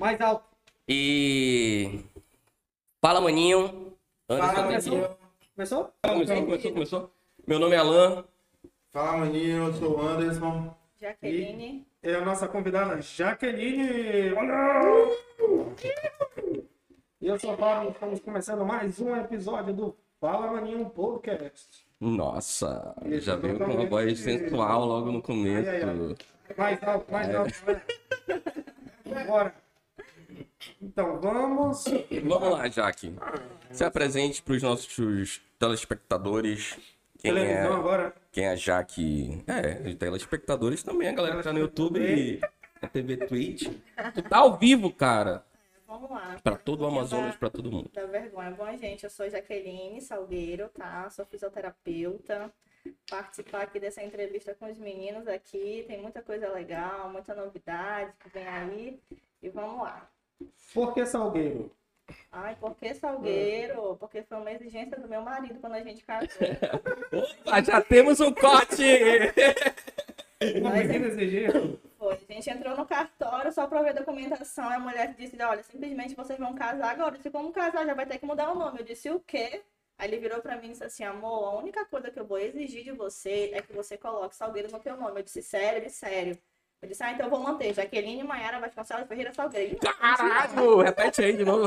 Mais alto. E... Fala, maninho. Fala, Anderson. Começou? Começou. Meu nome é Alan. Fala, maninho, eu sou o Anderson. Jaqueline. E é a nossa convidada, Jaqueline. Olha! E eu sou o Fábio, estamos começando mais um episódio do Fala Maninho Podcast. Nossa, Isso, já veio com uma totalmente. voz sensual logo no começo. Ai, ai, ai. Mais alto, galera. Bora. Então, vamos... Vamos lá, Jaque. Se apresente para os nossos telespectadores. Televisão agora. Quem é a Jaque? Os telespectadores também, a galera que tá no YouTube e na TV Twitch. Tu tá ao vivo, cara. Vamos lá. Pra todo o Amazonas, pra todo mundo. Da vergonha. Bom, gente, eu sou Jaqueline Salgueiro, tá? Sou fisioterapeuta. Participar aqui dessa entrevista com os meninos aqui. Tem muita coisa legal, muita novidade que vem aí. E vamos lá. Por que Salgueiro? Ai, por que Salgueiro? Porque foi uma exigência do meu marido quando a gente casou. Opa, já temos um corte! Uma menina exigir? Foi. A gente entrou no cartório só pra ver a documentação. A mulher disse, olha, simplesmente vocês vão casar agora. Eu disse, como casar? Já vai ter que mudar o nome. Eu disse, o quê? Aí ele virou pra mim e disse assim, amor, a única coisa que eu vou exigir de você é que você coloque Salgueiro no teu nome. Eu disse, sério? Ele, sério. Eu disse, então eu vou manter. Jaqueline Maiara Vasconcelos Ferreira Salgueiro. Caralho! Repete aí de novo.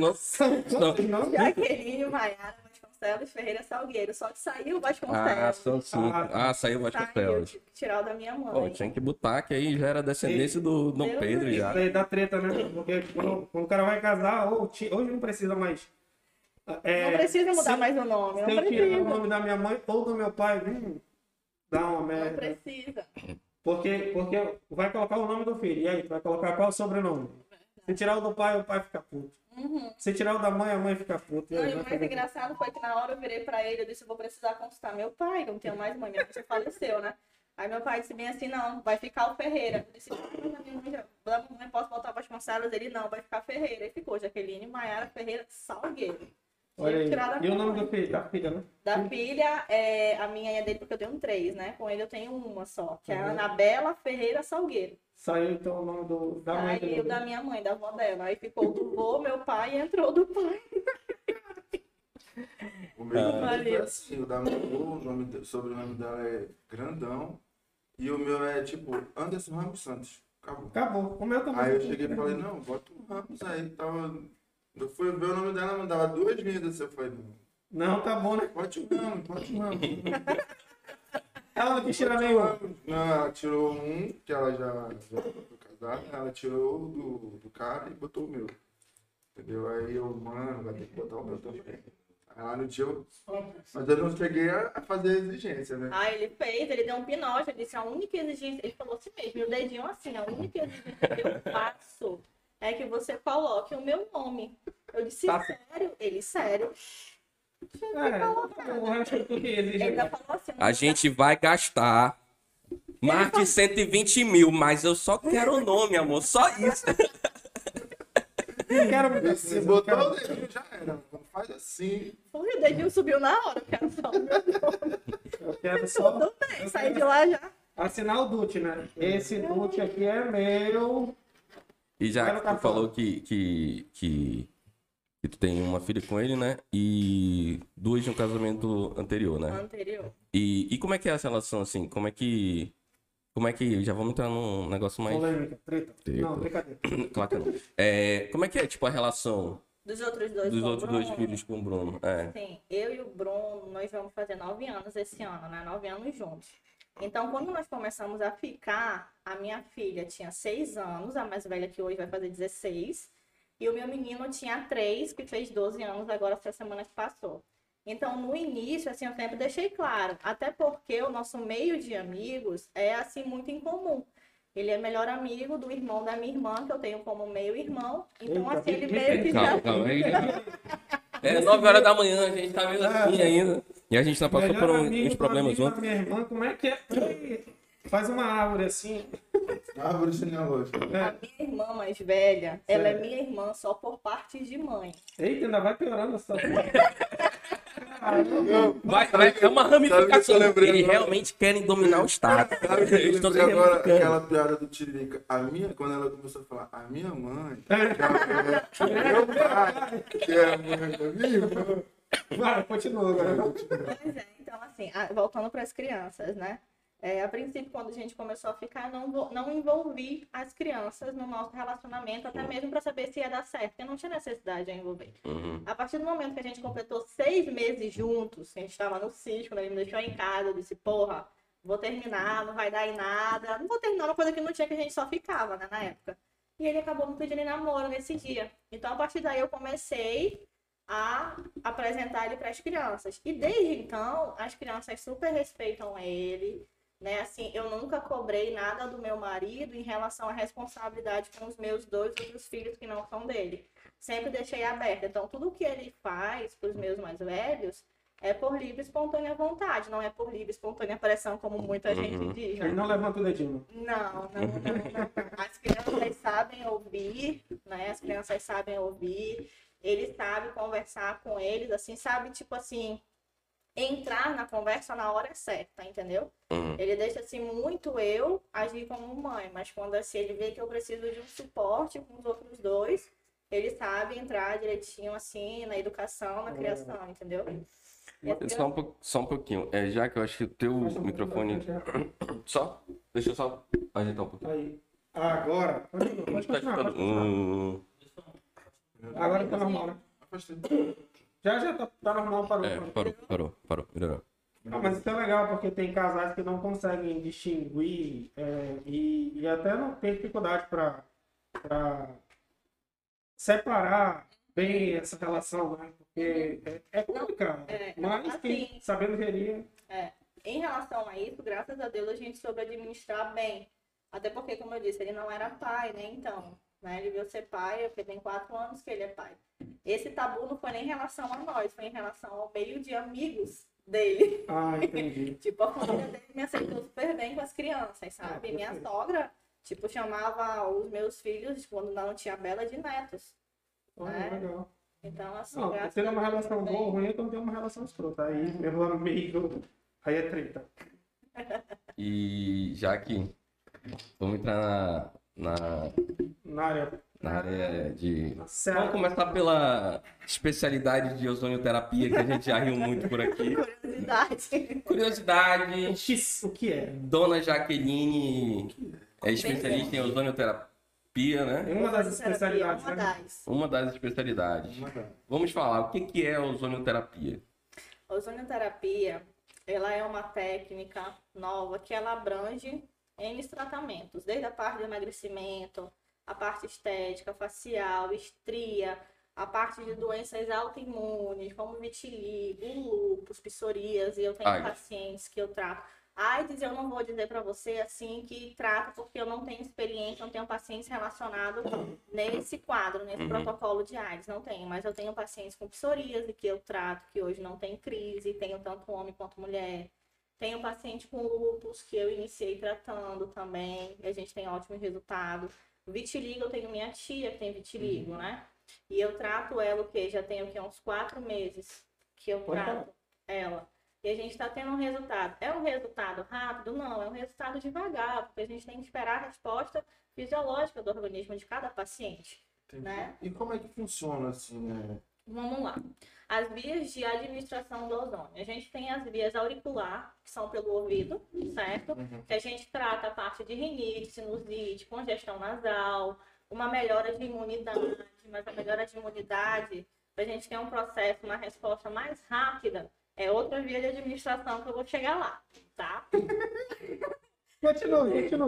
Não. Jaqueline Maiara Vasconcelos Ferreira Salgueiro. Só que saiu Vasconcelos. São cinco. Saiu Vasconcelos. Saiu, tirar o da minha mãe. Pô, tinha que botar, que aí já era descendência do Dom Deus Pedro já. Isso aí dá treta, né? Porque quando o cara vai casar, hoje não precisa mais. Não precisa mudar mais o nome. Se Não eu tirar o precisa. nome da minha mãe ou do meu pai, dá uma Não merda. precisa. Porque vai colocar o nome do filho. E aí, tu vai colocar qual sobrenome? Se tirar o do pai, o pai fica puto. Se tirar o da mãe, a mãe fica puta. Não, e o mais engraçado foi que na hora eu virei pra ele, eu disse, eu vou precisar consultar meu pai, que eu não tenho mais mãe, minha mãe já faleceu, né? Aí meu pai disse bem assim, não, vai ficar o Ferreira. Eu disse, da mamãe posso voltar para Vasconcelos? Ele, não, vai ficar Ferreira. Aí ficou Jaqueline Maiara Ferreira Salgueiro. Olha aí. Tirar da E o minha nome mãe. do filho? Da filha, né? Da filha, a minha é dele porque eu tenho 3, né? Com ele eu tenho uma só, que é a Uhum. Anabela Ferreira Salgueiro. Saiu então o nome da mãe Aí dele. o da minha mãe, da avó dela. Aí ficou do vô, meu pai, e entrou do pai. O meu nome Valeu. é assim, o da minha avó, o sobrenome dela é Grandão. E o meu é tipo Anderson Ramos Santos. Acabou. Acabou. O meu também. Aí eu cheguei e falei, não, bota o Ramos aí. Eu fui ver o nome dela, mandava 2 linhas assim. Eu falei, Não, tá bom, né? bote o Ramos. Ela não quis tirar nenhum. Não, ela tirou um, que ela já foi casada, ela tirou do cara e botou o meu. Entendeu? Aí eu, mano, vai ter que botar o meu também. Aí lá no dia mas eu não cheguei a fazer a exigência, né? Ah, ele fez, ele deu um pinote, ele disse, a única exigência, ele falou assim mesmo, e o dedinho assim, a única exigência que eu faço é que você coloque o meu nome. Eu disse, Tá. sério? Ele, sério. O resto do que Ele exige. ainda falou assim, A gente vai gastar mais de 120 mil, mas eu só quero o nome, amor. Só isso. Eu quero muita E se coisa, botar eu o dedinho já era. Faz assim. o dedinho subiu na hora, eu quero só o meu nome. Eu quero só Tudo bem, saí de lá já. assinar o DUT, né? Esse DUT aqui é meu. E já Vai no que tu cartão. falou que tu tem uma filha com ele, né? E 2 de um casamento anterior, né? Anterior. E como é que é essa relação, assim? Como é que... Já vamos entrar num negócio mais... Polêmica, treta. Treta. Não, brincadeira. Claro que não. Como é que é, tipo, a relação Dos outros dois. dos com o outros 2 Bruno. filhos com o Bruno? Sim, eu e o Bruno, nós vamos fazer 9 anos esse ano, né? 9 anos juntos. Então, quando nós começamos a ficar, a minha filha tinha 6 anos, a mais velha que hoje vai fazer 16. E o meu menino tinha 3, que fez 12 anos agora, essa semana que passou. Então, no início, assim, eu sempre deixei claro. Até porque o nosso meio de amigos é, assim, muito incomum. Ele é melhor amigo do irmão da minha irmã, que eu tenho como meio-irmão. Então, Eita, assim, ele meio que já... Calma aí. 9 horas da manhã, a gente tá meio assim ainda. E a gente tá passando por Melhor amigo uns do problemas amigo da juntos. minha irmã, como é que é? Faz uma árvore assim. Árvore genealógica. A minha irmã mais velha, ela é minha irmã só por parte de mãe. Eita, ainda vai piorando a situação. É uma ramificação. Sabe o que eu lembrei Eles agora? realmente querem dominar o Estado. Sabe que Eles estão se agora ramificando. aquela piada do Tiririca? Quando ela começou a falar, a minha mãe, que é meu pai, que é a mãe da minha irmã. Vai, continua agora. Pois é, então assim, voltando para as crianças, né? A princípio, quando a gente começou a ficar, não envolvi as crianças no nosso relacionamento, até mesmo para saber se ia dar certo, porque não tinha necessidade de envolver. A partir do momento que a gente completou 6 meses juntos, a gente estava no sítio, quando ele me deixou em casa, eu disse, porra, vou terminar, não vai dar em nada, não vou terminar uma coisa que não tinha, que a gente só ficava, né, na época. E ele acabou me pedindo em namoro nesse dia. Então, a partir daí, eu comecei a apresentar ele para as crianças. E desde então, as crianças super respeitam ele, né? Assim, eu nunca cobrei nada do meu marido em relação à responsabilidade com os meus 2 outros filhos que não são dele. Sempre deixei aberto. Então, tudo que ele faz para os meus mais velhos é por livre e espontânea vontade, não é por livre e espontânea pressão, como muita gente diz. Ele não levanta o dedinho. Não. As crianças sabem ouvir, né? As crianças sabem ouvir. Ele sabe conversar com eles, assim, sabe, tipo assim, entrar na conversa na hora certa, entendeu? Ele deixa, assim, muito eu agir como mãe, mas quando, assim, ele vê que eu preciso de um suporte com os outros 2, ele sabe entrar direitinho, assim, na educação, na criação, entendeu? Só um pouquinho. Já que eu acho que o teu microfone... Só? Deixa eu só ajeitar um pouquinho. Aí. Agora. Pode Tá continuar. escutando? Agora tá normal, né? Já tá normal, parou. Parou. Melhorou. Não, mas isso é legal, porque tem casais que não conseguem distinguir e até não tem dificuldade para separar bem essa relação, né? Porque é complicado. Mas quem assim, sabendo gerir. Em relação a isso, graças a Deus, a gente soube administrar bem. Até porque, como eu disse, ele não era pai, né? Então, né? Ele veio ser pai, porque tem 4 anos que ele é pai. Esse tabu não foi nem em relação a nós, foi em relação ao meio de amigos dele. Ah, entendi. Tipo, a família dele me aceitou super bem com as crianças, sabe? Minha sogra, tipo, chamava os meus filhos, quando não tinha Bela, de netos. Olha, legal. Então, assim, Não, graças tendo a uma Deus, relação bem. boa ou ruim é quando tem uma relação escrota. Aí, meu amigo, aí é treta. E já que vamos entrar Na área. na área de... Sério. Vamos começar pela especialidade de ozonioterapia, que a gente já riu muito por aqui. Curiosidade. Curiosidade, X, o que é? Dona Jaqueline é especialista em ozonioterapia, né? É uma das especialidades, Uma né? das. Uma das especialidades. Vamos falar, o que é ozonioterapia? A ozonioterapia, ela é uma técnica nova que ela abrange N tratamentos, desde a parte do emagrecimento, a parte estética, facial, estria, a parte de doenças autoimunes, como vitiligo, lúpus, psoríase. Eu tenho pacientes que eu trato. AIDS, eu não vou dizer para você assim que trato, porque eu não tenho experiência, não tenho pacientes relacionados nesse quadro, nesse protocolo de AIDS, não tenho. Mas eu tenho pacientes com psoríase que eu trato, que hoje não tem crise, tenho tanto homem quanto mulher. Tenho paciente com lúpus que eu iniciei tratando também, e a gente tem ótimos resultados. Vitiligo, eu tenho minha tia que tem vitiligo, né? E eu trato ela, o quê? Já tem uns 4 meses que eu trato ela. E a gente está tendo um resultado. É um resultado rápido? Não, é um resultado devagar, porque a gente tem que esperar a resposta fisiológica do organismo de cada paciente. Né? E como é que funciona assim, né? Vamos lá. As vias de administração do ozônio. A gente tem as vias auricular, que são pelo ouvido, certo? Que a gente trata a parte de rinite, sinusite, congestão nasal, uma melhora de imunidade, mas a melhora de imunidade, para a gente ter um processo, uma resposta mais rápida, é outra via de administração que eu vou chegar lá, tá? Continua.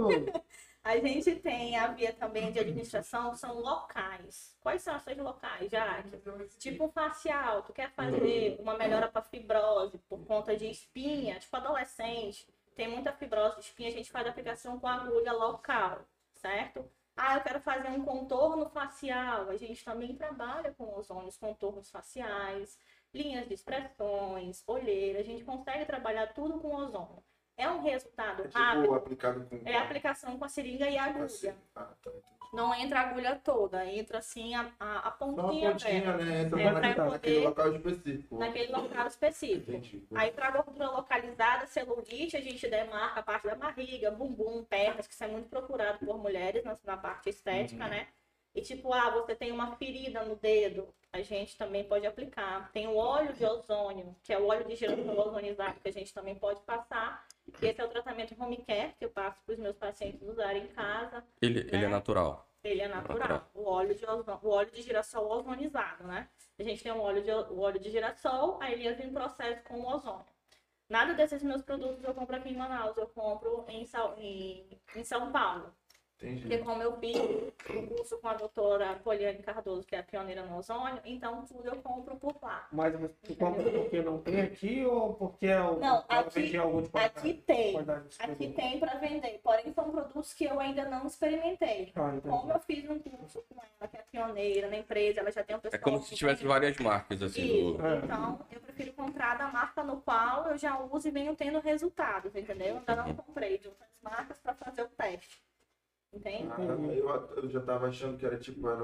A gente tem a via também de administração, são locais. Quais são essas locais, Jaque? Tipo facial, tu quer fazer uma melhora para fibrose por conta de espinha, tipo adolescente, tem muita fibrose de espinha, a gente faz aplicação com agulha local, certo? Ah, eu quero fazer um contorno facial, a gente também trabalha com ozônios, contornos faciais, linhas de expressões, olheira, a gente consegue trabalhar tudo com ozônio. É um resultado rápido. Aplicado com... É a aplicação com a seringa e a agulha. Tá, entendi. Não entra a agulha toda, entra assim a Só uma pontinha pontinha, dela. né? Entra É, naquele, pra naquele poder- local específico. Naquele local específico. Entendi. Aí para gordura localizada, celulite, a gente demarca a parte da barriga, bumbum, pernas, que isso é muito procurado por mulheres na parte estética, né? E tipo, você tem uma ferida no dedo, a gente também pode aplicar. Tem o óleo de ozônio, que é o óleo de girassol ozonizado, que a gente também pode passar. E esse é o tratamento home care, que eu passo para os meus pacientes usarem em casa. Ele é natural. Ele é natural. O óleo de girassol ozonizado, né? A gente tem o óleo de girassol, aí ele entra em processo com o ozônio. Nada desses meus produtos eu compro aqui em Manaus, eu compro em São Paulo. Entendi. Porque como eu fiz o curso com a doutora Poliane Cardoso, que é a pioneira no ozônio, então tudo eu compro por lá. Mas tu compra porque não tem aqui ou porque é o. Não, ela aqui, vende algo de aqui tem. qualidade desse Aqui produto? tem para vender, porém são produtos que eu ainda não experimentei. Ah, entendi. Como eu fiz um curso com ela, que é pioneira na empresa, ela já tem um pessoal. É como se que tivesse vende. várias marcas, assim. Isso. Do... É. Então, eu prefiro comprar da marca no qual eu já uso e venho tendo resultados, entendeu? Eu ainda não comprei de outras marcas para fazer o teste. Entende? Eu já tava achando que era tipo, era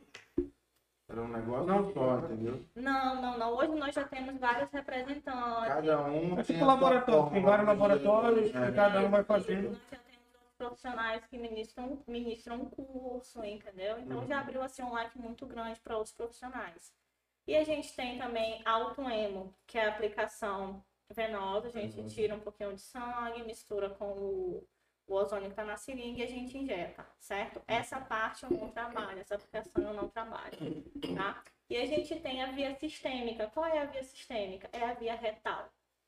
um negócio Não. só, entendeu? Não. Hoje nós já temos vários representantes. Cada um É tem tipo a sua laboratório, forma, tem vários né? laboratórios É. e cada um vai fazendo. Nós já temos outros profissionais que ministram um curso, entendeu? Então já abriu assim um leque muito grande para outros profissionais. E a gente tem também autoemo, que é a aplicação venosa, a gente tira um pouquinho de sangue, mistura com o ozônio que está na seringa e a gente injeta, certo? Essa parte eu não trabalho, essa aplicação eu não trabalho, tá? E a gente tem a via sistêmica. Qual é a via sistêmica? É a via retal.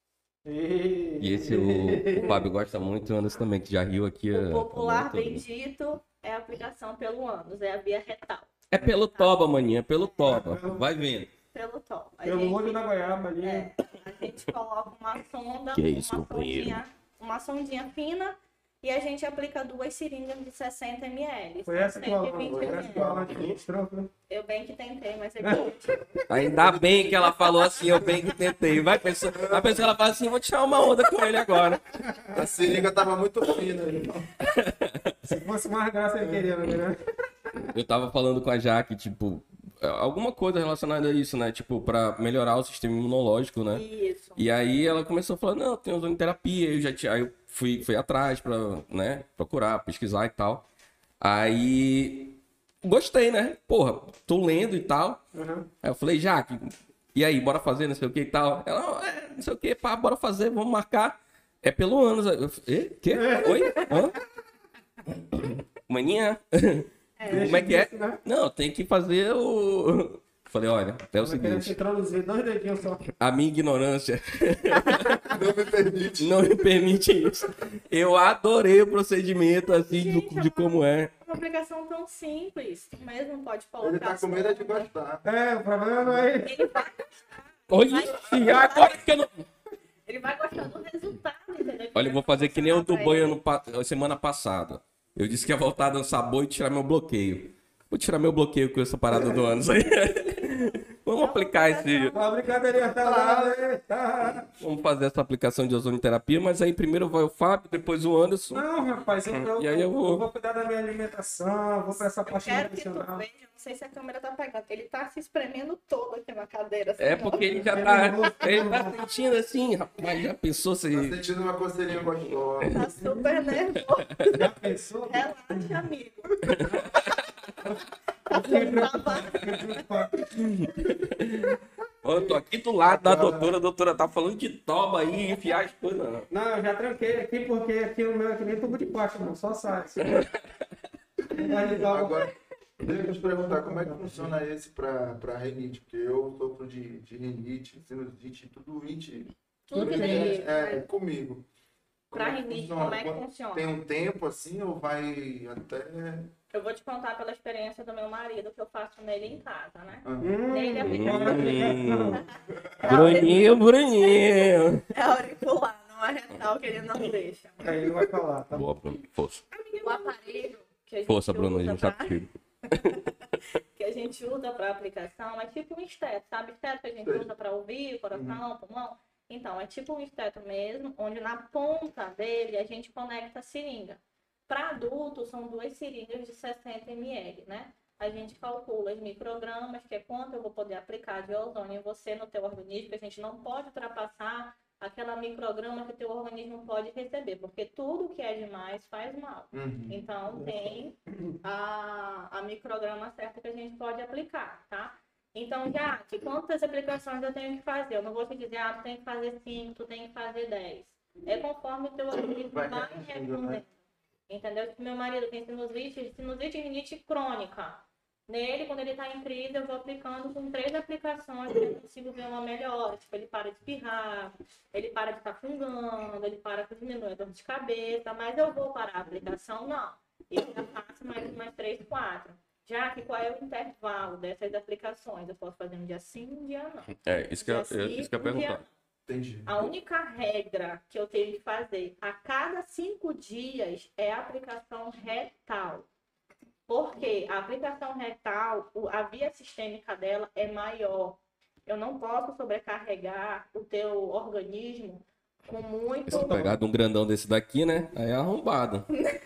E esse o Fábio gosta muito, o Anderson também, que já riu aqui. O popular muito. bendito é a aplicação pelo ânus, é a via retal. É pelo toba, maninha, é pelo toba. Vai vendo. Pelo top. Pelo olho da goiaba ali. A gente coloca uma sonda, Que é isso, companheiro? uma sondinha fina e a gente aplica 2 seringas de 60 ml. Foi essa que o Alan 120 foi essa que o Alan mostrou, né? Eu bem que tentei, mas é Ainda bem que ela falou assim, eu bem que tentei. Vai pensar, a pessoa ela fala assim, vou tirar uma onda com ele agora. A seringa tava muito fina. Se fosse mais graça, ele queria, né? Eu tava falando com a Jaque, tipo, alguma coisa relacionada a isso, né? Tipo, pra melhorar o sistema imunológico, né? isso. E aí ela começou a falar, não, tem ozonoterapia. Aí eu fui atrás pra, né, procurar, pesquisar e tal. Aí gostei, né? Porra, tô lendo e tal. Uhum. Aí eu falei, Jaque, e aí, bora fazer, não sei o que e tal. Ela, não sei o que, pá, bora fazer, vamos marcar. É pelo ânus. Eu falei, quê? Oi? Hã? Maninha? Como é que é? Não, tem que fazer o... Falei, olha, é o Eu queria te seguinte, introduzir 2 dedinhos só. a minha ignorância Não me permite. não me permite isso. Eu adorei o procedimento, assim, Gente, de como é. Uma aplicação tão simples. Tu mesmo pode colocar. Ele tá com medo de gostar. É, o problema não é ele. Ele vai, Olha, e agora que eu não... ele vai gostar do resultado, entendeu? Olha, eu vou fazer que nem o do Pra boi ele. semana passada. Eu disse que ia voltar a dançar boi e tirar meu bloqueio. Vou tirar meu bloqueio com essa parada do ânus aí. Vamos aplicar esse... A brincadeirinha tá lá, né? Tá. Vamos fazer essa aplicação de ozonoterapia, mas aí primeiro vai o Fábio, depois o Anderson. Não, rapaz, E aí eu vou- cuidar da minha alimentação, vou pra essa parte Quero que tu nutricional. veja, não sei se a câmera tá pegando. Ele tá se espremendo todo aqui na cadeira. É assim, porque ó. ele já tá... Ele tá sentindo assim, rapaz, já pensou Tá se... sentindo uma coceirinha gostosa. Tá super nervoso. Já pensou? Relaxa, amigo. Ó, eu tô aqui do lado da doutora, a doutora tá falando de toba aí, enfiar as coisas. Não. Não, eu já tranquei aqui porque aqui o meu é que nem tubo de pasta, mano. Só sai. Vai ligar o- Agora, deixa eu te perguntar, como é que funciona esse pra rinite? Porque eu sofro de rinite, sinusite, tudo it. Tudo que É, comigo. Pra Como é que rinite, funciona? como é que funciona? Tem um tempo assim ou vai até... Eu vou te contar pela experiência do meu marido, que eu faço nele em casa, né? Ah, Nele é Bruninho. É auricular, não é retal que ele não deixa. Aí ele vai falar, tá? Boa, Bruno, força. O aparelho que a gente Força, Bruno, a usa gente tá pra- contigo. que a gente usa para aplicação é tipo um esteto, sabe? Esteto que a gente usa para ouvir, coração, pulmão. Então, é tipo um esteto mesmo, onde na ponta dele a gente conecta a seringa. Para adultos, são 2 seringas de 60 ml, né? A gente calcula os microgramas, que é quanto eu vou poder aplicar de ozônio em você, no teu organismo, que a gente não pode ultrapassar aquela micrograma que o teu organismo pode receber, porque tudo que é demais faz mal. Então, tem a micrograma certa que a gente pode aplicar, tá? Então, já que quantas aplicações eu tenho que fazer? Eu não vou te dizer, tu tem que fazer 5, tu tem que fazer 10. É conforme o teu organismo vai respondendo. Entendeu? Tipo, meu marido tem sinusite e rinite crônica. Nele, quando ele está em crise, eu vou aplicando com 3 aplicações, eu consigo ver uma melhora. Tipo, ele para de espirrar, ele para de estar fungando, ele para de diminuir a dor de cabeça, mas eu vou parar a aplicação? Não. Eu já faço mais 3, 4. Já que qual é o intervalo dessas aplicações? Eu posso fazer um dia sim, um dia não. Isso que eu ia perguntar. Entendi. A única regra que eu tenho que fazer a cada 5 dias é a aplicação retal. Porque a aplicação retal, a via sistêmica dela é maior. Eu não posso sobrecarregar o teu organismo com muito... Se pegar de um grandão desse daqui, né? Aí é arrombado.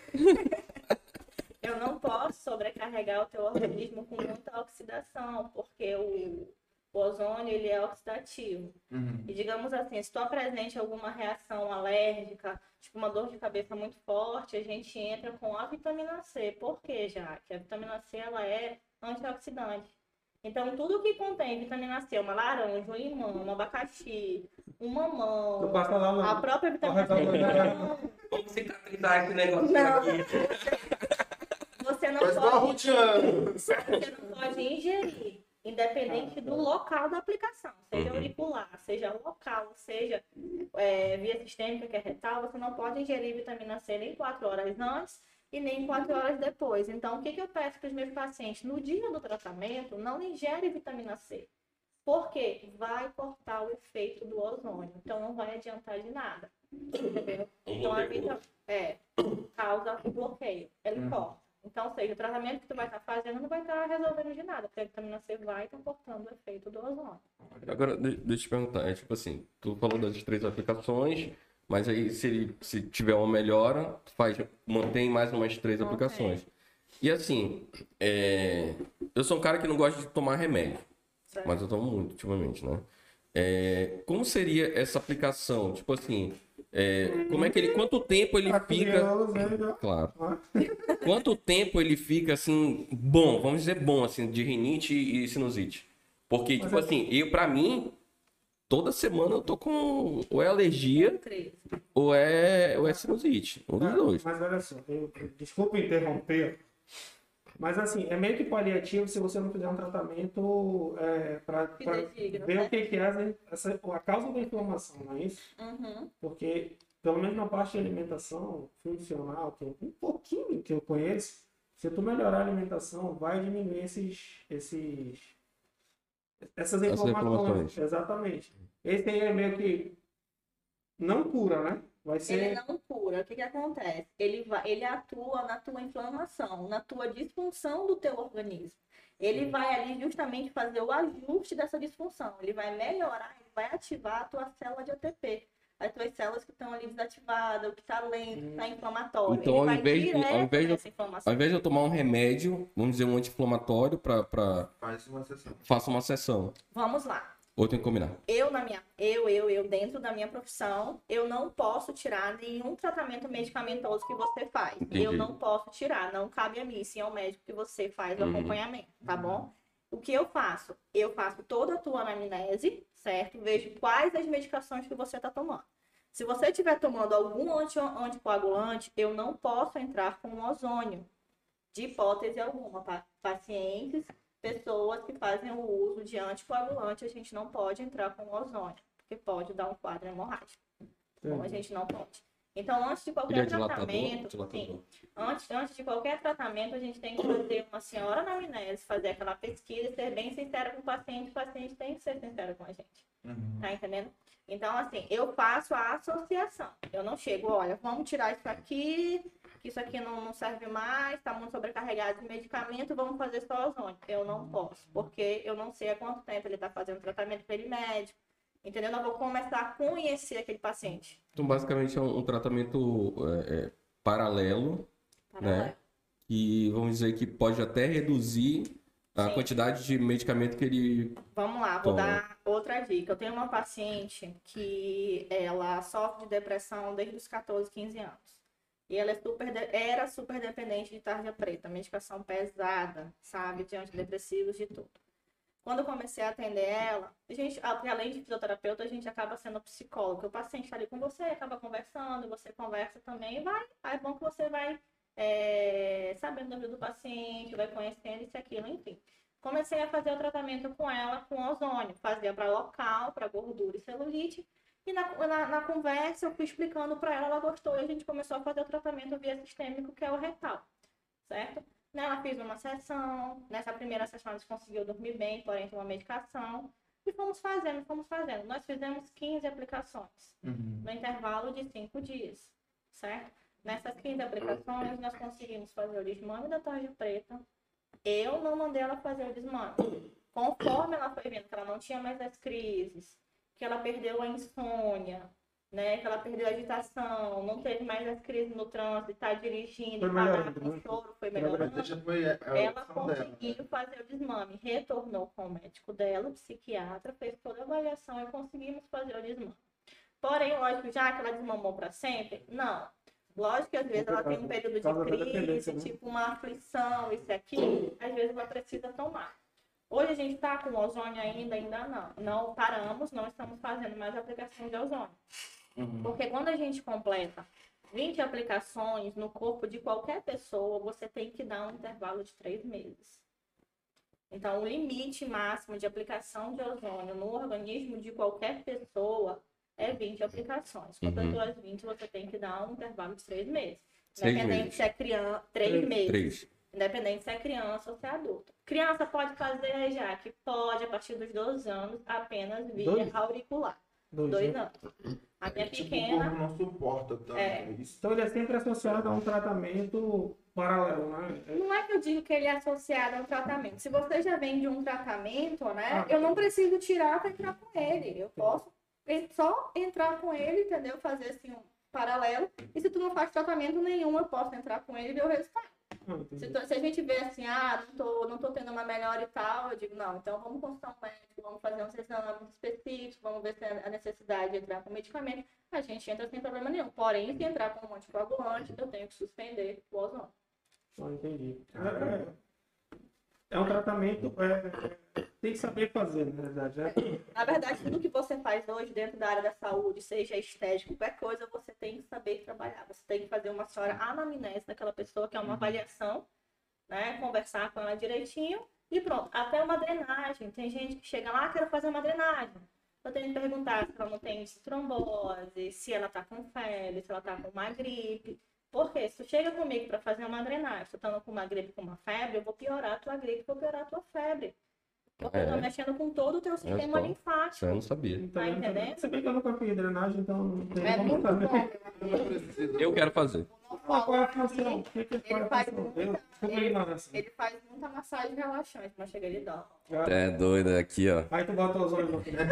Eu não posso sobrecarregar o teu organismo com muita oxidação, porque o ozônio, ele é oxidativo. E digamos assim, se tu apresente alguma reação alérgica, tipo uma dor de cabeça muito forte, a gente entra com a vitamina C. Por quê, já? Que a vitamina C, ela é antioxidante. Então, tudo que contém vitamina C, uma laranja, um limão, um abacaxi, um mamão, Tu passa lá a própria vitamina C, Vamos cicatrizar esse negócio não, aqui. você não Mas tá pode, roteando. você não pode ingerir. Independente do local da aplicação, seja auricular, seja local, seja via sistêmica, que é retal, você não pode ingerir vitamina C nem 4 horas antes e nem 4 horas depois. Então, o que eu peço para os meus pacientes? No dia do tratamento, não ingere vitamina C. Por quê? Vai cortar o efeito do ozônio. Então, não vai adiantar de nada. Entendeu? Então, a vitamina causa o bloqueio. Ele corta. Então, ou seja, o tratamento que tu vai estar fazendo não vai estar resolvendo de nada, porque a vitamina C vai estar cortando o efeito do ozônio. Agora, deixa eu te perguntar, tipo assim, tu falou das 3 aplicações, mas aí se tiver uma melhora, mantém mais umas 3 aplicações. E assim, eu sou um cara que não gosta de tomar remédio, Certo. mas eu tomo muito ultimamente, né? Como seria essa aplicação? Tipo assim, como é que quanto tempo ele fica... Claro. Quanto tempo ele fica, assim, bom, vamos dizer bom, assim, de rinite e sinusite? Porque, tipo assim, pra mim, toda semana eu tô com ou é alergia ou é sinusite. Um dos dois. Mas olha só, desculpa interromper, mas assim, é meio que paliativo se você não fizer um tratamento para ver o que é a causa da inflamação, não é isso? Porque, pelo menos na parte de alimentação funcional, que é um pouquinho que eu conheço, se tu melhorar a alimentação, vai diminuir essas inflamações. Exatamente. Esse aí é meio que não cura, né? Vai ser... Ele não cura. O que acontece? Ele atua na tua inflamação, na tua disfunção do teu organismo. Ele vai ali justamente fazer o ajuste dessa disfunção. Ele vai melhorar, ele vai ativar a tua célula de ATP. As tuas células que estão ali desativadas, o que está lento, o que está inflamatório. Então, ao invés de eu tomar um remédio, vamos dizer um anti-inflamatório faça uma sessão. Vamos lá. Ou tem que combinar? Eu dentro da minha profissão, eu não posso tirar nenhum tratamento medicamentoso que você faz. Entendi. Eu não posso tirar, não cabe a mim, sim ao médico que você faz o acompanhamento, tá bom? O que eu faço? Eu faço toda a tua anamnese, certo? Vejo quais as medicações que você está tomando. Se você estiver tomando algum anticoagulante, eu não posso entrar com ozônio, de hipótese alguma. Pacientes, pessoas que fazem o uso de anticoagulante, a gente não pode entrar com ozônio, porque pode dar um quadro hemorrágico. Então, a gente não pode. Então, antes de qualquer tratamento, antes de qualquer tratamento, a gente tem que fazer uma senhora anamnese, fazer aquela pesquisa e ser bem sincera com o paciente tem que ser sincero com a gente. Tá entendendo? Então, assim, eu faço a associação. Eu não chego, olha, vamos tirar isso aqui, que isso aqui não serve mais, está muito sobrecarregado de medicamento, vamos fazer só ozônio. Eu não posso, porque eu não sei há quanto tempo ele está fazendo tratamento para ele médico. Entendeu? Eu vou começar a conhecer aquele paciente. Então, basicamente, é um tratamento paralelo né? E vamos dizer que pode até reduzir a quantidade de medicamento que ele Vamos lá, vou dar outra dica. Eu tenho uma paciente que ela sofre de depressão desde os 14, 15 anos. E ela era super dependente de tarja preta, medicação pesada, sabe? De antidepressivos, de tudo. Quando eu comecei a atender ela, além de fisioterapeuta, a gente acaba sendo psicólogo. O paciente está ali com você, acaba conversando, você conversa também, é bom que você vai sabendo da vida do paciente, vai conhecendo isso e aquilo, enfim. Comecei a fazer o tratamento com ela com ozônio, fazia para local, para gordura e celulite. E na conversa eu fui explicando para ela, ela gostou e a gente começou a fazer o tratamento via sistêmico, que é o retal, certo? Ela fez uma sessão, nessa primeira sessão a gente conseguiu dormir bem, porém tem uma medicação. E fomos fazendo. Nós fizemos 15 aplicações no intervalo de 5 dias, certo? Nessas 15 aplicações nós conseguimos fazer o desmame da tarja preta. Eu não mandei ela fazer o desmame. Conforme ela foi vendo que ela não tinha mais as crises, que ela perdeu a insônia, né? Que ela perdeu a agitação, não teve mais as crises no trânsito, está dirigindo, parar com choro, foi melhorando. Ela conseguiu fazer o desmame, retornou com o médico dela, o psiquiatra, fez toda a avaliação e conseguimos fazer o desmame. Porém, lógico, já que ela desmamou para sempre, não. Lógico que às vezes ela tem um período de crise, tipo uma aflição, isso aqui, às vezes ela precisa tomar. Hoje a gente está com ozônio ainda não. Não paramos, não estamos fazendo mais aplicação de ozônio. Porque quando a gente completa 20 aplicações no corpo de qualquer pessoa, você tem que dar um intervalo de 3 meses. Então, o limite máximo de aplicação de ozônio no organismo de qualquer pessoa é 20 aplicações. Completou as 20, você tem que dar um intervalo de 3 meses. Independente se é criança, 3 meses. Independente se é criança ou se é adulto. Criança pode fazer, já que pode, a partir dos 2 anos, apenas via auricular. 2 anos. A minha pequena... O corpo não suporta tanto isso. Então ele é sempre associado a um tratamento paralelo, né? Não é que eu digo que ele é associado a um tratamento. Se você já vem de um tratamento, né? Eu não preciso tirar para entrar com ele. Eu posso só entrar com ele, entendeu? Fazer assim um paralelo. E se tu não faz tratamento nenhum, eu posso entrar com ele e ver o resultado. Se a gente vê assim, não tô tendo uma melhora e tal, eu digo, não, então vamos consultar um médico, vamos fazer uns exames específicos, vamos ver se a necessidade de entrar com medicamento, a gente entra sem problema nenhum. Porém, se entrar com um anticoagulante, eu tenho que suspender o ozônio. Entendi. É um tratamento, tem que saber fazer, na verdade. Na verdade, tudo que você faz hoje dentro da área da saúde, seja estético, qualquer coisa, você tem que saber trabalhar. Você tem que fazer uma senhora anamnese daquela pessoa, que é uma avaliação, né? Conversar com ela direitinho e pronto. Até uma drenagem. Tem gente que chega lá, quero fazer uma drenagem. Eu tenho que perguntar se ela não tem trombose, se ela tá com febre, se ela tá com uma gripe. Porque se tu chega comigo para fazer uma drenagem, tu estando com uma gripe, com uma febre, eu vou piorar a tua gripe, vou piorar a tua febre. Porque eu tô mexendo com todo o teu sistema linfático. Eu não sabia. Então, tá entendendo? Você bem que eu nunca fiz drenagem, então não tem como muito fazer. Bom. Eu quero fazer. Qual é a função? Ele faz muita massagem relaxante, mas chega ele dó. É doido aqui, ó. Aí tu bota os olhos no final.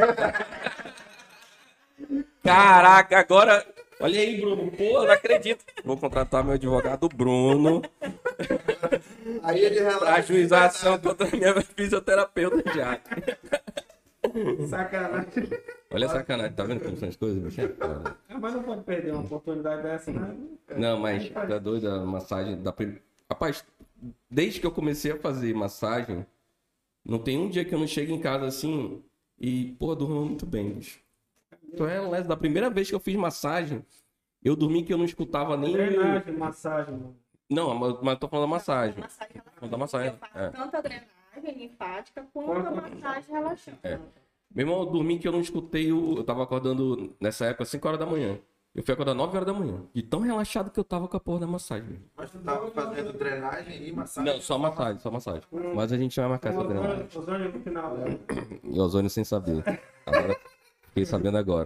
Caraca, agora... Olha aí, Bruno. Pô, eu não acredito. Vou contratar meu advogado Bruno. Aí ele pra ajuização contra a minha fisioterapeuta já. Sacanagem. Olha a sacanagem. Tá vendo como são as coisas, bicho? Mas não pode perder uma oportunidade dessa, né? Não, mas tá doido a massagem da... Rapaz, desde que eu comecei a fazer massagem, não tem um dia que eu não chego em casa assim e, pô, durmo muito bem, bicho. Então da primeira vez que eu fiz massagem, eu dormi que eu não escutava nem... Drenagem, massagem, mano. Não, mas tô falando da massagem. Da massagem. Eu faço tanto a drenagem linfática quanto a massagem relaxante. Meu irmão, eu dormi que eu não escutei eu tava acordando nessa época 5 horas da manhã. Eu fui acordar 9 horas da manhã. De tão relaxado que eu tava com a porra da massagem. Mas tu tava fazendo drenagem e massagem? Não, só massagem. Mas a gente vai marcar essa drenagem. Ozônio no final. E ozônio sem saber. Agora, fiquei sabendo agora.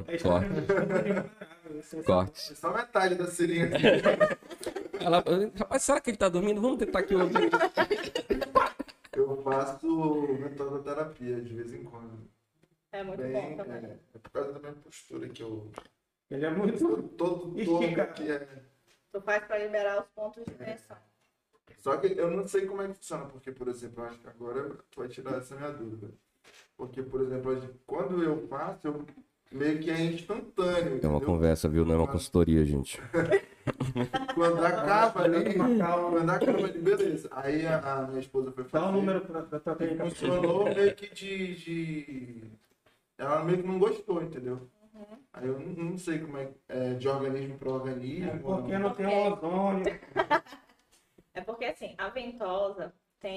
Corte. É só metade da seringa. Rapaz, será que ele tá dormindo? Vamos tentar aqui o ozônio. Eu faço metodoterapia de vez em quando. É muito bom também. É por causa da minha postura que eu... Ele é muito... Todo que Tu faz para liberar os pontos de tensão. Só que eu não sei como é que funciona, porque, por exemplo, eu acho que agora tu vai tirar essa minha dúvida. Porque, por exemplo, quando eu faço, eu meio que é instantâneo. É uma conversa, viu? Não é uma consultoria, gente. Quando acaba ali, beleza. Aí a minha esposa foi fazer. Dá um número pra tua clínica. Funcionou meio que ela meio que não gostou, entendeu? Aí eu não sei como é de organismo para organismo. É porque não tem um ozônio. É porque assim, a ventosa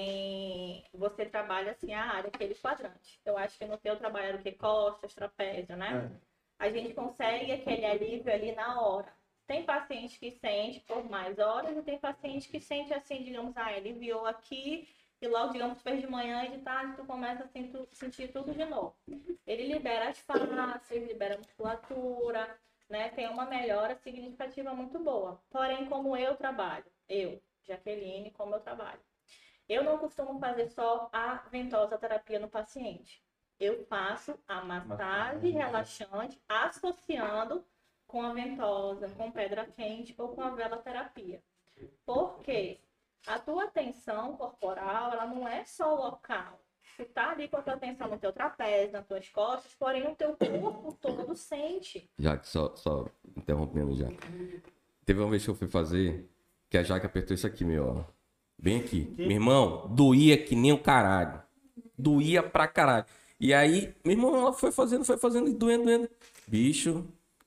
você trabalha assim a área, aquele quadrante. Eu acho que no teu trabalho era o que? Costas, trapézio, né? A gente consegue aquele alívio ali na hora. Tem paciente que sente por mais horas e tem paciente que sente assim, digamos, aliviou aqui e logo, digamos, fez de manhã e de tarde tu começa a sentir tudo de novo. Ele libera as fáscias, libera a musculatura, né? Tem uma melhora significativa muito boa. Porém, como eu trabalho, Jaqueline, como eu trabalho, eu não costumo fazer só a ventosa terapia no paciente. Eu faço a massagem relaxante associando com a ventosa, com pedra quente ou com a vela terapia. Por quê? A tua tensão corporal, ela não é só local. Tu tá ali com a tua atenção no teu trapézio, nas tuas costas, porém o teu corpo todo sente. Já, só interrompendo já. Teve uma vez que eu fui fazer, que a Jaque apertou isso aqui, meu, ó. Bem aqui. Meu irmão, doía que nem o caralho. Doía pra caralho. E aí, meu irmão, ela foi fazendo e doendo. Bicho,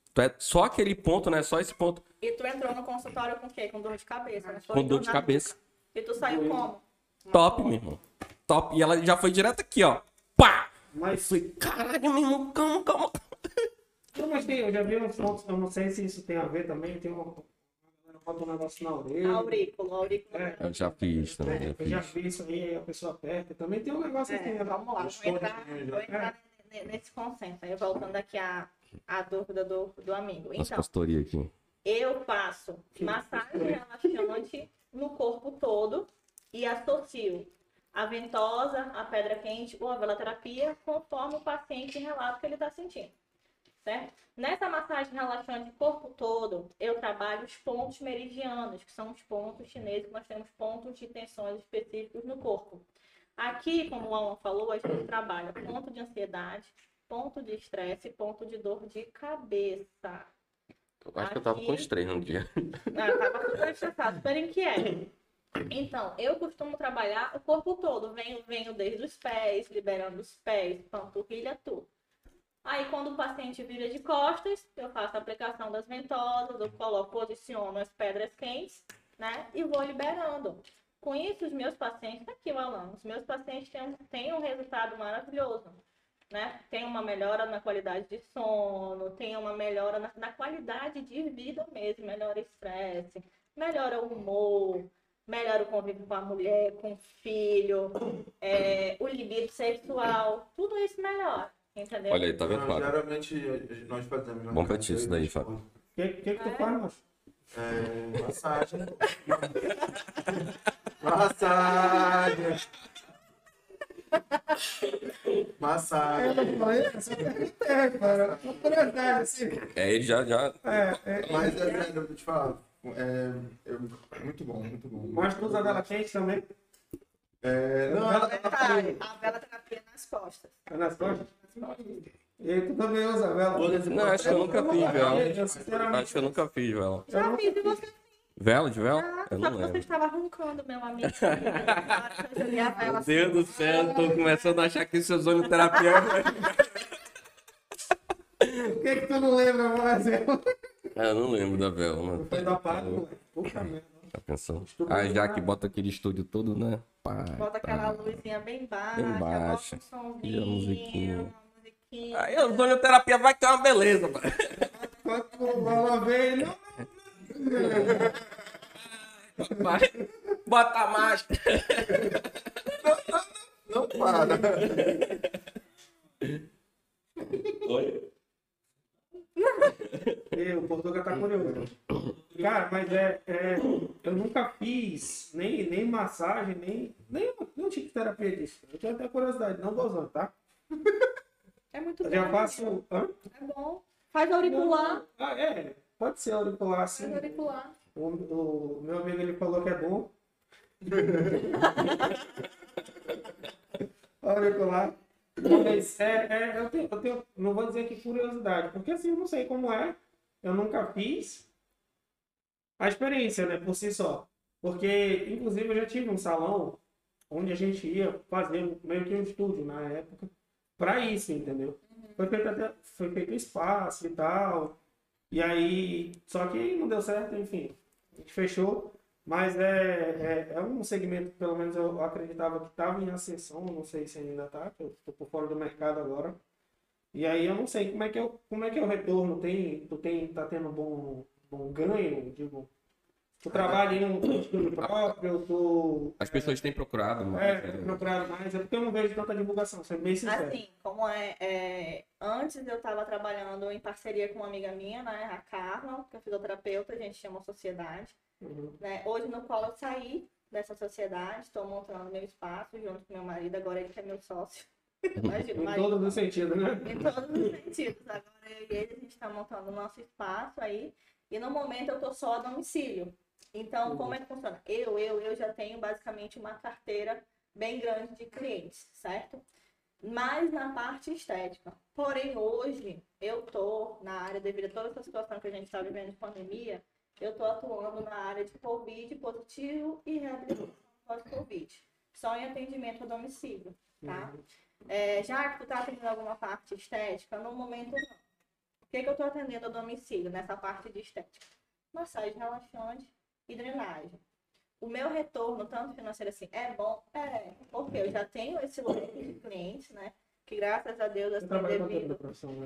só aquele ponto, né? Só esse ponto. E tu entrou no consultório com o quê? Com dor de cabeça, né? Com dor de cabeça. E tu saiu como? Top, meu irmão. Top. E ela já foi direto aqui, ó. Pá! Mas Eu falei, caralho, meu irmão, calma. não, mas eu já vi uns pontos, eu não sei se isso tem a ver também, tem bota um negócio na orelha. Aurículo. Eu já fiz também. Eu já vi isso aí, a pessoa aperta. Também tem um negócio assim, né? Vamos lá, vou entrar nesse consenso. Aí voltando aqui à dúvida do amigo. Nossa Então, consultoria aqui. eu faço massagem relaxante no corpo todo e associo a ventosa, a pedra quente ou a veloterapia conforme o paciente relata o que ele está sentindo. Certo? Nessa massagem relaxante do corpo todo, eu trabalho os pontos meridianos, que são os pontos chineses, que nós temos pontos de tensões específicos no corpo. Aqui, como o Alan falou, a gente trabalha ponto de ansiedade, ponto de estresse e ponto de dor de cabeça. Eu acho que eu tava com estresse no dia. Tava super estressado, super inquieto. Então, eu costumo trabalhar o corpo todo. Venho desde os pés, liberando os pés, panturrilha, tudo. Aí, quando o paciente vira de costas, eu faço a aplicação das ventosas, eu posiciono as pedras quentes, né? E vou liberando. Com isso, os meus pacientes, aqui o Alan, os meus pacientes têm um resultado maravilhoso, né? Tem uma melhora na qualidade de sono, tem uma melhora na qualidade de vida mesmo, melhora o estresse, melhora o humor, melhora o convívio com a mulher, com o filho, o libido sexual, tudo isso melhora. Entendeu? Olha aí, tá vendo, Fábio? Geralmente nós fazemos. Bom pra ti isso daí, Fábio. O que tu faz, moço? Massagem. Massagem. Massagem. Ele já. Mas eu vou te falar. Muito bom, muito bom. Mas tu usa vela quente também? Não, A vela terapia nas costas. É nas costas? E aí tu também usa vela? Não, acho que eu nunca fiz vela. Eu, sinceramente, Acho que eu nunca fiz vela. Já fiz e você. Vela de vela? Eu Só não que você lembro. estava roncando, meu amigo. Meu Deus do céu, tô começando a achar que isso é zonoterapia. O que tu não lembra mais? Eu não lembro da vela, mano. Foi da parte, moleque. Puxa merda. Tá pensando? Ah, já que bota aquele estúdio todo, né? Pá, Bota aquela luzinha bem baixa. Bem baixa. Bota um somzinho, E a musiquinha. uma musiquinha. Aí a zonoterapia vai ter uma beleza, mano. Quando ela vem, não. Bota a máscara. não para. Oi? O Portugal tá curioso. Cara, mas eu nunca fiz nem massagem, nenhum tipo de terapia disso. Eu tenho até curiosidade, não tô usando, tá? É muito Eu bom. já faço. Hã? É bom. Faz auricular. Pode ser auricular, Faz sim. auricular. O meu amigo, ele falou que é bom. Auricular. Mas eu tenho, não vou dizer que curiosidade, porque assim, eu não sei como é, eu nunca fiz a experiência, né, por si só. Porque, inclusive, eu já tive um salão onde a gente ia fazer meio que um estúdio na época, para isso, entendeu? Foi feito espaço e tal, e aí, só que não deu certo, enfim, a gente fechou. Mas é um segmento que pelo menos eu acreditava que estava em ascensão, não sei se ainda está, eu estou por fora do mercado agora. E aí eu não sei como é que é o retorno, tá tendo bom ganho, digo, tu trabalha em um estúdio próprio, As pessoas têm procurado mais. procurado mais, é porque eu não vejo tanta divulgação, sendo bem sincero. Assim, como antes eu estava trabalhando em parceria com uma amiga minha, né, a Carla, que é fisioterapeuta, a gente tinha uma sociedade. Né? Hoje, no qual eu saí dessa sociedade, estou montando meu espaço junto com meu marido, agora ele que é meu sócio. Imagina, em todos os sentidos, né? Em todos os sentidos. Agora eu e ele, a gente está montando o nosso espaço aí. E no momento eu estou só a domicílio. Então, como é que funciona? Eu já tenho basicamente uma carteira bem grande de clientes, certo? Mas na parte estética. Porém, hoje, eu estou na área, devido a toda essa situação que a gente está vivendo de pandemia, eu estou atuando na área de Covid positivo e reabilitação pós-Covid. Só em atendimento a domicílio, tá? Já que tu está atendendo alguma parte estética, no momento não. O que eu estou atendendo a domicílio nessa parte de estética? Massagem relaxante e drenagem. O meu retorno, tanto financeiro assim, é bom? Porque eu já tenho esse leque de clientes, né? Que graças a Deus, assim, devido...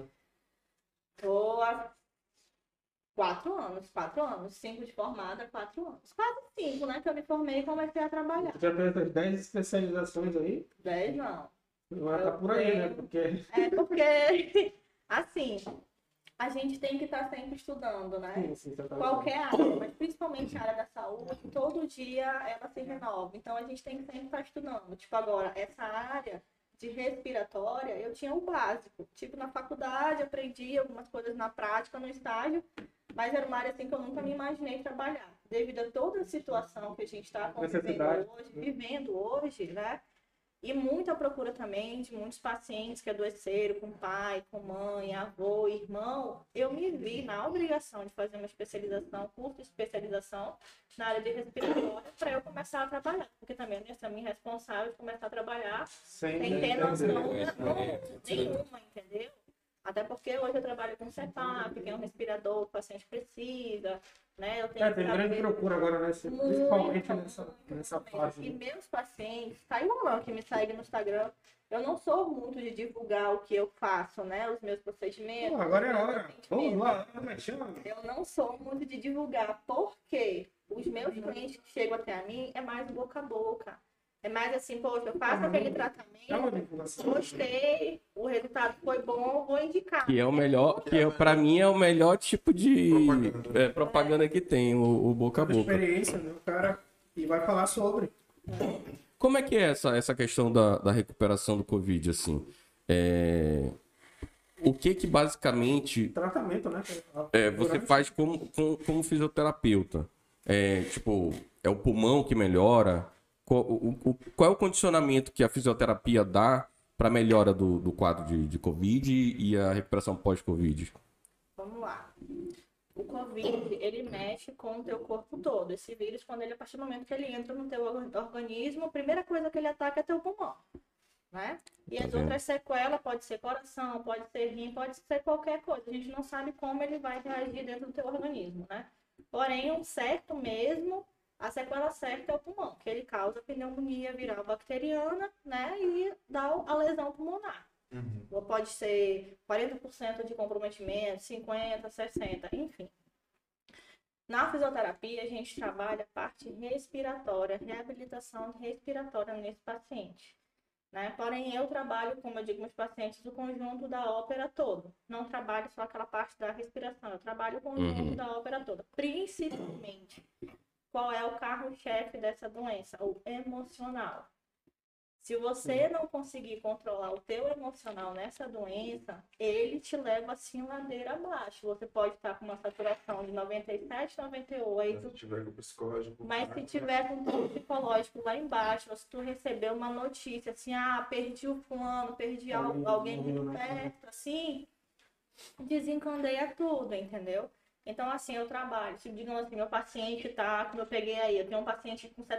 Estou há 4 anos, 5 de formada, 4 anos. Quase 5, né? Que eu me formei e comecei a trabalhar. Você já fez essas 10 especializações aí? 10 não. Não tá por aí, né? Porque, assim, a gente tem que estar sempre estudando, né? Sim, tá qualquer área, mas principalmente a área da saúde, todo dia ela se renova. Então, a gente tem que sempre estar estudando. Tipo, agora, essa área de respiratória, eu tinha o básico. Tipo, na faculdade, aprendi algumas coisas na prática, no estágio, mas era uma área assim que eu nunca me imaginei trabalhar. Devido a toda a situação que a gente está vivendo hoje, né? E muita procura também de muitos pacientes que adoeceram com pai, com mãe, avô, irmão. Eu me vi na obrigação de fazer uma especialização, curso de especialização na área de respiratória para eu começar a trabalhar. Porque também eu sou minha responsável de começar a trabalhar sem ter noção nenhuma, entendeu? Até porque hoje eu trabalho com CEPAP, que é um respirador que o paciente precisa, né? Eu tenho tem grande procura agora, né? Principalmente nessa fase. E meus pacientes, tá aí o Alan que me segue no Instagram, eu não sou muito de divulgar o que eu faço, né? Os meus procedimentos. Agora é a hora. Vamos lá, como é que chama? Eu não sou muito de divulgar, porque os meus clientes que chegam até a mim é mais boca a boca. É mais assim, poxa, eu faço aquele tratamento, gostei, o resultado foi bom, vou indicar. Que é o melhor, pra mim é o melhor tipo de propaganda que tem, o boca a boca. Experiência, né? O cara e vai falar sobre. Como é que é essa questão da recuperação do Covid, assim? O que basicamente... Tratamento, né? Você faz como fisioterapeuta? Tipo, é o pulmão que melhora? Qual é o condicionamento que a fisioterapia dá para a melhora do quadro de Covid e a recuperação pós-Covid? Vamos lá. O Covid, ele mexe com o teu corpo todo. Esse vírus, a partir do momento que ele entra no teu organismo, a primeira coisa que ele ataca é teu pulmão, né? E as outras sequelas, pode ser coração, pode ser rim, pode ser qualquer coisa. A gente não sabe como ele vai reagir dentro do teu organismo, né? Porém, um certo mesmo... A sequela certa é o pulmão, que ele causa pneumonia viral bacteriana, né? E dá a lesão pulmonar. Pode ser 40% de comprometimento, 50%, 60%, enfim. Na fisioterapia, a gente trabalha a parte respiratória, reabilitação respiratória nesse paciente. Né? Porém, eu trabalho, como eu digo meus pacientes, o conjunto da ópera toda. Não trabalho só aquela parte da respiração, eu trabalho o conjunto da ópera toda. Principalmente... Qual é o carro-chefe dessa doença? O emocional. Se você não conseguir controlar o teu emocional nessa doença, ele te leva assim ladeira abaixo. Você pode estar com uma saturação de 97, 98. Se tiver com o psicológico. Mas se tiver com o psicológico lá embaixo, se tu receber uma notícia assim, perdi o fulano, perdi alguém muito perto, assim, desencandeia tudo, entendeu? Então, assim, eu trabalho. Se digamos assim, meu paciente tá, como eu peguei aí, eu tenho um paciente com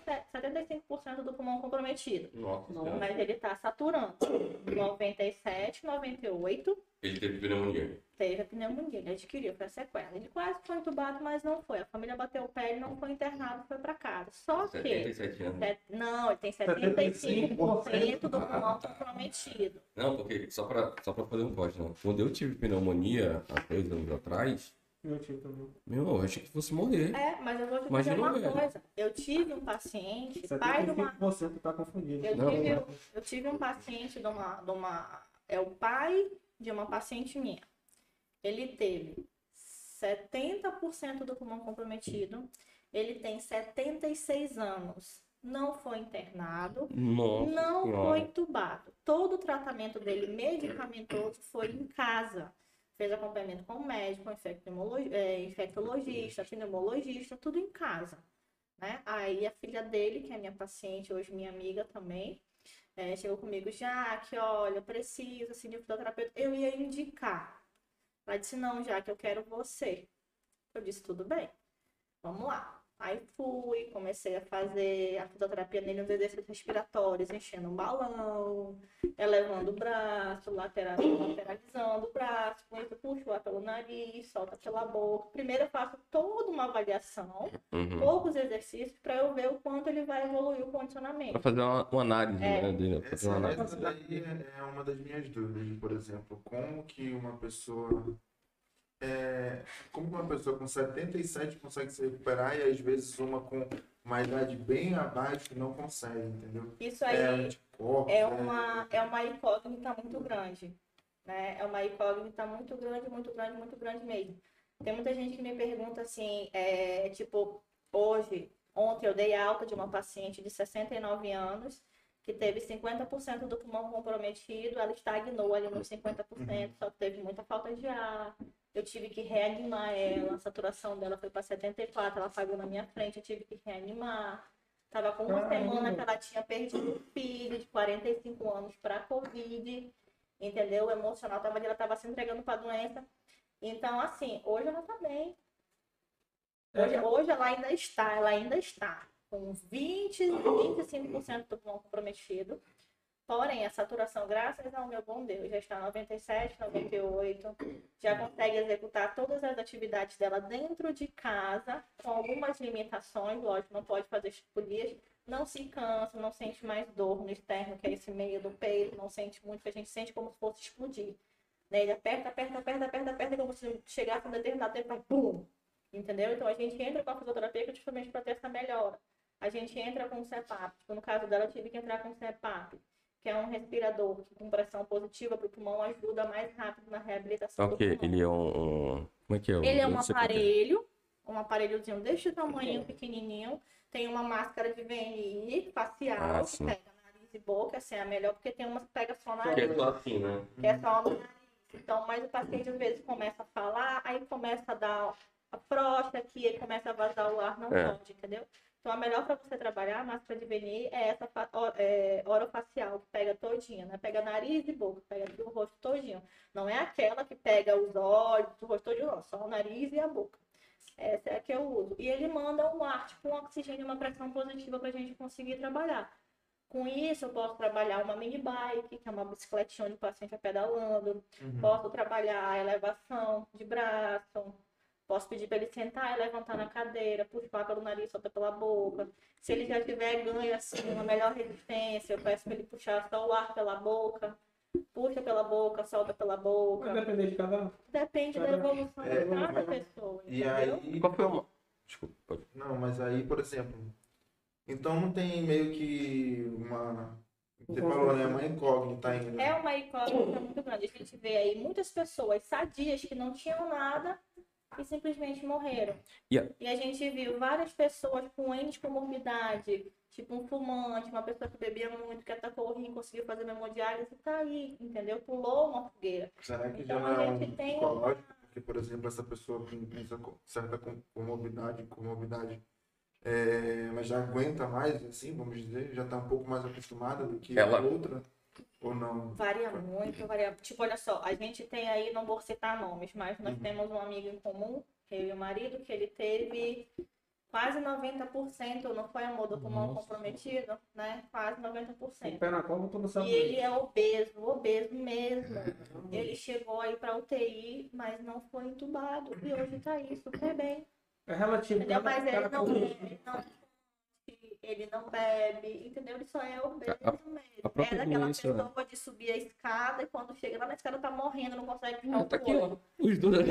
75% do pulmão comprometido. Nossa. Mas ele tá saturando. 97, 98. Ele teve pneumonia. Teve a pneumonia, ele adquiriu, foi a sequela. Ele quase foi entubado, mas não foi. A família bateu o pé, ele não foi internado, foi pra casa. Só que... 77 anos. Não, ele tem 75% do pulmão comprometido. Não, porque só pra fazer um corte, não. Quando eu tive pneumonia, há 2 anos atrás, eu achei que fosse morrer. Mas eu vou te dizer uma coisa. Eu tive um paciente, pai de uma... Você tá confundido. Eu tive um paciente é o pai de uma paciente minha. Ele teve 70% do pulmão comprometido. Ele tem 76 anos. Não foi internado. Não foi entubado. Todo o tratamento dele medicamentoso foi em casa. Fez acompanhamento com o médico, infectologista, pneumologista, tudo em casa. Né? Aí a filha dele, que é minha paciente, hoje minha amiga também, chegou comigo, já que olha, eu preciso assim, de fisioterapeuta. Eu ia indicar. Ela disse, não, já que eu quero você. Eu disse, tudo bem, vamos lá. Aí fui, comecei a fazer a fisioterapia nele nos exercícios respiratórios, enchendo um balão, elevando o braço, lateralizando o braço, com isso puxo lá pelo nariz, solta pela boca. Primeiro eu faço toda uma avaliação, poucos exercícios, para eu ver o quanto ele vai evoluir o condicionamento. Para fazer uma análise, né, dele. Essa daí é uma das minhas dúvidas, por exemplo, como uma pessoa com 77 consegue se recuperar e às vezes uma com uma idade bem abaixo não consegue, entendeu? Isso aí é uma incógnita muito grande, né? É uma incógnita muito grande, muito grande, muito grande mesmo. Tem muita gente que me pergunta assim, ontem eu dei alta de uma paciente de 69 anos que teve 50% do pulmão comprometido, ela estagnou ali nos 50%, só que teve muita falta de ar. Eu tive que reanimar ela, a saturação dela foi para 74, ela apagou na minha frente, eu tive que reanimar. Tava com uma semana que ela tinha perdido um filho de 45 anos para Covid, entendeu? O emocional ela estava se entregando para a doença. Então, assim, hoje ela está bem. Hoje ela ainda está com 25% do pulmão comprometido. Porém, a saturação, graças ao meu bom Deus, já está 97, 98, já consegue executar todas as atividades dela dentro de casa, com algumas limitações, lógico, não pode fazer dias, não se cansa, não sente mais dor no externo, que é esse meio do peito, não sente muito, que a gente sente como se fosse explodir. Né? Ele aperta, como se chegasse a um determinado tempo, vai pum! Entendeu? Então a gente entra com a fisioterapia justamente para ter essa melhora. A gente entra com o CPAP, no caso dela eu tive que entrar com o CPAP, que é um respirador que com pressão positiva para o pulmão ajuda mais rápido na reabilitação do pulmão. Ele é um... Como é que é? Ele é um aparelhozinho deste tamanho, pequenininho. Tem uma máscara de VNI facial, que pega nariz e boca, assim, é a melhor, porque tem umas que pega só nariz. Que é só assim, né? Que é só no nariz. Então, mas o paciente às vezes começa a falar, aí começa a dar a próstata aqui, aí começa a vazar o ar, não pode, entendeu? Então, a melhor para você trabalhar a máscara de VNI é essa orofacial, que pega todinha, né? Pega nariz e boca, pega o rosto todinho. Não é aquela que pega os olhos, o rosto todinho, não. Só o nariz e a boca. Essa é a que eu uso. E ele manda um ar, tipo um oxigênio, uma pressão positiva para a gente conseguir trabalhar. Com isso, eu posso trabalhar uma mini bike, que é uma bicicletinha onde o paciente vai pedalando. Posso trabalhar a elevação de braço. Posso pedir para ele sentar e levantar na cadeira, puxar pelo nariz, soltar pela boca. Se ele já tiver ganho, assim, uma melhor resistência, eu peço para ele puxar só o ar pela boca. Puxa pela boca, solta pela boca. Vai depender de cada um. Depende da evolução de cada pessoa. E entendeu? aí... Qual foi uma... Desculpa, pode. Não, mas aí, por exemplo... Então não tem meio que uma... Você falou, né? Uma incógnita ainda. É uma incógnita muito grande. A gente vê aí muitas pessoas sadias que não tinham nada, e simplesmente morreram. Yeah. E a gente viu várias pessoas com N comorbidade, tipo um fumante, uma pessoa que bebia muito, que atacou o rim, conseguiu fazer hemodiálise e tá aí, entendeu? Pulou uma fogueira. Será que Então já a não é um gente tem psicológico? Porque, por exemplo, essa pessoa com certa comorbidade, mas já aguenta mais, assim, vamos dizer, já está um pouco mais acostumada do que a outra, ou não? Varia muito, varia. Tipo, olha só, a gente tem aí, não vou citar nomes, mas nós temos um amigo em comum, eu e o marido, que ele teve quase 90%, não foi, amor, do pulmão comprometido, né? Quase 90%. O pé na cova, tu não sabe. E ele é obeso mesmo. Ele chegou aí pra UTI, mas não foi entubado. E hoje tá aí, super bem. É relativo. Entendeu? Mas ele não bebe, entendeu? Ele só é obeso mesmo. É daquela pessoa de subir a escada e quando chega lá na escada tá morrendo, não consegue ficar Tá aqui, ó. Os dois.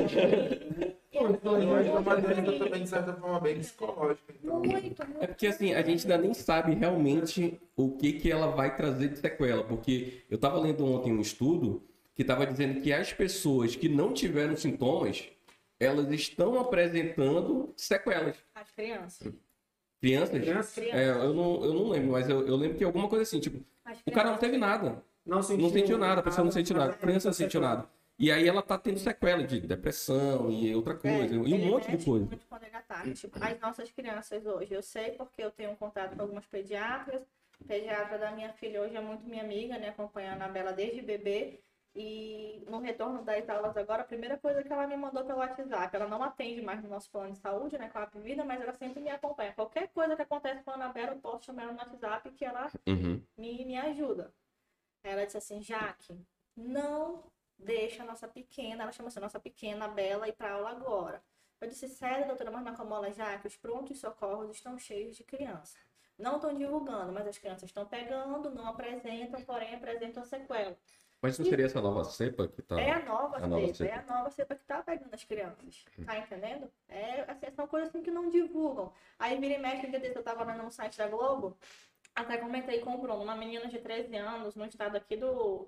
Mas é uma doença também, de certa forma, bem psicológica. Então. Muito. É porque assim, a gente ainda nem sabe realmente o que ela vai trazer de sequela. Porque eu tava lendo ontem um estudo que tava dizendo que as pessoas que não tiveram sintomas, elas estão apresentando sequelas. As crianças. Crianças? Eu não lembro, mas eu lembro que alguma coisa assim, tipo, o cara não teve nada. Não sentiu nada, a pessoa não sentiu nada, a criança não sentiu nada. E aí ela tá tendo sequela de depressão e outra coisa, e um monte de coisa. Muito quando ele ataca. Tipo, as nossas crianças hoje, eu sei porque eu tenho contato com algumas pediatras. A pediatra da minha filha hoje é muito minha amiga, né? Acompanhando a Bela desde bebê. E no retorno das aulas agora, a primeira coisa que ela me mandou pelo WhatsApp, ela não atende mais no nosso plano de saúde, né, com a Vida, mas ela sempre me acompanha. Qualquer coisa que acontece com a Anabela, eu posso chamar ela no WhatsApp que ela me ajuda. Ela disse assim, Jaque, não deixa a nossa pequena, ela chama assim, nossa pequena Bela ir para aula agora. Eu disse, sério, doutora, mas na Camola, Jaque, os prontos socorros estão cheios de criança. Não estão divulgando, mas as crianças estão pegando, não apresentam, porém apresentam sequela. Mas não seria essa nova cepa que tá... É a nova cepa que tá pegando as crianças. Tá entendendo? Assim, são coisas assim que não divulgam. Aí vira e mexe, um dia desse eu tava vendo no site da Globo, até comentei com o Bruno, uma menina de 13 anos, no estado aqui do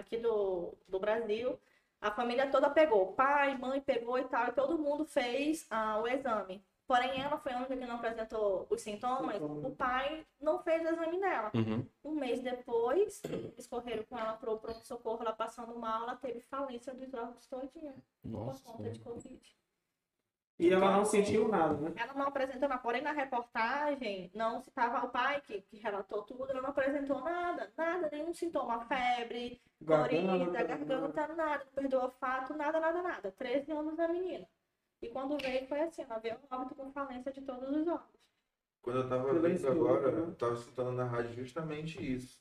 Brasil. A família toda pegou, pai, mãe pegou e tal, e todo mundo fez o exame. Porém, ela foi a única que não apresentou os sintomas, o pai não fez o exame dela. Um mês depois, eles correram com ela pro pronto-socorro, ela passando mal, ela teve falência dos órgãos todinho, por conta de Covid. E ela não sentiu nada, né? Ela não apresentou nada, porém na reportagem, não citava o pai que relatou tudo, ela não apresentou nada, nenhum sintoma, febre, coriza, garganta, nada, perdeu o olfato, nada. 13 anos da menina. E quando veio, foi assim, ela veio um óbito com falência de todos os órgãos. Quando eu tava vendo agora, eu tava escutando na rádio justamente isso.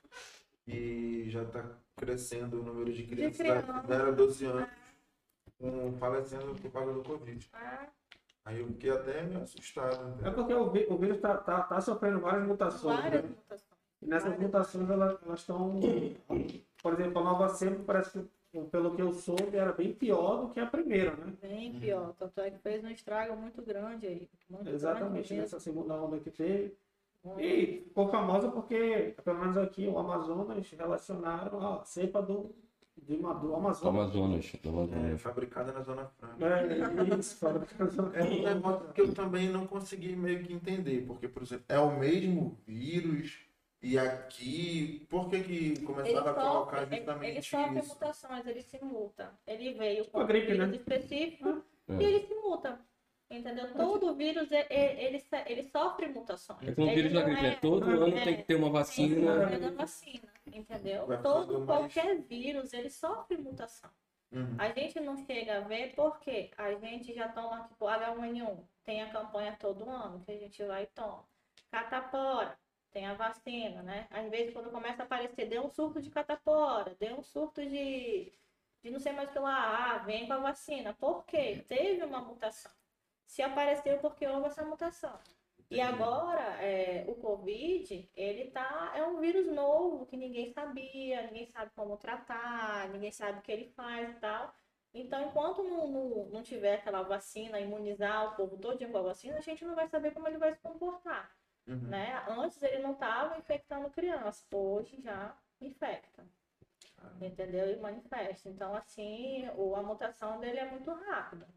E já tá crescendo o número de crianças da 0 a 12 anos falecendo por causa do Covid. Aí eu fiquei até meio assustado. Entendeu? É porque o vírus tá sofrendo várias mutações. E nessas mutações, elas estão... Por exemplo, a nova cepa parece que, pelo que eu soube, era bem pior do que a primeira, né? Bem pior. Tanto é que fez um estrago muito grande aí. Exatamente, nessa segunda onda que teve. E ficou famosa porque, pelo menos aqui, o Amazonas relacionaram a cepa do Amazonas. Fabricada na Zona Franca. Isso, fabricada na Zona Franca. É um negócio que eu também não consegui meio que entender. Porque, por exemplo, é o mesmo vírus... E aqui, por que começaram a colocar justamente ele sofre mutações, ele se muta. Ele veio com a gripe, vírus né? específico e ele se muta. Entendeu? Todo vírus, ele sofre mutações. É como o vírus da gripe, né? Todo ano tem que ter uma vacina. Entendeu? Qualquer vírus, ele sofre mutação. A gente não chega a ver porque a gente já toma, tipo, H1N1. Tem a campanha todo ano que a gente vai e toma. Catapora. Tem a vacina, né? Às vezes, quando começa a aparecer, deu um surto de catapora, deu um surto de não sei mais o que lá, vem com a vacina. Por quê? Teve uma mutação. Se apareceu porque houve essa mutação. E agora, o Covid, é um vírus novo que ninguém sabia, ninguém sabe como tratar, ninguém sabe o que ele faz e tal. Então, enquanto não tiver aquela vacina, imunizar o povo todo com a vacina, a gente não vai saber como ele vai se comportar. Né? Antes ele não estava infectando criança, hoje já infecta, entendeu? E manifesta. Então, assim, a mutação dele é muito rápida.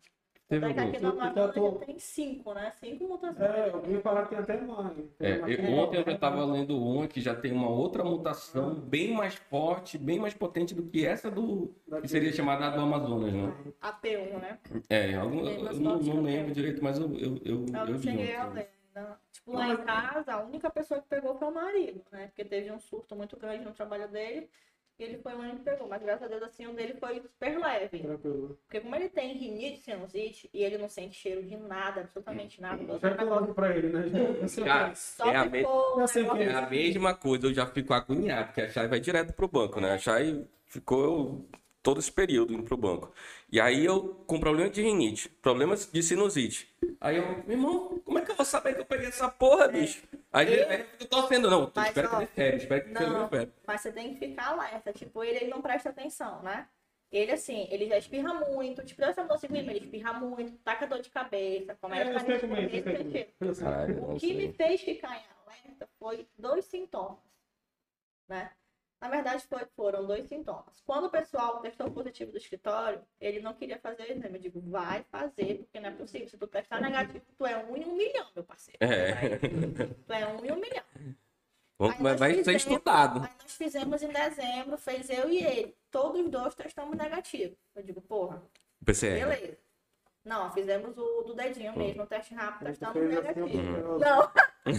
Teve Até que aqui algum? na Amazônia já tem 5, né? 5 mutações. Eu ouvi falar que tem até mais. Ontem eu já estava lendo uma que já tem uma outra mutação bem mais forte, bem mais potente do que essa que seria chamada do Amazonas, né? A P1, né? Eu não lembro direito, mas eu não vi. cheguei a ler. Não. Tipo, lá em casa, a única pessoa que pegou foi o marido, né? Porque teve um surto muito grande no trabalho dele. E ele foi o único que pegou. Mas graças a Deus, assim, o dele foi super leve. Tranquilo. Porque como ele tem rinite, sinusite, e ele não sente cheiro de nada, absolutamente nada. Já falando pra ele, né? Cara, Só ficou... é a mesma coisa, eu já fico agoniado, porque a Chay vai direto pro banco, né? A Chay ficou todo esse período indo pro banco. E aí eu, com problema de rinite, problemas de sinusite. Aí eu, meu irmão, como é que eu vou saber que eu peguei essa porra, bicho? Aí eu tô sendo, não, espero que dê sério, espero que seja sério. Mas você tem que ficar alerta, tipo, ele não presta atenção, né? Ele, assim, ele já espirra muito, tipo, essa moça ele espirra muito, taca dor de cabeça, começa a O que me fez ficar em alerta foi 2 sintomas, né? Na verdade, foram 2 sintomas. Quando o pessoal testou positivo do escritório, ele não queria fazer o exame. Eu digo, vai fazer, porque não é possível. Se tu testar negativo, tu é 1 em 1 milhão, meu parceiro. Tu é 1 em 1 milhão. Mas vai ser estudado. Aí nós fizemos em dezembro, fez eu e ele. Todos os 2 testamos negativo. Eu digo, porra, PCR. beleza. Não, fizemos o do dedinho mesmo, o teste rápido, testamos negativo. Assim, Não.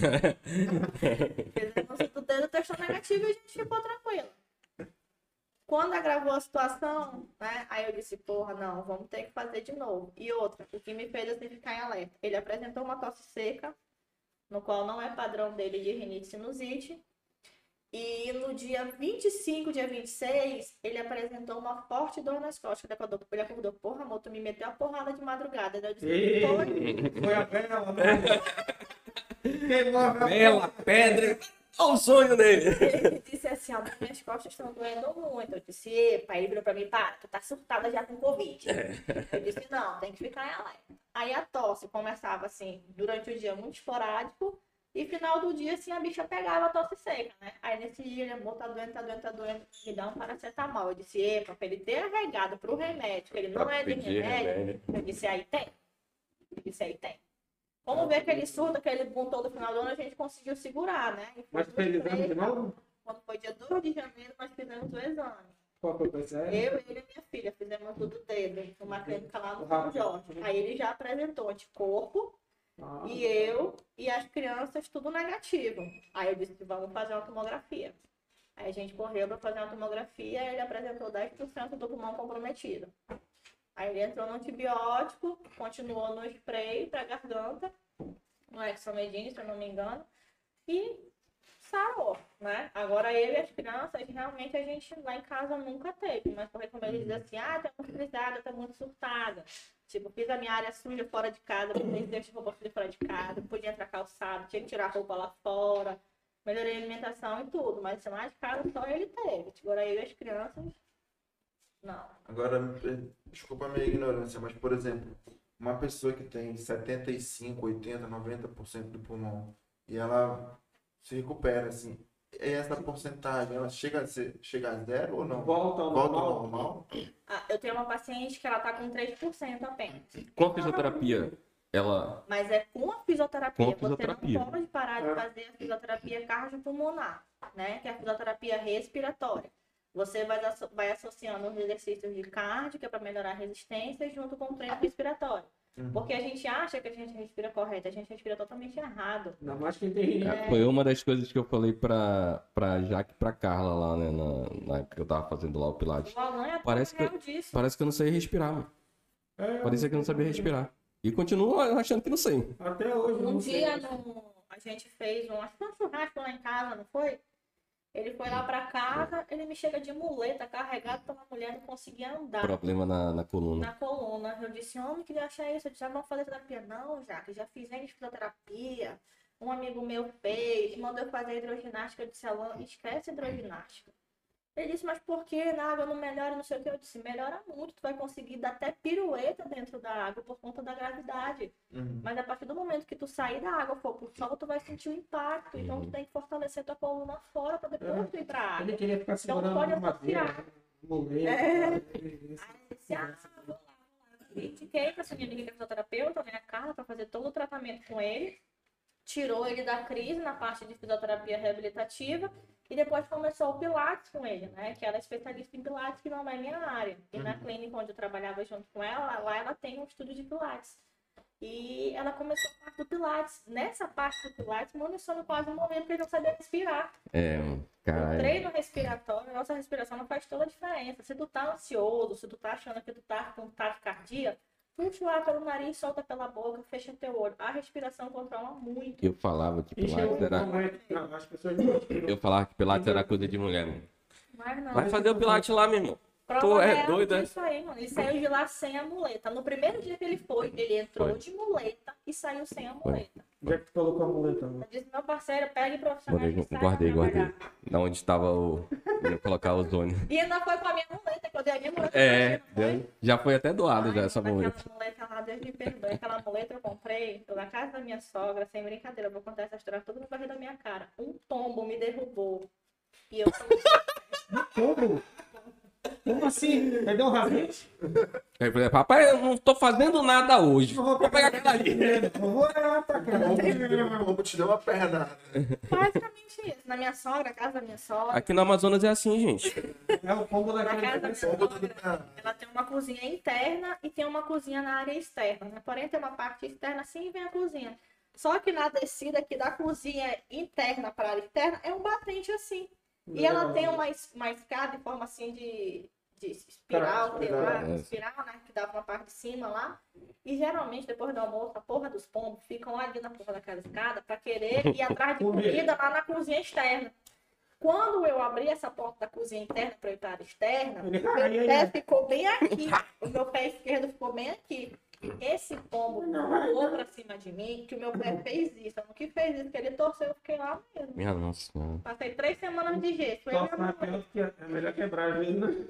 Fizemos o do dedo, testou negativo e a gente ficou tranquilo. Quando agravou a situação, né, aí eu disse, porra, não, vamos ter que fazer de novo. E outra, o que me fez assim ficar em alerta, ele apresentou uma tosse seca, no qual não é padrão dele de rinite e sinusite. E no dia 25, dia 26, ele apresentou uma forte dor nas costas. Ele acordou, porra, amor, tu me meteu a porrada de madrugada. Eu disse, foi a vela, né? Queimou a vela, pedra. Olha o sonho dele. Ele disse assim, ó, minhas costas estão doendo muito. Eu disse, epa, ele virou pra mim, para, tu tá surtada já com Covid. Eu disse, não, tem que ficar em alerta. Aí a tosse começava assim, durante o dia muito esporádico. E final do dia, assim, a bicha pegava a tosse seca, né? Aí nesse dia ele, amor, tá doendo, me dá um paracetamol. Eu disse, epa, pra ele ter arregado pro remédio, que ele não é de remédio. Eu disse, aí tem. Vamos ver aquele surto, aquele boom todo final do ano, a gente conseguiu segurar, né? Mas fez exame de novo? Quando foi dia 2 de janeiro, nós fizemos o exame. Qual foi o PCR? Eu, ele e minha filha fizemos tudo dedo, uma clínica lá no São Jorge. Aí ele já apresentou anticorpo. E eu e as crianças tudo negativo. Aí eu disse, vamos fazer uma tomografia. Aí a gente correu para fazer uma tomografia e ele apresentou 10% do pulmão comprometido. Aí ele entrou no antibiótico, continuou no spray para garganta, no Exomedine, se eu não me engano, e sarou, né? Agora ele e as crianças, realmente a gente lá em casa nunca teve, mas porque como ele diz assim, tá muito frisada, tá muito surtada. Tipo, fiz a minha área suja fora de casa, deixei roupa suja fora de casa, podia entrar calçado, tinha que tirar a roupa lá fora, melhorei a alimentação e tudo, mas lá de casa só ele teve. Agora eu e as crianças, não. Agora, desculpa a minha ignorância, mas por exemplo, uma pessoa que tem 75, 80, 90% do pulmão e ela se recupera, assim, essa porcentagem, ela chega a zero ou não? Volta ao normal? Eu tenho uma paciente que ela tá com 3% apenas. Com a fisioterapia, ela... Mas é com a fisioterapia. Com a fisioterapia. Você não pode parar de fazer a fisioterapia cardiopulmonar, né? Que é a fisioterapia respiratória. Você vai associando os exercícios de cardio, que é para melhorar a resistência, junto com o treino respiratório. Porque a gente acha que a gente respira correto, a gente respira totalmente errado. Ainda mais quem tem Foi uma das coisas que eu falei pra Jaque e pra Carla lá, né? Na que eu tava fazendo lá o Pilates. Parece que eu não sei respirar, mano. Parecia que eu não sabia respirar. E continuo achando que não sei. Até hoje. Um dia a gente fez acho que um churrasco lá em casa, não foi? Ele foi lá pra casa, ele me chega de muleta, carregado pela mulher, não conseguia andar. Problema na coluna. Na coluna. Eu disse, homem, queria achar isso. Eu disse, vamos fazer terapia. Não, já fizemos fisioterapia. Um amigo meu fez, mandou eu fazer hidroginástica. Eu disse, Alan, esquece hidroginástica. Ele disse, mas por que na água não melhora, não sei o que? Eu disse, melhora muito, tu vai conseguir dar até pirueta dentro da água por conta da gravidade. Mas a partir do momento que tu sair da água, for pro sol, tu vai sentir o impacto. Então tu tem que fortalecer tua coluna fora pra depois tu ir pra água. Ele queria ficar então segurando pode madeira, associar. muleta. Aí eu disse, vou lá. Indiquei pra essa minha amiga que é fisioterapeuta, né, a Carla, pra fazer todo o tratamento com ele. Tirou ele da crise na parte de fisioterapia reabilitativa e depois começou o Pilates com ele, né? Que ela é especialista em Pilates, que não é minha área. E na clínica onde eu trabalhava junto com ela, lá ela tem um estúdio de Pilates. E ela começou a parte do Pilates. Nessa parte do Pilates, meu sono quase morreu porque ele não sabia respirar. Caralho. O treino respiratório, a nossa respiração não faz toda a diferença. Se tu tá ansioso, se tu tá achando que tu tá com taquicardia, puxa o ar pelo nariz, solta pela boca, fecha teu olho. A respiração controla muito. Eu falava que Pilates era... Eu falava que Pilates era coisa de mulher, mano. Mas não. Vai fazer o Pilates lá, meu irmão. Tu é doido, é? Isso aí, mano. Ele saiu de lá sem a muleta. No primeiro dia que ele foi, ele entrou Foi. de muleta e saiu sem a muleta. Onde é que tu colocou a muleta? Eu disse, meu parceiro, pega e profissional. Guardei. Da onde estava o... Eu ia colocar o ozônio. E ainda foi com a minha muleta, que eu dei a minha muleta. Já foi até doado já essa aquela muleta. Aquela muleta lá, Deus me perdoe. Aquela muleta eu comprei na casa da minha sogra, sem brincadeira. Eu vou contar essa história toda no barriga da minha cara. Um tombo me derrubou. E eu Como? Como assim? Perdeu um rasante? Aí eu falei, papai, eu não tô fazendo nada hoje. Vou pegar aquilo ali. Vou olhar pra cá. O pombo te deu uma perna. basicamente isso. Na minha sogra, a casa da minha sogra. Aqui no Amazonas é assim, gente. É o pombo Na daquele. casa da minha sogra, ela tem uma cozinha interna e tem uma cozinha na área externa, né? Porém, tem uma parte externa assim e vem a cozinha. Só que na descida aqui da cozinha interna para a área externa é um batente assim. E ela tem uma escada em forma assim de espiral, sei lá, espiral, né? Que dava uma parte de cima lá. E geralmente, depois do almoço, a porra dos pombos ficam ali na porra daquela escada para querer ir atrás de comida lá na cozinha externa. Quando eu abri essa porta da cozinha interna para ir para a área externa, meu pé ficou bem aqui. O meu pé esquerdo ficou bem aqui. Esse pombo pulou pra cima de mim, que o meu pé fez isso. Eu não que fez isso, que ele torceu, eu fiquei lá mesmo. Minha nossa senhora. Passei 3 semanas de gesso. Foi Nossa, é melhor quebrar às vezes, né?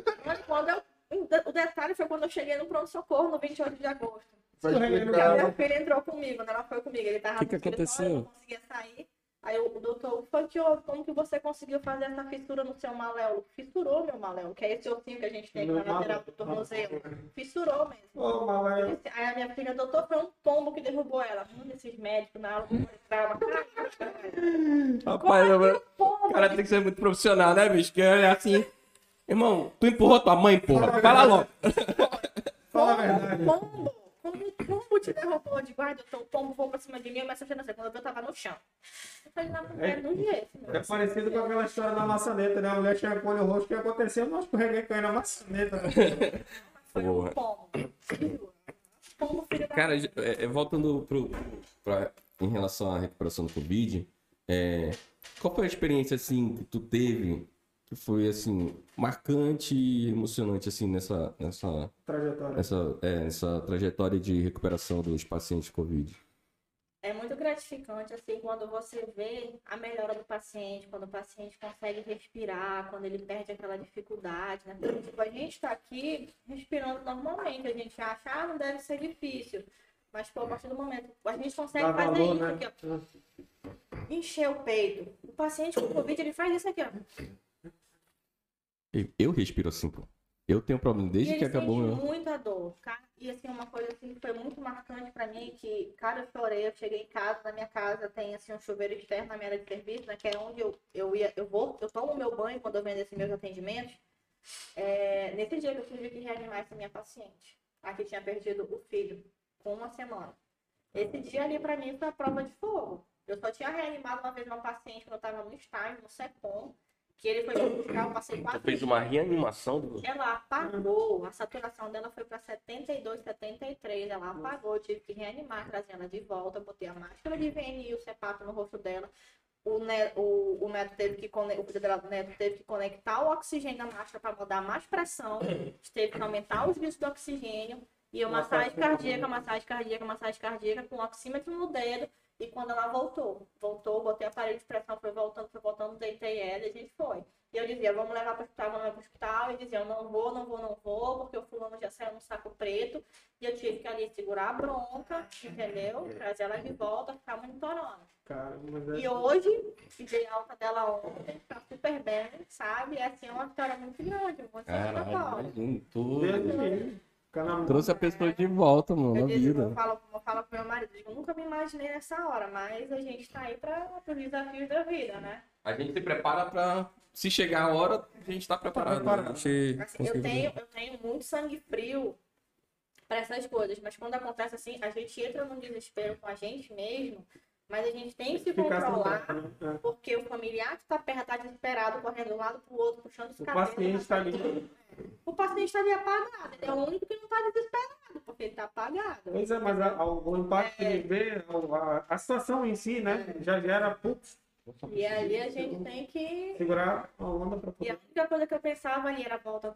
o detalhe foi quando eu cheguei no pronto-socorro, no 28 de agosto. Vai A explicar. minha filha entrou comigo, quando ela foi comigo. Ele tava Que no escritório, aconteceu? eu não conseguia sair. Aí o doutor falou, Tio, como que você conseguiu fazer essa fissura no seu maléolo? Fissurou meu maléolo, que é esse ossinho que a gente tem aqui na lateral do tornozelo. Fissurou mesmo. Ô, maléolo. Aí a minha filha, doutor, foi um pombo que derrubou ela. Um desses médicos na aula de trauma. Rapaz, o cara tem que ser muito profissional, né, bicho? Que é assim. Irmão, tu empurrou tua mãe, porra. Fala logo. Fala a verdade. Pombo te derrubou de guarda, o pombo voou pra cima de mim, mas eu não sei, quando eu vi, eu tava no chão. Eu falei, não, não jeito. É parecido com aquela história da maçaneta, né? A mulher tinha com o olho roxo, o que aconteceu? Nós escorreguei caindo na maçaneta. Foi um pombo. Pombo filho da... Cara, voltando em relação à recuperação do Covid, qual foi a experiência, assim, que tu teve que foi, assim, marcante e emocionante, assim, nessa Trajetória. essa trajetória de recuperação dos pacientes Covid? É muito gratificante, assim, quando você vê a melhora do paciente, quando o paciente consegue respirar, quando ele perde aquela dificuldade, né? Porque, tipo, a gente tá aqui respirando normalmente, a gente acha, não deve ser difícil. Mas, pô, a partir do momento, a gente consegue Dá fazer valor, isso né? aqui, ó. Encher o peito. O paciente com Covid, ele faz isso aqui, ó. Eu respiro assim, pô. Eu tenho problema desde que acabou meu. meu... Muita dor, cara. E assim, uma coisa assim que foi muito marcante pra mim, que, cara, eu chorei, eu cheguei em casa, na minha casa tem assim um chuveiro externo na minha área de serviço, né? Que é onde eu tomo meu banho quando eu venho desses meus atendimentos. Nesse dia que eu tive que reanimar essa minha paciente, a que tinha perdido o filho com 1 semana. Esse dia ali pra mim foi a prova de fogo. Eu só tinha reanimado uma vez uma paciente quando eu tava no estágio, no SECOM, que ele foi me buscar, eu passei 4 Tu fez uma reanimação do... Ela apagou, a saturação dela foi para 72, 73, ela apagou, eu tive que reanimar, trazer ela de volta, botei a máscara de VNI, o CPAP no rosto dela, o Neto teve que conectar o oxigênio na máscara para mandar mais pressão, teve que aumentar os litros do oxigênio, e eu massagem cardíaca, com oxímetro no dedo. E quando ela voltou, botei aparelho de pressão, foi voltando, deitei ela e a gente foi. E eu dizia, vamos levar para o hospital, e dizia, eu não vou, porque o fulano já saiu no saco preto, e eu tive que ali segurar a bronca, entendeu? Trazer ela de volta, ficar monitorando. Cara, E hoje, dei alta dela ontem, tá super bem, sabe? E assim, é uma vitória muito grande, muito satisfatória. Trouxe a pessoa de volta, mano, na vida. Eu falo pro meu marido, eu nunca me imaginei nessa hora, mas a gente tá aí para os desafios da vida, né? A gente se prepara pra... Se chegar a hora, a gente tá preparado. Né? Assim, eu tenho muito sangue frio para essas coisas, mas quando acontece assim, a gente entra num desespero com a gente mesmo, mas a gente tem que se controlar, porque o familiar que tá perto tá desesperado, correndo de um lado pro outro, puxando os cabelos. O paciente tá ali. O paciente está ali apagado, ele é o único que não está desesperado, porque ele está apagado. Pois é, mas o impacto que ele vê, a situação em si, né, já gera, putz. E ali a gente tem que segurar a onda para poder. E a única coisa que eu pensava ali era volta,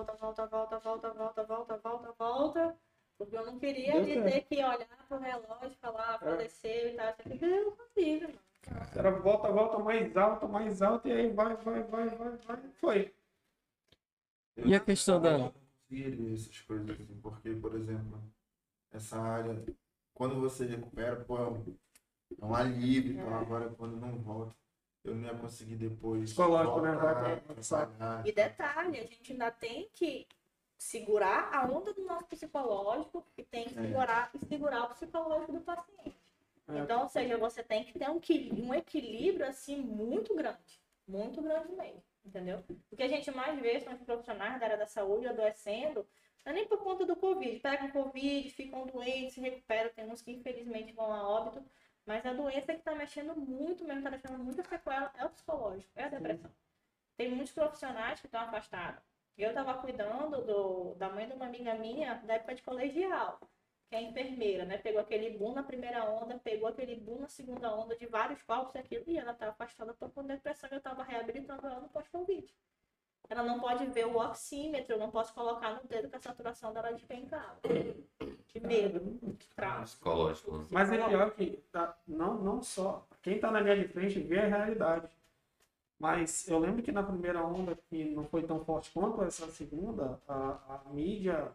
porque eu não queria dizer que olhar pro relógio, falar, faleceu e tal, eu não consigo, mano. Era volta mais alto, e aí vai, foi. E a questão da... Eu conseguiria essas coisas assim, porque, por exemplo, essa área, quando você recupera, pô, é um alívio, então agora quando não volta, eu não ia conseguir depois. Psicológico, né? E detalhe, a gente ainda tem que segurar a onda do nosso psicológico e tem que segurar o psicológico do paciente. Então, ou seja, você tem que ter um equilíbrio assim muito grande mesmo. Entendeu? O que a gente mais vê são os profissionais da área da saúde adoecendo, não é nem por conta do Covid. Pegam Covid, ficam doentes, se recuperam. Tem uns que infelizmente vão a óbito. Mas a doença que está mexendo muito mesmo, está deixando muita sequela, é o psicológico, é a depressão. Tem muitos profissionais que estão afastados. Eu estava cuidando da mãe de uma amiga minha da época de colegial, que é enfermeira, né? Pegou aquele boom na primeira onda, pegou aquele boom na segunda onda de vários corpos e aquilo, e ela está afastada por depressão. Eu estava reabilitando ela no pós-Covid. Ela não pode ver o oxímetro, eu não posso colocar no dedo que a saturação dela despencava. De medo, de trauma. Psicológico. Mas é pior que não só quem está na linha de frente vê a realidade. Mas eu lembro que na primeira onda, que não foi tão forte quanto essa segunda, a mídia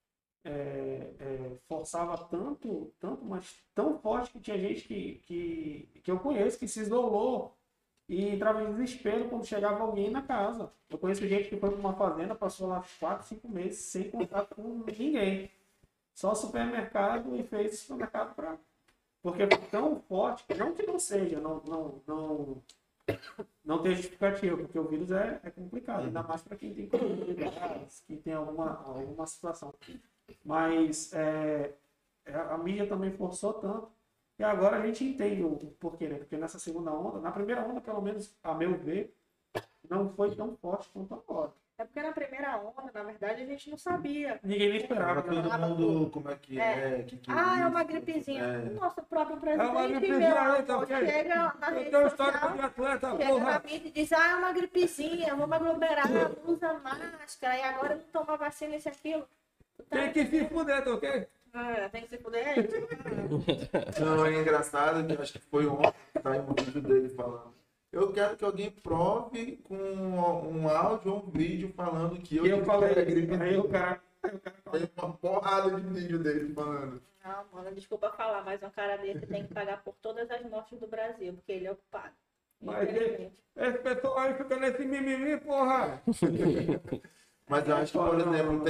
forçava tanto, mas tão forte que tinha gente que eu conheço que se isolou e entrava em desespero quando chegava alguém na casa. Eu conheço gente que foi para uma fazenda, passou lá 4, 5 meses sem contato com ninguém. Só supermercado e fez supermercado para... Porque foi tão forte, não que não seja, não tem justificativa, porque o vírus é complicado, ainda mais para quem tem comorbidades, que tem alguma situação. Mas a mídia também forçou tanto, e agora a gente entende o porquê, né? Porque nessa segunda onda, na primeira onda, pelo menos, a meu ver, não foi tão forte quanto agora. É porque na primeira onda, na verdade, a gente não sabia. Ninguém nem esperava. Todo mundo, como é que é? É uma gripezinha. O nosso próprio presidente, uma gripezinha, chega na rede social, chega na mídia e diz, é uma gripezinha, vamos aglomerar, não usa máscara, e agora não toma vacina, isso e aquilo. Tem que se fuder, tá ok? Tem que se fuder. Não, é engraçado que eu acho que foi ontem que tá aí um vídeo dele falando. Eu quero que alguém prove com um áudio ou um vídeo falando que eu falei gripe. Aí o cara Tem uma porrada de vídeo dele falando. Não, mano, desculpa falar, mas um cara desse tem que pagar por todas as mortes do Brasil, porque ele é ocupado. Mas esse pessoal aí fica nesse mimimi, porra! Mas eu acho que, por exemplo,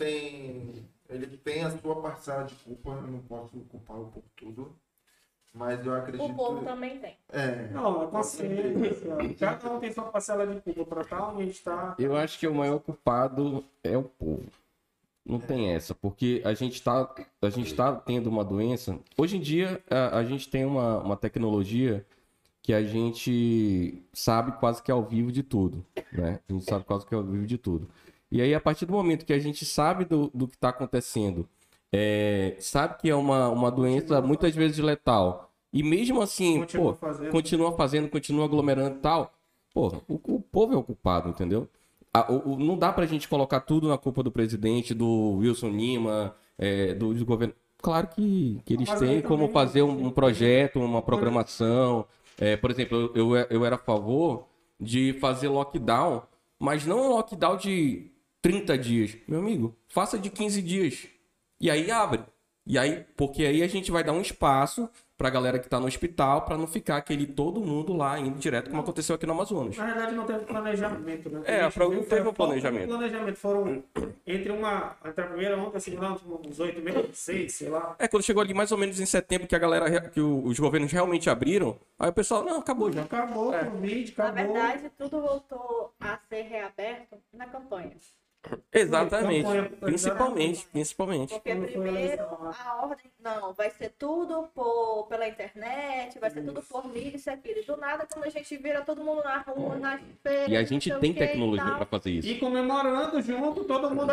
ele tem a sua parcela de culpa, eu não posso culpá-lo por tudo. Mas eu acredito... O povo também tem. Não, é consciência. Cada um tem sua parcela de culpa para tal, onde está. Eu acho que o maior culpado é o povo. Não tem essa, porque a gente tá tendo uma doença. Hoje em dia, a gente tem uma tecnologia que a gente sabe quase que ao vivo de tudo, né? A gente sabe quase que ao vivo de tudo. E aí, a partir do momento que a gente sabe do que está acontecendo, sabe que é uma doença muitas vezes letal, e mesmo assim, continua aglomerando e tal, porra, o povo é o culpado, entendeu? Não dá pra gente colocar tudo na culpa do presidente, do Wilson Lima, do governo. Claro que eles têm como fazer um projeto, uma programação. Por exemplo, eu era a favor de fazer lockdown, mas não um lockdown de 30 dias. Meu amigo, faça de 15 dias. E aí abre. E aí, porque aí a gente vai dar um espaço pra galera que tá no hospital, pra não ficar todo mundo lá indo direto, como aconteceu aqui no Amazonas. Na verdade, não teve planejamento, né? Não teve um planejamento. Foram entre a primeira onda, a segunda onda, uns 8 meses, 6, sei lá. Quando chegou ali mais ou menos em setembro, que a galera, que os governos realmente abriram, aí o pessoal, não, acabou já. Acabou, Covid, acabou. Na verdade, tudo voltou a ser reaberto na campanha. Exatamente. Principalmente. Porque primeiro a ordem, não, vai ser tudo pela internet, vai ser tudo por vídeo, isso e aquilo. E do nada, quando a gente vira todo mundo na rua, nas feiras. E a gente tem tecnologia para fazer isso. E comemorando junto, todo mundo.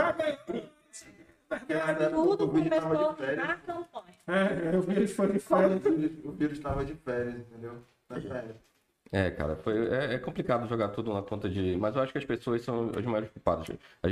Tudo começou na campanha. O vírus foi de férias. O vírus estava de férias, entendeu? Na férias. Cara, é complicado jogar tudo na conta de... Mas eu acho que as pessoas são as maiores culpadas.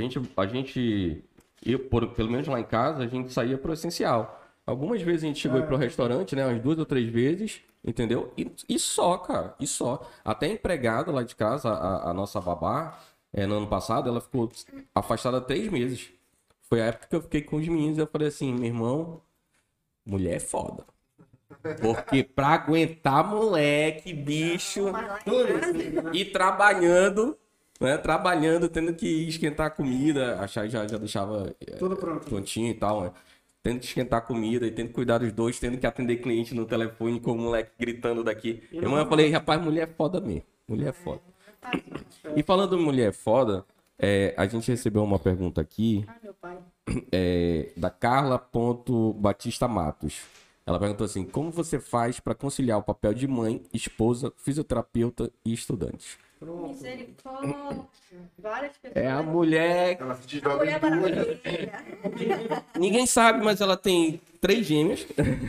Pelo menos lá em casa, a gente saía pro essencial. Algumas vezes a gente chegou a ir pro restaurante, né? Umas 2 ou 3 vezes, entendeu? E só, cara, e só. Até a empregada lá de casa, a nossa babá, no ano passado, ela ficou afastada 3 meses. Foi a época que eu fiquei com os meninos e eu falei assim, meu irmão, mulher é foda. Porque pra aguentar moleque, bicho, e trabalhando, né? Trabalhando, tendo que esquentar a comida, achar já deixava tudo prontinho e tal, né? Tendo que esquentar a comida e tendo que cuidar dos dois, tendo que atender cliente no telefone com o moleque gritando daqui. Irmão, eu falei, rapaz, mulher é foda mesmo. Mulher é foda. E falando em mulher foda, a gente recebeu uma pergunta aqui da Carla.Batista Matos. Ela perguntou assim, como você faz para conciliar o papel de mãe, esposa, fisioterapeuta e estudante? Misericórdia. Várias pessoas. É a mulher... Ela se desdobra em duas. Ninguém sabe, mas ela tem 3 gêmeas.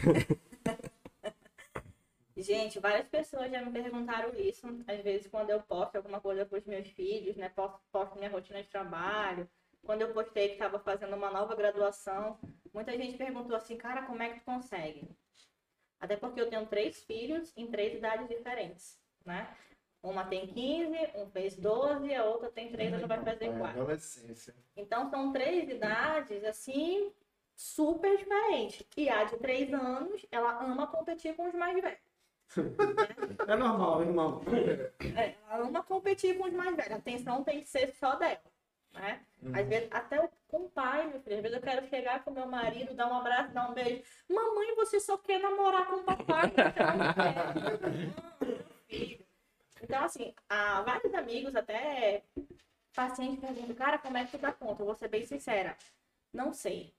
Gente, várias pessoas já me perguntaram isso. Às vezes, quando eu posto alguma coisa para os meus filhos, né? Posto minha rotina de trabalho. Quando eu postei que estava fazendo uma nova graduação, muita gente perguntou assim, cara, como é que tu consegue? Até porque eu tenho 3 filhos em 3 idades diferentes, né? Uma tem 15, um fez 12, a outra tem 3, outra vai fazer 4. Então, são 3 idades, assim, super diferentes. E a de 3 anos, ela ama competir com os mais velhos. É normal, irmão. Ela ama competir com os mais velhos. A atenção tem que ser só dela. Né? Às vezes, até com o pai, meu filho, às vezes eu quero chegar com meu marido, dar um abraço, dar um beijo. Mamãe, você só quer namorar com o papai, você não quer. Filho. Então, assim, há vários amigos, até pacientes perguntam, cara, como é que tu dá conta? Eu vou ser bem sincera, não sei.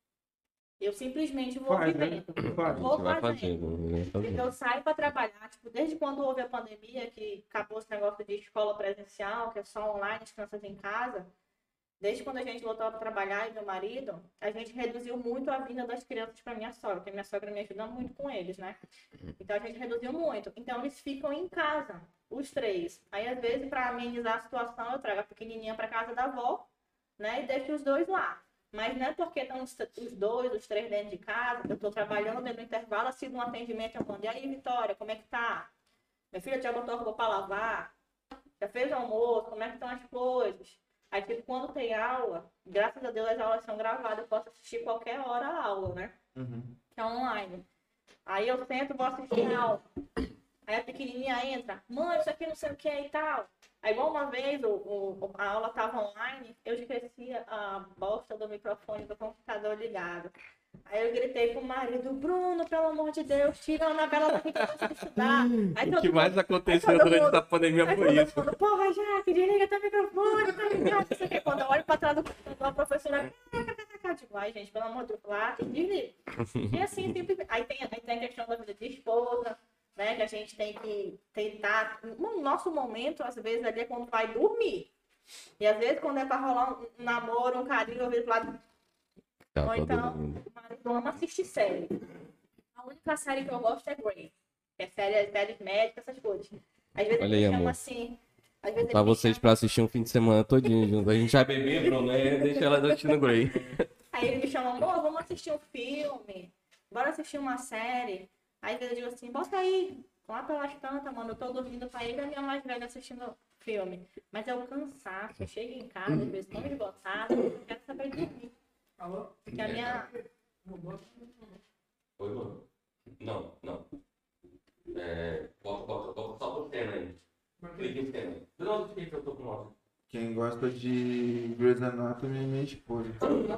Eu simplesmente vou vivendo. Vou fazendo. Eu saio para trabalhar, tipo, desde quando houve a pandemia, que acabou esse negócio de escola presencial, que é só online, as crianças em casa. Desde quando a gente voltou a trabalhar e meu marido, a gente reduziu muito a vinda das crianças para minha sogra, porque minha sogra me ajuda muito com eles, né? Então a gente reduziu muito. Então eles ficam em casa, os 3. Aí às vezes, para amenizar a situação, eu trago a pequenininha para casa da avó, né? E deixo os 2 lá. Mas não é porque estão os 2, os 3 dentro de casa, eu estou trabalhando dentro do intervalo, assim, um atendimento, eu mando, e aí, Vitória, como é que tá? Minha filha já botou a roupa para lavar? Já fez o almoço? Como é que estão as coisas? Aí, tipo, quando tem aula, graças a Deus as aulas são gravadas, eu posso assistir qualquer hora a aula, né? Que é online. Aí eu sento, vou assistir a aula. Aí a pequenininha entra, mãe, isso aqui não sei o que é e tal. Aí, igual uma vez, a aula estava online, eu esqueci a bosta do microfone do computador ligado. Aí eu gritei pro marido, Bruno, pelo amor de Deus, tira a Anabela daqui que eu preciso estudar. Aí, o que mais aconteceu durante essa pandemia foi isso. Porra, Jaque, desliga teu microfone, tá ligado? Isso aqui, quando eu olho pra trás do computador, a professora... Tipo, ai, gente, pelo amor de Deus, lá, desliga. E assim, sempre... Aí tem a questão da vida de esposa, né, que a gente tem que tentar... No nosso momento, às vezes, ali é quando vai dormir. E às vezes, quando é pra rolar um namoro, um carinho, eu vejo pro lado... Ou então, o marido ama assistir série. A única série que eu gosto é Grey. Que é séries médicas, essas coisas. Às vezes Olha aí, ele me chama amor. assim... Às vezes Pra ele me vocês chama... pra assistir um fim de semana todinho junto. A gente vai beber, Bruno, né? Deixa ela assistindo Grey. Aí ele me chama, amor, vamos assistir um filme. Bora assistir uma série. Aí às vezes eu digo assim, bota aí. Lá pelas tantas, mano, eu tô dormindo pra ele e a minha mais velha assistindo filme. Mas é o cansaço. Eu chego em casa, às vezes tão esgotada, eu não quero saber de dormir. Alô? Porque a minha... Oi, mano. Não. gosta de Grey's Anatomy é minha esposa.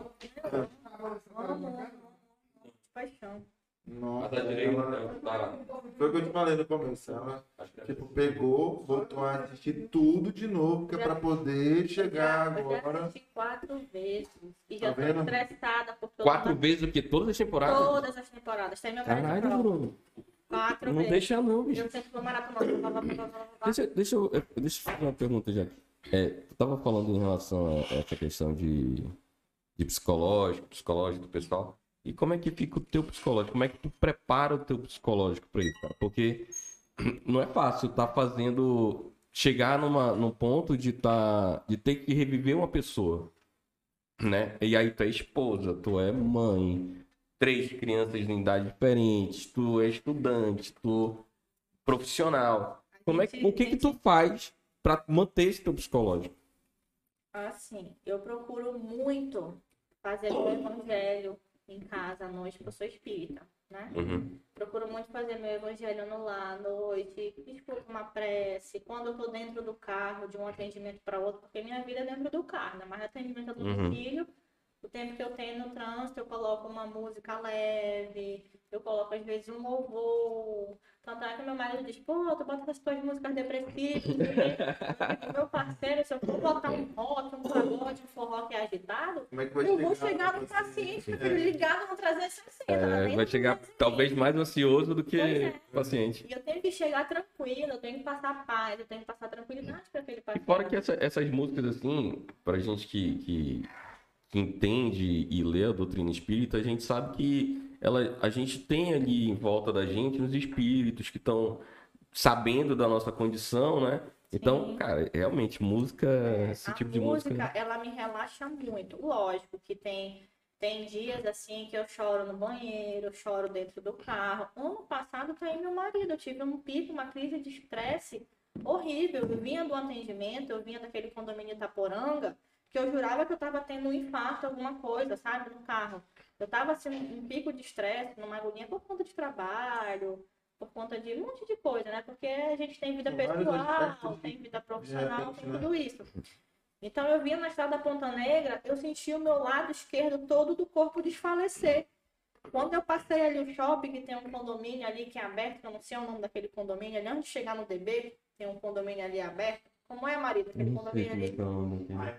Paixão. Nossa, Tá. foi o que eu te falei no começo. Ela, tipo, pegou, voltou a assistir tudo de novo, que é pra poder chegar Eu já agora. assisti 4 vezes. E já Tá tô vendo? estressada porque 4 vezes o quê? Todas as temporadas? todas as temporadas. Tem meu marido Caralho, prova. Bruno. 4 Não vezes. deixa não, bicho. Eu sempre vou maratonando. Deixa eu fazer uma pergunta já. Tu tava falando em relação a essa questão de psicológico do pessoal. E como é que fica o teu psicológico? Como é que tu prepara o teu psicológico pra isso, cara? Porque não é fácil chegar num ponto de ter que reviver uma pessoa, né? E aí tu é esposa, tu é mãe, 3 crianças em idade diferentes, tu é estudante, tu profissional. O que tu faz pra manter esse teu psicológico? Assim, eu procuro muito fazer o evangelho em casa à noite, porque eu sou espírita, né? Procuro muito fazer meu evangelho no lar à noite, escuto uma prece, quando eu tô dentro do carro, de um atendimento para outro, porque minha vida é dentro do carro, né? Mas atendimento a domicílio, o tempo que eu tenho no trânsito, eu coloco uma música leve, eu coloco às vezes um louvor. Tanto é que meu marido diz, pô, tu bota essas tuas músicas depressivas, o meu parceiro, se eu for botar um rock, um pagode, um forró que é agitado, Como é que vai eu vou chegar no paciente, ligado no 360. Vai chegar talvez mais ansioso do que Pois é. o paciente. E eu tenho que chegar tranquila, eu tenho que passar paz, eu tenho que passar tranquilidade para aquele E paciente. fora que essas músicas, assim, pra gente que entende e lê a doutrina espírita, a gente sabe que a gente tem ali em volta da gente os espíritos que estão sabendo da nossa condição, né? Então, Sim. cara, realmente, música, esse tipo de música. A música, ela me relaxa muito. Lógico que tem dias assim que eu choro no banheiro, eu choro dentro do carro. Ano passado tá aí meu marido, eu tive um pico, uma crise de estresse horrível. Eu vinha do atendimento, eu vinha daquele condomínio Itaporanga, que eu jurava que eu tava tendo um infarto, alguma coisa, sabe, no carro. Eu tava assim, um pico de estresse, numa agonia por conta de trabalho, por conta de um monte de coisa, né? Porque a gente tem vida pessoal, tem vida profissional, tem tudo isso. Então eu vinha na estrada da Ponta Negra, eu senti o meu lado esquerdo todo do corpo desfalecer. Quando eu passei ali o shopping, que tem um condomínio ali que é aberto, que eu não sei o nome daquele condomínio, ali antes de chegar no DB, tem um condomínio ali aberto. Como é, marido? Aquele condomínio ali.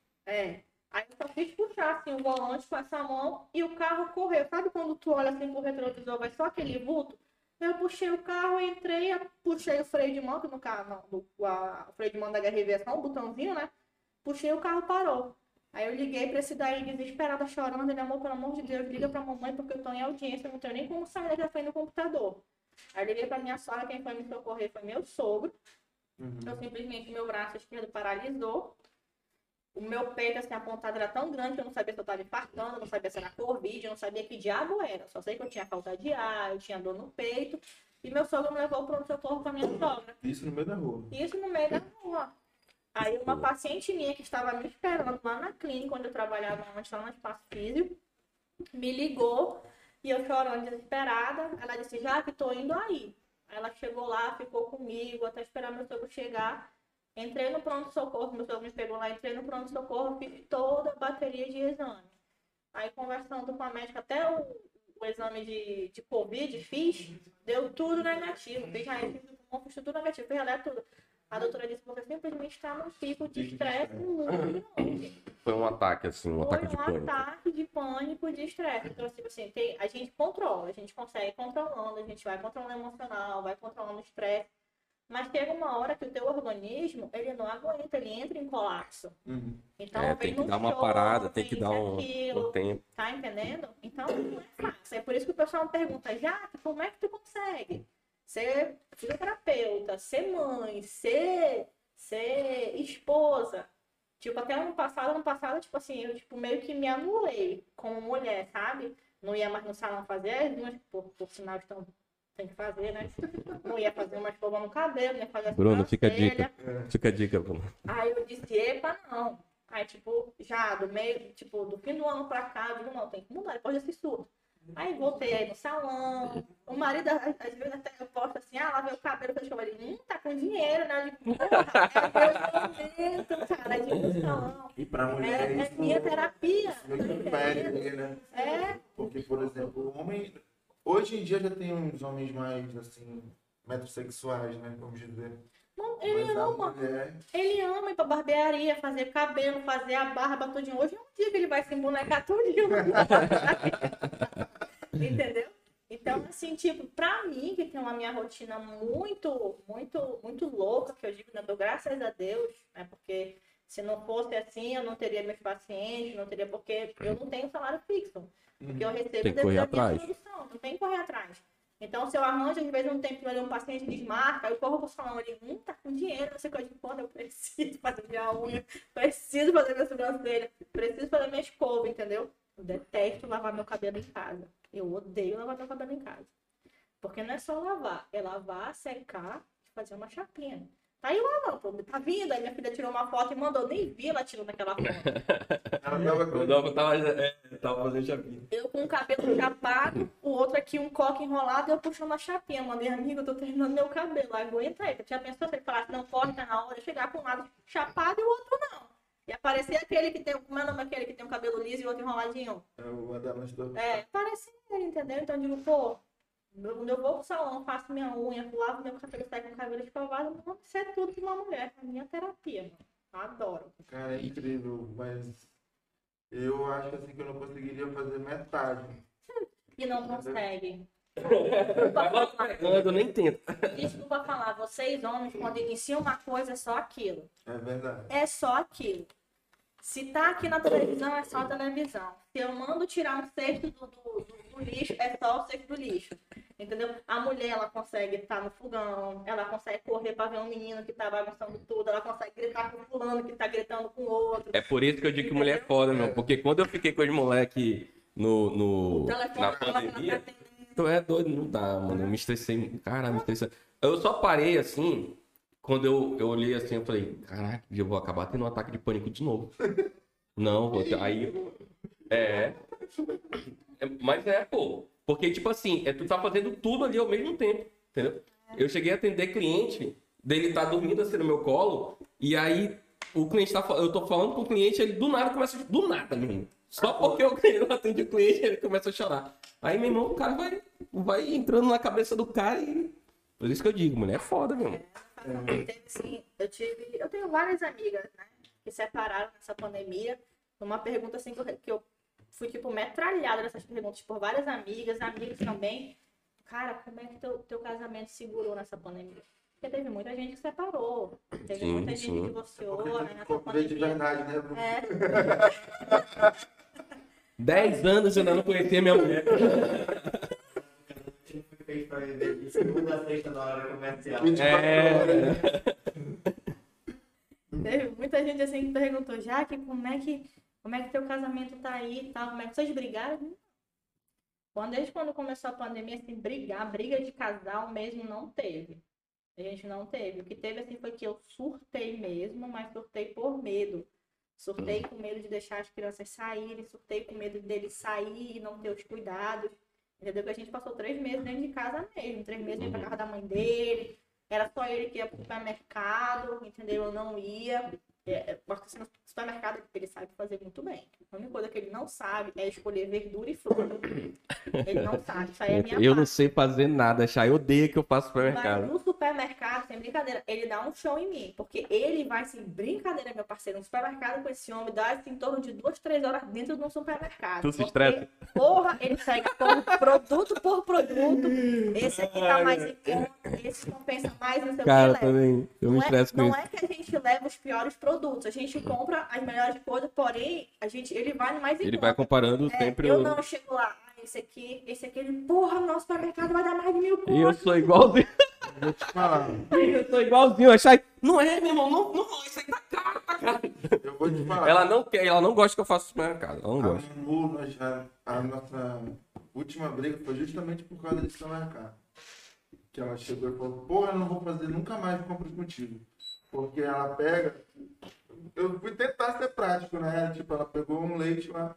Aí eu só fiz puxar assim o volante com essa mão e o carro correu. Sabe quando tu olha assim pro retrovisor, vai só aquele vulto? Eu puxei o carro, entrei, puxei o freio de mão, que no carro, o freio de mão da HRV é só um botãozinho, né? Puxei, o carro parou. Aí eu liguei pra esse daí desesperada, chorando. Ele, amor, pelo amor de Deus, liga pra mamãe porque eu tô em audiência, eu não tenho nem como sair daqui da frente do computador. Aí eu liguei pra minha sogra, quem foi me socorrer foi meu sogro. Eu simplesmente, meu braço esquerdo paralisou. O meu peito, assim, apontado era tão grande que eu não sabia se eu tava infartando, eu não sabia se era Covid, eu não sabia que diabo era. Só sei que eu tinha falta de ar, eu tinha dor no peito. E meu sogro me levou para o socorro com a minha sogra. Isso no meio da rua. Isso no meio da rua. Aí uma paciente minha que estava me esperando lá na clínica, onde eu trabalhava antes, lá no espaço físico, me ligou e eu chorando desesperada. Ela disse, já que tô indo aí. Aí ela chegou lá, ficou comigo até esperar meu sogro chegar. Entrei no pronto-socorro, meu sogro me pegou lá, entrei no pronto-socorro, fiz toda a bateria de exame. Aí conversando com a médica, até o exame de Covid fiz, deu tudo negativo. Fiz raiz, fiz tudo negativo, fiz relé tudo. A doutora disse que você simplesmente está num pico de estresse muito grande. Foi um ataque, assim, um ataque de pânico. Foi um ataque de pânico, de estresse. Então, assim, a gente controla, a gente consegue controlando, a gente vai controlando o emocional, vai controlando o estresse. Mas chega uma hora que o teu organismo, ele não aguenta, ele entra em colapso. Então, tem que dar uma parada, tem que dar um tempo. Tá entendendo? Então, não é fácil. É por isso que o pessoal me pergunta, Jaque, como é que tu consegue ser fisioterapeuta, ser mãe, ser esposa? Tipo, até ano passado, tipo assim, eu tipo, meio que me anulei como mulher, sabe? Não ia mais no salão fazer as unhas, por sinal tem que fazer, né? Não ia fazer uma escova no cabelo, ia fazer Bruno, fica a dica. Fica a dica, Bruno. Aí eu disse, epa, não. Aí, tipo, já do fim do ano pra cá, eu digo, não, tem que mudar depois desse surto. Aí voltei aí no salão. O marido, às vezes, até eu posto assim, lavei o cabelo, fez cabelo. Ele, tá com dinheiro, né? Eu digo, porra, é meu momento, cara, de ir no salão. E pra mulher É minha terapia. Isso muito pede, né? É. Porque, por exemplo, o homem... Hoje em dia já tem uns homens mais, assim, metrosexuais, né? Vamos dizer. Ele Mas a ama. mulher... Ele ama ir pra barbearia, fazer cabelo, fazer a barba tudinho. Hoje é um dia que ele vai se embonecar tudinho. Entendeu? Então, assim, tipo, pra mim, que tem uma minha rotina muito, muito, muito louca, que eu digo, né, eu dou graças a Deus, né? Porque se não fosse assim, eu não teria meus pacientes, não teria, porque eu não tenho salário fixo. Porque eu recebo Tem que correr devido à minha atrás. produção, não tem que correr atrás. Então, se eu arranjo, às vezes, um tempo ali, um paciente desmarca, eu corro pro salão, ele, tá com dinheiro, não sei o que, eu digo, quando eu preciso fazer minha unha, preciso fazer minha sobrancelha, preciso fazer minha escova, entendeu? Eu detesto lavar meu cabelo em casa. Eu odeio lavar meu cabelo em casa. Porque não é só lavar, é lavar, secar e fazer uma chapinha. Tá aí lavando, pô, tá vindo. Aí minha filha tirou uma foto e mandou, nem vi ela tirando aquela foto. Tava fazendo chapinha. Eu com o cabelo chapado, o outro aqui um coque enrolado e eu puxando a chapinha. Mandei, amigo, eu tô terminando meu cabelo, aguenta aí. Eu tinha pensado se ele falasse, não pode, tá na hora, eu chegar com um lado chapado e o outro não. E aparecer aquele que tem, como é o nome daquele que tem um cabelo liso e o outro enroladinho? É o Adamastor. Parecia ele, entendeu? Então eu digo, pô, quando eu vou pro salão, faço minha unha, lavo meu cabelo, saio com o cabelo escovado, não isso é tudo de uma mulher, é minha terapia, mano. Adoro. Cara, é incrível, mas eu acho assim que eu não conseguiria fazer metade. E não consegue. Eu nem tento. Desculpa falar, vocês homens, quando iniciam uma coisa, é só aquilo. É verdade. É só aquilo. Se tá aqui na televisão, é só a televisão. Se eu mando tirar um cesto do lixo, é só o cesto do lixo. Entendeu? A mulher, ela consegue estar no fogão, ela consegue correr para ver um menino que tá bagunçando tudo, ela consegue gritar com o fulano que tá gritando com o outro. É por isso que eu digo que mulher é foda, meu. Porque quando eu fiquei com os moleques na pandemia, tu é doido, não dá, mano. Eu me estressei, caralho, me estressei. Eu só parei assim, quando eu olhei assim, eu falei, caraca, eu vou acabar tendo um ataque de pânico de novo. Não, aí. Mas pô. Porque, tipo assim, tu tá fazendo tudo ali ao mesmo tempo, entendeu? Eu cheguei a atender cliente, dele tá dormindo assim no meu colo, e aí o cliente eu tô falando com o cliente, ele do nada começa a... Do nada, mesmo. Só porque eu atende o cliente, ele começa a chorar. Aí, meu irmão, o cara vai entrando na cabeça do cara e... Por isso que eu digo, mulher é foda, meu irmão. Assim, eu tenho várias amigas, né, que separaram nessa pandemia. Uma pergunta assim que eu fui, tipo, metralhada nessas perguntas por várias amigas, amigos também. Cara, como é que teu casamento segurou nessa pandemia? Porque teve muita gente que separou. Teve muita gente que divorciou, né, nessa pandemia. De verdade, né, Bruno? 10 anos eu ainda não conhecia minha mulher. Segunda a sexta na hora comercial. Teve muita gente assim que perguntou, Jaque, como é que teu casamento tá aí e tal? Como é que vocês brigaram? Quando começou a pandemia, assim, briga de casal mesmo não teve. A gente não teve. O que teve, assim, foi que eu surtei mesmo, mas surtei por medo. Surtei com medo de deixar as crianças saírem, surtei com medo deles sair e não ter os cuidados. Entendeu? Que a gente passou 3 meses dentro de casa mesmo. 3 meses pra casa da mãe dele. Era só ele que ia pro supermercado, entendeu? Eu não ia. Porque no supermercado ele sabe fazer muito bem. A única coisa que ele não sabe é escolher verdura e fruta. Ele não sabe. Isso aí é minha Eu não sei fazer nada, Chay. Eu odeio que eu faço supermercado. Mas no supermercado, sem brincadeira, ele dá um show em mim. Porque ele vai, sem brincadeira, meu parceiro, no supermercado com esse homem, dá assim, em torno de 2, 3 horas dentro de um supermercado. Tu se estressa? Porra, ele segue produto por produto. Esse aqui tá mais em conta, esse compensa mais, não sei Cara, o que. também. Eu me estresso com isso. Não é que a gente leva os piores produtos. A gente compra as melhores coisas, porém, ele vai no mais em Ele conta. vai comparando sempre. Eu não chego lá. Esse aqui, ele, porra, nosso supermercado vai dar mais de 1000 contos. E eu sou igualzinho. Vou te falar. Eu sou igualzinho. A Chay, não é, meu irmão, não, isso aí tá caro, tá caro. Eu vou te falar. Ela não gosta que eu faça supermercado. Ela não gosta. A nossa última briga foi justamente por causa desse supermercado. Que ela chegou e falou, porra, eu não vou fazer nunca mais compras contigo. Porque ela pega... Eu fui tentar ser prático, né? Tipo, ela pegou um leite lá.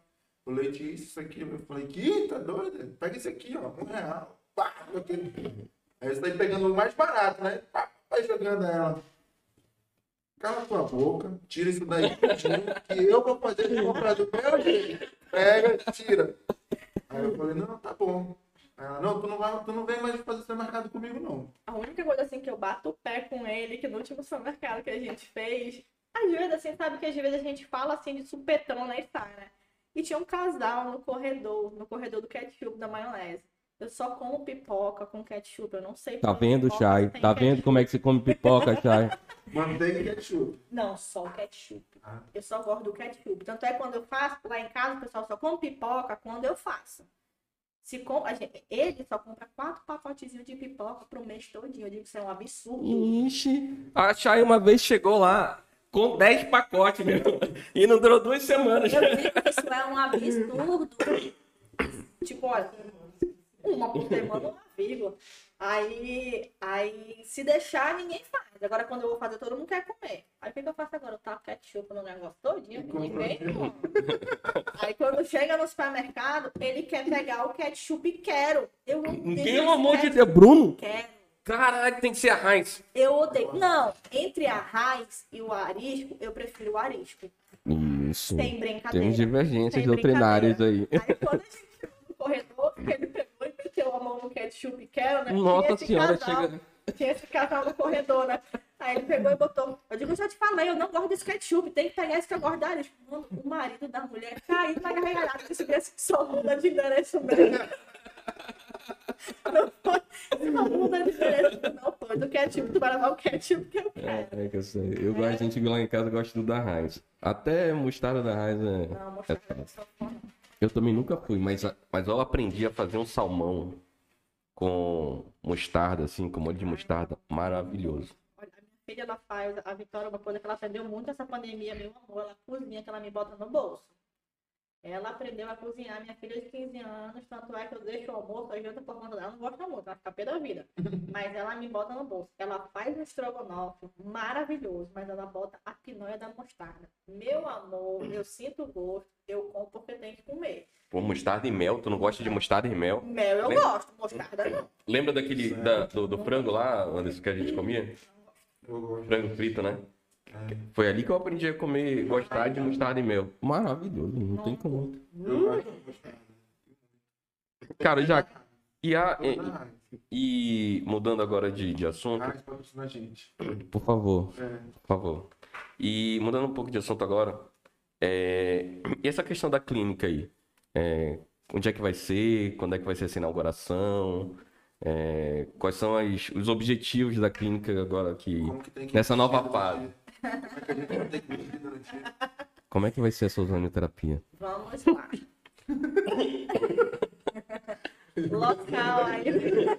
o leite isso aqui. Eu falei, que tá doido? Pega esse aqui, ó, R$1. Pá, aí você tá aí pegando o mais barato, né? Pá, vai jogando ela. Cala tua boca, tira isso daí, que eu vou fazer de comprar do meu jeito. Pega, tira. Aí eu falei, não, tá bom. Ela, não, tu não vem mais fazer supermercado comigo, não. A única coisa assim que eu bato o pé com ele, que no último supermercado que a gente fez, às vezes assim, sabe que às vezes a gente fala assim de supetão, né, e sai, né? E tinha um casal no corredor do ketchup da maionese. Eu só como pipoca com ketchup, eu não sei Tá comer vendo, pipoca Chay? sem Tá vendo ketchup. como é que você come pipoca, Chay? Manteiga e ketchup. Não, só o ketchup. Ah. Eu só gosto do ketchup. Tanto é que quando eu faço, lá em casa o pessoal só come pipoca quando eu faço. Ele só compra 4 pacotezinhos de pipoca pro mês todinho. Eu digo que isso é um absurdo. Ixi, a Chay uma vez chegou lá com 10 pacotes, meu. E não durou 2 semanas. Eu digo que isso é um absurdo. Tipo, olha, uma por semana, uma vírgula. Aí, se deixar, ninguém faz. Agora, quando eu vou fazer, todo mundo quer comer. Aí, o que eu faço agora? Eu taco ketchup no negócio todinho, ninguém come. Aí, quando chega no supermercado, ele quer pegar o ketchup e quero. Eu odeio Pelo amor de ketchup. Deus, Bruno. Quero. Caralho, tem que ser a Heinz. Eu odeio. Não, entre a Heinz e o arisco, eu prefiro o arisco. Isso. Sem brincadeira. Temos divergências Sem doutrinárias aí. Aí, quando a gente chegou no corredor, ele pegou e meteu a mão no ketchup e quero, né? Nossa senhora, chega. Tinha esse casal no corredor, né? Aí ele pegou e botou. Eu digo, eu já te falei, eu não gosto desse ketchup, tem que pegar esse que eu gosto da arisco. Mano, o marido da mulher caiu na gargalhada que se desse só muda de endereço mesmo. Não foi. Só muda de endereço, não foi. Do ketchup, tu vai levar o ketchup que eu quero. É que eu sei. Eu gosto, a gente lá em casa gosta do da Heinz. Até mostarda da Heinz Não, mostrou é... que eu sou fã. Eu também nunca fui, mas eu aprendi a fazer um salmão com mostarda, assim, com molho de mostarda. Maravilhoso. Olha, a minha filha, ela faz, a Vitória, uma coisa que ela aprendeu muito essa pandemia, meu amor, ela cozinha que ela me bota no bolso. Ela aprendeu a cozinhar, minha filha de 15 anos, tanto é que eu deixo o almoço, a janta por conta dela, não gosta muito, ela fica pé da vida. Mas ela me bota no bolso. Ela faz um estrogonofe maravilhoso, mas ela bota a pinóia da mostarda. Meu amor, eu sinto o gosto, eu como porque tem que comer. Pô, mostarda e mel, tu não gosta de mostarda e mel? Mel eu Lembra? gosto, mostarda não. Lembra daquele, do frango lá, Anderson, que a gente comia? Eu gosto. Frango frito, né? Foi ali que eu aprendi a comer, gostar de mostarda e mel. Maravilhoso, não tem como. Eu gosto de mostarda. Cara, já... Eu gosto da Heinz. E mudando agora de assunto, Heinz patrocina a gente. por favor, É. por favor. E mudando um pouco de assunto agora, e essa questão da clínica aí? Onde é que vai ser? Quando é que vai ser essa inauguração? Quais são os objetivos da clínica agora aqui, Como que tem que nessa nova investir fase? durante- Como é que a gente vai ter que investir durante Como é que vai ser essa ozonioterapia? Vamos lá. Local aí.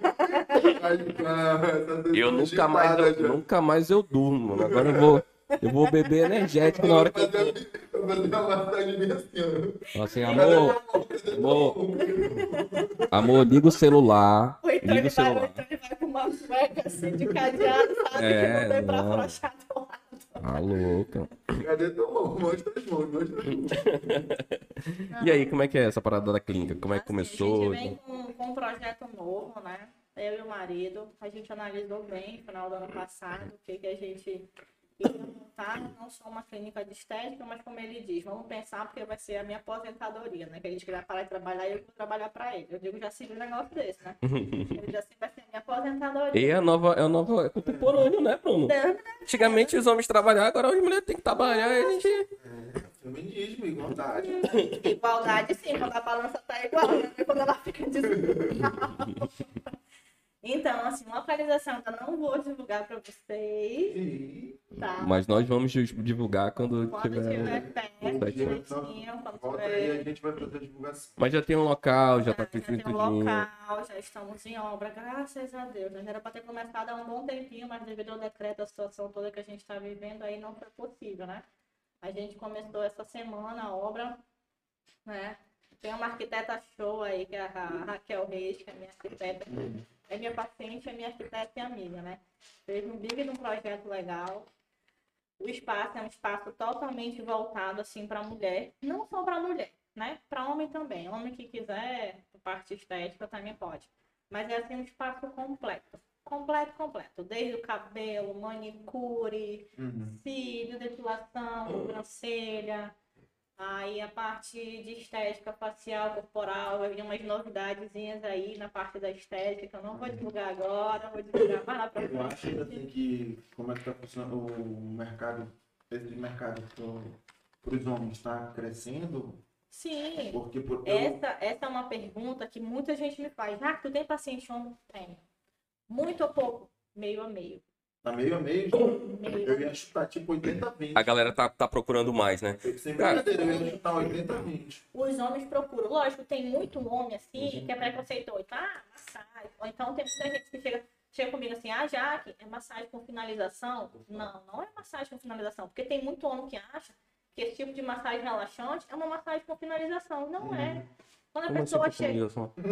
Eu nunca mais eu durmo, mano. Agora eu vou beber energético na hora que eu... Eu vou fazer uma massagem bem assim, ó. Fala assim, amor, liga o celular, Ou então liga o celular. ele vai com uma cueca assim de cadeado, sabe? É, que não tem pra não. afrouxar do lado. Ah, louca. Cadê tua mão? Mostra as mãos, mostra as mãos. E aí, como é que é essa parada da clínica? Como é que começou? A gente vem com um projeto novo, né? Eu e o marido, a gente analisou bem no final do ano passado o que a gente ia montar, não só uma clínica de estética, mas como ele diz, vamos pensar porque vai ser a minha aposentadoria, né? Que a gente vai parar de trabalhar e eu vou trabalhar para ele. Eu digo, já se viu um negócio desse, né? Ele já vai ser a minha aposentadoria. E é a nova contemporâneo, né, Bruno? Antigamente os homens trabalhavam, agora as mulheres têm que trabalhar e a gente... Feminismo, igualdade. Igualdade sim, quando a balança tá igual, né? Quando ela fica desigual. Então, assim, localização eu não vou divulgar para vocês, tá? Mas nós vamos divulgar quando Quando tiver... tiver perto, Certinho. direitinho, quando Volta aí, a tiver... gente vai fazer a divulgação. Mas já tem um local, já tá Já tem feito um tudinho. local, já estamos em obra, graças a Deus. Já era para ter começado há um bom tempinho, mas devido ao decreto, a situação toda que a gente está vivendo, aí não foi possível, né? A gente começou essa semana a obra, né? Tem uma arquiteta show aí, que é a Raquel Reis, que é minha arquiteta. É minha paciente, é minha arquiteta e amiga, né? Fez um big de um projeto legal. O espaço é um espaço totalmente voltado, assim, para mulher. Não só para mulher, né? Para homem homem também. Homem que quiser, parte estética também pode. Mas é assim um espaço completo. Completo. Desde o cabelo, manicure, cílio, depilação, sobrancelha. Aí a parte de estética facial, corporal, vai vir umas novidadezinhas aí na parte da estética. Eu não vou divulgar agora, vou divulgar mais lá pra frente. Eu acho assim que como é que está funcionando o mercado, esse mercado para os homens está crescendo? Sim. Porque essa é uma pergunta que muita gente me faz. Ah, tu tem paciente homem? Tem. Muito ou pouco? Meio a meio. Tá meio a meio? Eu ia chutar tipo 80-20. A galera tá procurando mais, né? Sem brincadeira, eu ia chutar 80-20. Os homens procuram. Lógico, tem muito homem assim que é preconceituoso. Ah, massagem. Ou então tem muita gente que chega comigo assim, ah, Jaque, é massagem com finalização? Não é massagem com finalização. Porque tem muito homem que acha que esse tipo de massagem relaxante é uma massagem com finalização. Não é. Quando a pessoa chega...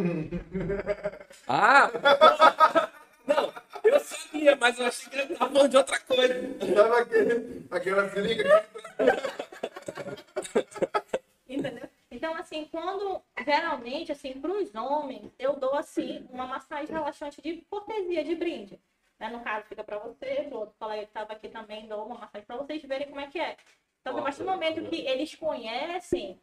Ah! Não, eu sabia, mas eu achei que ele tava falando de outra coisa. Tava aquela seringa. Entendeu? Então, assim, geralmente, assim, para os homens, eu dou, assim, uma massagem relaxante de cortesia, de brinde. Né? No caso, fica para você, o outro colega que estava aqui também, dou uma massagem para vocês verem como é que é. Então, a partir do momento que eles conhecem,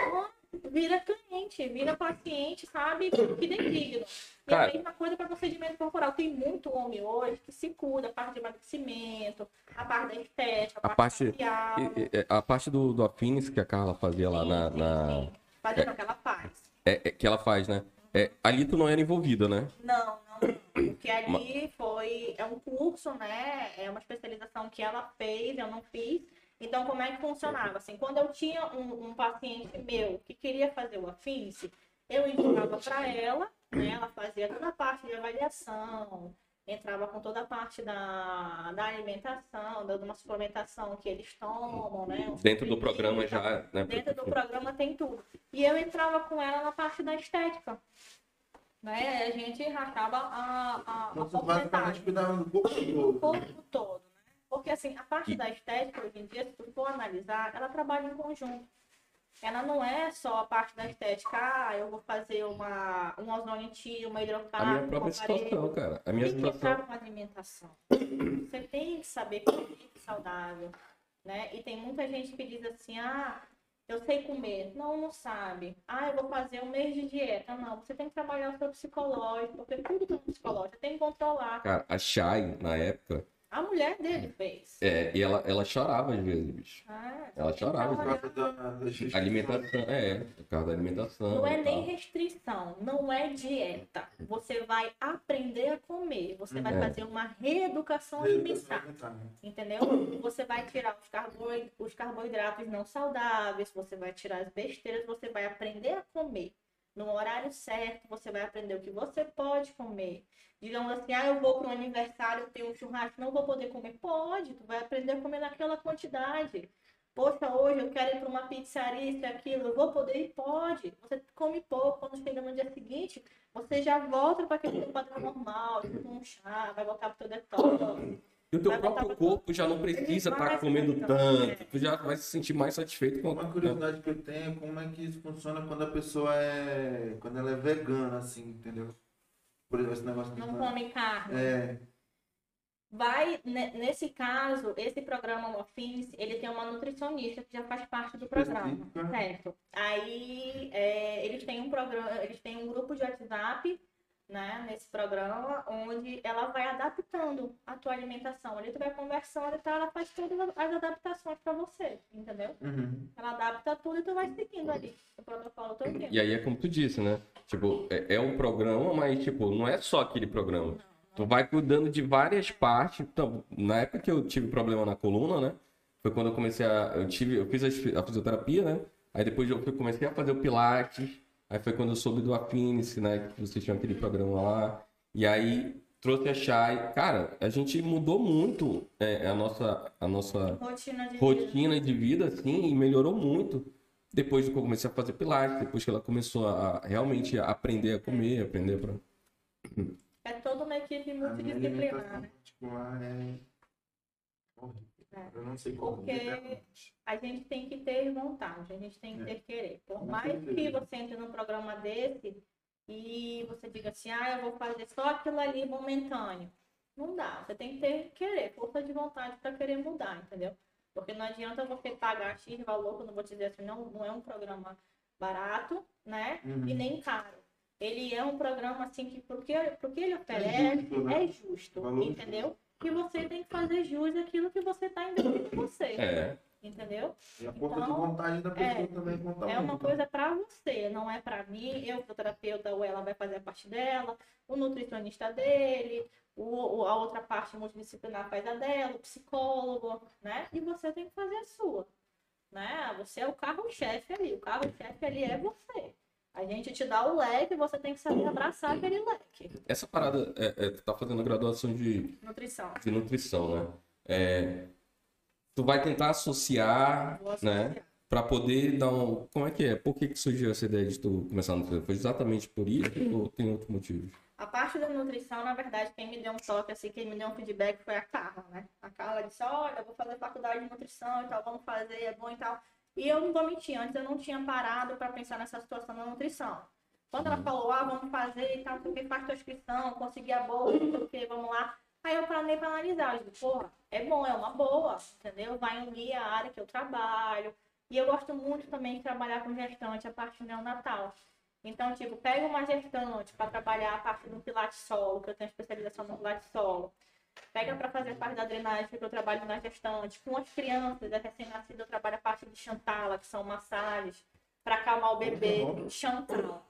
vira cliente, vira paciente, sabe? Que digno. E a mesma coisa para procedimento corporal. Tem muito homem hoje que se cuida, a parte de emagrecimento, a parte da estética, a parte facial. A parte do Afines que a Carla fazia lá sim. Fazendo o que ela faz. Que ela faz, né? Ali tu não era envolvida, né? Não. Porque ali é um curso, né? É uma especialização que ela fez, eu não fiz. Então, como é que funcionava? Assim, quando eu tinha um paciente meu que queria fazer o Affinity, eu indicava para ela, né? Ela fazia toda a parte de avaliação, entrava com toda a parte da alimentação, de uma suplementação que eles tomam, né? Dentro do programa já, né? Dentro do programa tem tudo. E eu entrava com ela na parte da estética. Né? A gente rachava a basicamente cuidava do corpo todo. Porque, assim, a parte da estética, hoje em dia, se tu for analisar, ela trabalha em conjunto. Ela não é só a parte da estética, eu vou fazer um ozonio, uma hidrocarbon, a minha própria situação, cara. A minha tem situação. que com alimentação. Você tem que saber comer saudável, né? E tem muita gente que diz assim, eu sei comer. Não sabe. Eu vou fazer um mês de dieta. Não, você tem que trabalhar o seu psicológico, porque tudo tem um psicológico, você tem que controlar. Cara, a Chay, na época... A mulher dele fez. E ela chorava às vezes, bicho. Ela chorava. Alimentação, por causa da alimentação. Não é nem restrição, não é dieta. Você vai aprender a comer. Você vai fazer uma reeducação alimentar. Entendeu? Você vai tirar os carboidratos não saudáveis, você vai tirar as besteiras, você vai aprender a comer. No horário certo, você vai aprender o que você pode comer. Digamos assim, eu vou para um aniversário, eu tenho um churrasco, não vou poder comer. Pode, tu vai aprender a comer naquela quantidade. Poxa, hoje eu quero ir para uma pizzaria, isso e aquilo, eu vou poder ir? Pode. Você come pouco, quando chega no dia seguinte, você já volta para aquele padrão normal, com um chá, vai voltar para o teu detox. E o teu próprio corpo já não precisa estar comendo tanto, tu já vai se sentir mais satisfeito com uma curiosidade que eu tenho, como é que isso funciona quando a pessoa quando ela é vegana, assim, entendeu? Por exemplo, esse negócio não come carne. Nesse caso, esse programa Morphins, ele tem uma nutricionista que já faz parte do programa, certo? Aí eles têm um grupo de WhatsApp, né, nesse programa, onde ela vai adaptando a tua alimentação. Ali tu vai conversando e tal, ela faz todas as adaptações para você, entendeu? Ela adapta tudo e tu vai seguindo ali o protocolo todo tempo. E aí é como tu disse, né? Tipo, é um programa, mas tipo, não é só aquele programa. Tu vai cuidando de várias partes. Então, na época que eu tive problema na coluna, né? Foi quando eu comecei eu fiz a fisioterapia, né? Aí depois eu comecei a fazer o pilates. Aí foi quando eu soube do Affinity, né? Que vocês tinham aquele programa lá. E aí trouxe a Chay. Cara, a gente mudou muito a nossa rotina de vida, assim, e melhorou muito. Depois que eu comecei a fazer pilates, depois que ela começou a realmente aprender a comer, aprender pra... É toda uma equipe multidisciplinar, né? Eu não sei como. Porque a gente tem que ter vontade, a gente tem que ter querer. Por mais que você entre num programa desse e você diga assim, eu vou fazer só aquilo ali momentâneo. Não dá, você tem que ter querer, força de vontade para querer mudar, entendeu? Porque não adianta você pagar X valor, que eu não vou te dizer assim, não é um programa barato, né? E nem caro. Ele é um programa assim que porque ele oferece é justo, entendeu? Que você tem que fazer jus àquilo que você está investindo em você. Entendeu? E a força de vontade da pessoa também conta é uma coisa para você, não é para mim. Eu, fisioterapeuta, ou ela vai fazer a parte dela, o nutricionista dele, a outra parte multidisciplinar faz a dela, o psicólogo, né? E você tem que fazer a sua, né? Você é o carro-chefe ali, o carro-chefe ali é você. A gente te dá o leque, você tem que saber abraçar aquele leque. Essa parada, tu tá fazendo a graduação de nutrição, né? Tu vai tentar associar, né? Pra poder dar um... Como é que é? Por que surgiu essa ideia de tu começar a nutrição? Foi exatamente por isso ou tem outro motivo? A parte da nutrição, na verdade, quem me deu um toque, assim, quem me deu um feedback foi a Carla, né? A Carla disse, olha, eu vou fazer faculdade de nutrição e tal, vamos fazer, é bom e tal. E eu não vou mentir, antes eu não tinha parado para pensar nessa situação da nutrição. Quando ela falou, vamos fazer e tal, porque faz tua inscrição, conseguir a bolsa, porque vamos lá. Aí eu parei para analisar, eu digo, porra, é bom, é uma boa, entendeu? Vai unir a área que eu trabalho. E eu gosto muito também de trabalhar com gestante, a parte neonatal. Então, tipo, pega uma gestante para trabalhar a parte do pilates solo, que eu tenho especialização no pilates solo. Pega para fazer a parte da drenagem, que eu trabalho na gestante. Com as crianças, recém-nascidas, eu trabalho a parte de Chantala, que são massagens, para acalmar o bebê. Chantala.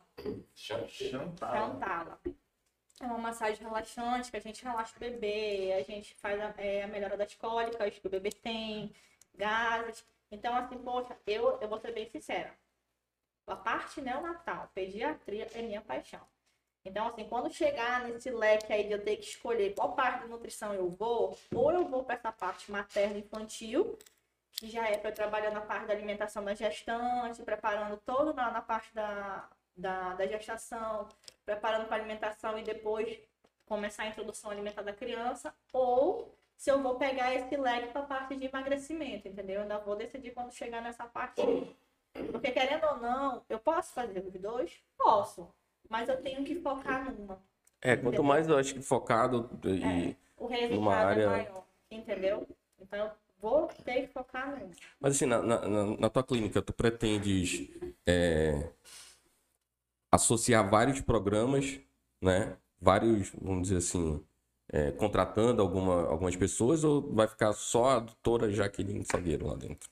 Chantala. É uma massagem relaxante, que a gente relaxa o bebê, a gente faz a melhora das cólicas que o bebê tem, gases. Então, assim, poxa, eu vou ser bem sincera. A parte neonatal, pediatria, é minha paixão. Então, assim, quando chegar nesse leque aí de eu ter que escolher qual parte da nutrição eu vou, ou eu vou para essa parte materno-infantil, que já é para eu trabalhar na parte da alimentação da gestante, preparando todo na parte da gestação, preparando para alimentação e depois começar a introdução alimentar da criança, ou se eu vou pegar esse leque para a parte de emagrecimento, entendeu? Eu ainda vou decidir quando chegar nessa parte. Porque, querendo ou não, eu posso fazer os dois? Posso. Mas eu tenho que focar numa. Quanto mais eu acho que focado o resultado numa área... é maior, entendeu? Então, eu vou ter que focar numa. Mas assim, na tua clínica, tu pretendes associar vários programas, né? Vários, vamos dizer assim, contratando algumas pessoas, ou vai ficar só a doutora Jaqueline Salgueiro lá dentro?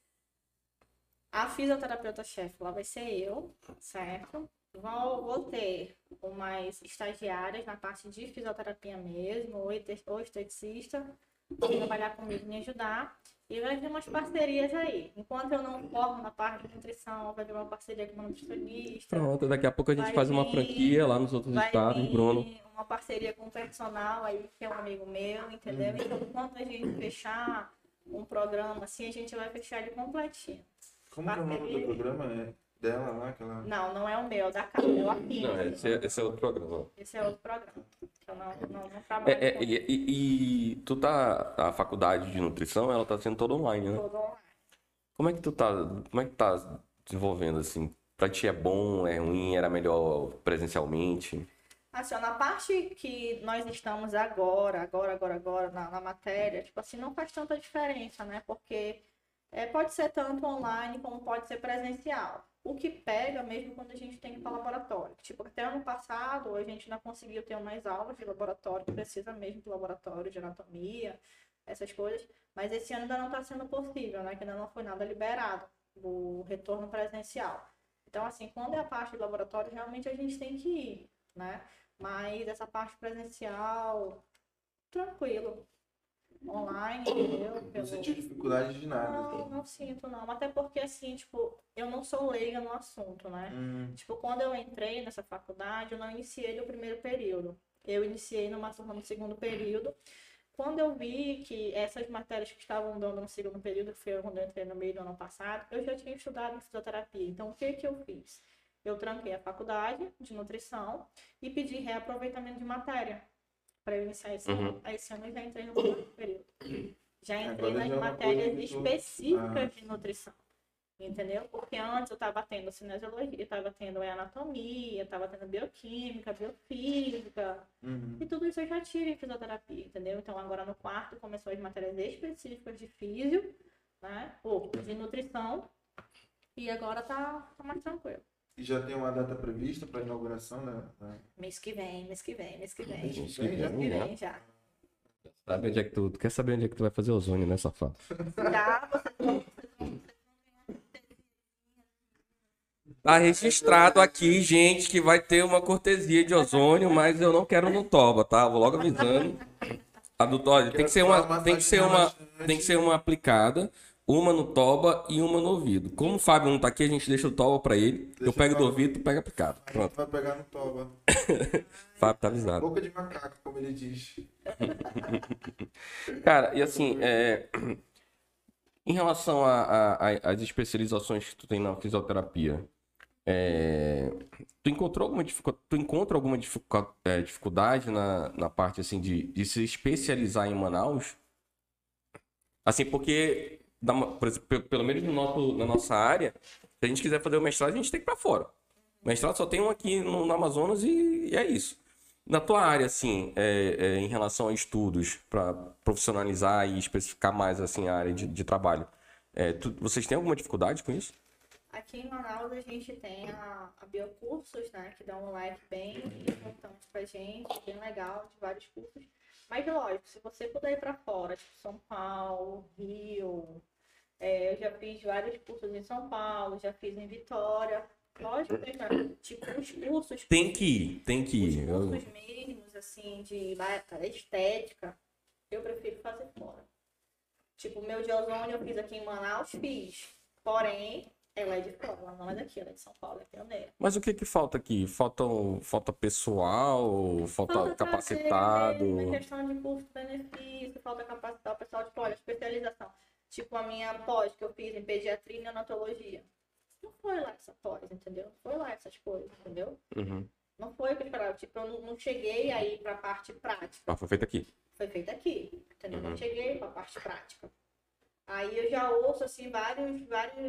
A fisioterapeuta-chefe lá vai ser eu, certo? Vou ter umas estagiárias na parte de fisioterapia mesmo, ou esteticista, que trabalhar comigo e me ajudar. E vai ter umas parcerias aí. Enquanto eu não formo na parte de nutrição, vai ter uma parceria com uma nutricionista. Pronto, daqui a pouco a gente faz uma franquia lá nos outros estados, Bruno. Uma parceria com um personal aí, que é um amigo meu, entendeu? Então, enquanto a gente fechar um programa assim, a gente vai fechar ele completinho. Como que é o nome do programa? É dela lá? Aquela... Não é o meu, é da casa, é o Apino. Não, esse é outro programa. Esse é outro programa. Eu não trabalho com e tu tá... A faculdade de nutrição, ela tá sendo toda online, né? todo online. Como é que tu tá desenvolvendo, assim? Pra ti é bom, é ruim, era melhor presencialmente? Assim, na parte que nós estamos agora na matéria, tipo assim, não faz tanta diferença, né? Porque pode ser tanto online como pode ser presencial. O que pega mesmo quando a gente tem que ir para laboratório. Tipo, até ano passado a gente não conseguiu ter mais aulas de laboratório, precisa mesmo de laboratório de anatomia, essas coisas. Mas esse ano ainda não está sendo possível, né? Que ainda não foi nada liberado, o retorno presencial. Então, assim, quando é a parte de laboratório, realmente a gente tem que ir, né? Mas essa parte presencial, tranquilo. Online, entendeu? Não sentiu dificuldade de nada? Não sinto, não. Até porque, assim, tipo, eu não sou leiga no assunto, né? Tipo, quando eu entrei nessa faculdade, eu não iniciei no primeiro período. Eu iniciei numa turma no segundo período. Quando eu vi que essas matérias que estavam dando no segundo período, que foi quando eu entrei no meio do ano passado, eu já tinha estudado em fisioterapia. Então, o que eu fiz? Eu tranquei a faculdade de nutrição e pedi reaproveitamento de matéria para eu iniciar esse ano. Esse ano eu já entrei no quarto período. Já entrei nas matérias específicas de nutrição. Entendeu? Porque antes eu estava tendo cinesiologia, estava tendo anatomia, estava tendo bioquímica, biofísica, e tudo isso eu já tive em fisioterapia, entendeu? Então agora no quarto começou as matérias específicas de físio, né? Ou de nutrição, e agora tá mais tranquilo. E já tem uma data prevista para inauguração, né? Mês que vem já. Sabe onde é que tu quer saber onde é que tu vai fazer ozônio, né, safado? Já, vocês Tá registrado aqui, gente, que vai ter uma cortesia de ozônio, mas eu não quero no toba, tá? Vou logo avisando. A do olha, tem que ser uma aplicada, uma no toba e uma no ouvido. Como o Fábio não tá aqui, a gente deixa o toba pra ele. Eu pego do ouvido, tu pega aplicado. Pronto. Vai pegar no toba. Fábio tá avisado. Boca de macaco, como ele diz. Cara, e assim, em relação às especializações que tu tem na fisioterapia, tu encontra alguma dificuldade na parte assim de se especializar em Manaus? Assim, porque por exemplo, pelo menos na nossa área, se a gente quiser fazer o mestrado, a gente tem que ir para fora. O mestrado só tem um aqui no Amazonas e é isso. Na tua área, assim, em relação a estudos para profissionalizar e especificar mais assim a área de trabalho, vocês têm alguma dificuldade com isso? Aqui em Manaus a gente tem a Biocursos, né, que dá um leque bem importante pra gente, bem legal, de vários cursos. Mas lógico, se você puder ir para fora, tipo São Paulo, Rio, eu já fiz vários cursos em São Paulo, já fiz em Vitória. Lógico, tipo os cursos. Tem que ir. Os cursos mesmos, assim, de estética, eu prefiro fazer fora. Tipo, o meu de ozônio eu fiz aqui em Manaus, porém, ela é de fora, ela não é daqui, ela é de São Paulo, é pioneira. Mas o que falta aqui? Falta pessoal? Falta capacitado? Mesmo, questão de custo-benefício, falta capacitar o pessoal, tipo, olha, especialização. Tipo a minha pós que eu fiz em pediatria e neonatologia. Não foi lá essa pós, entendeu? Não foi lá essas coisas, entendeu? Uhum. Não foi o que eu esperava. Tipo, eu não cheguei aí pra parte prática. Ah, foi feito aqui. Foi feito aqui, entendeu? Não cheguei pra parte prática. Aí eu já ouço, assim, vários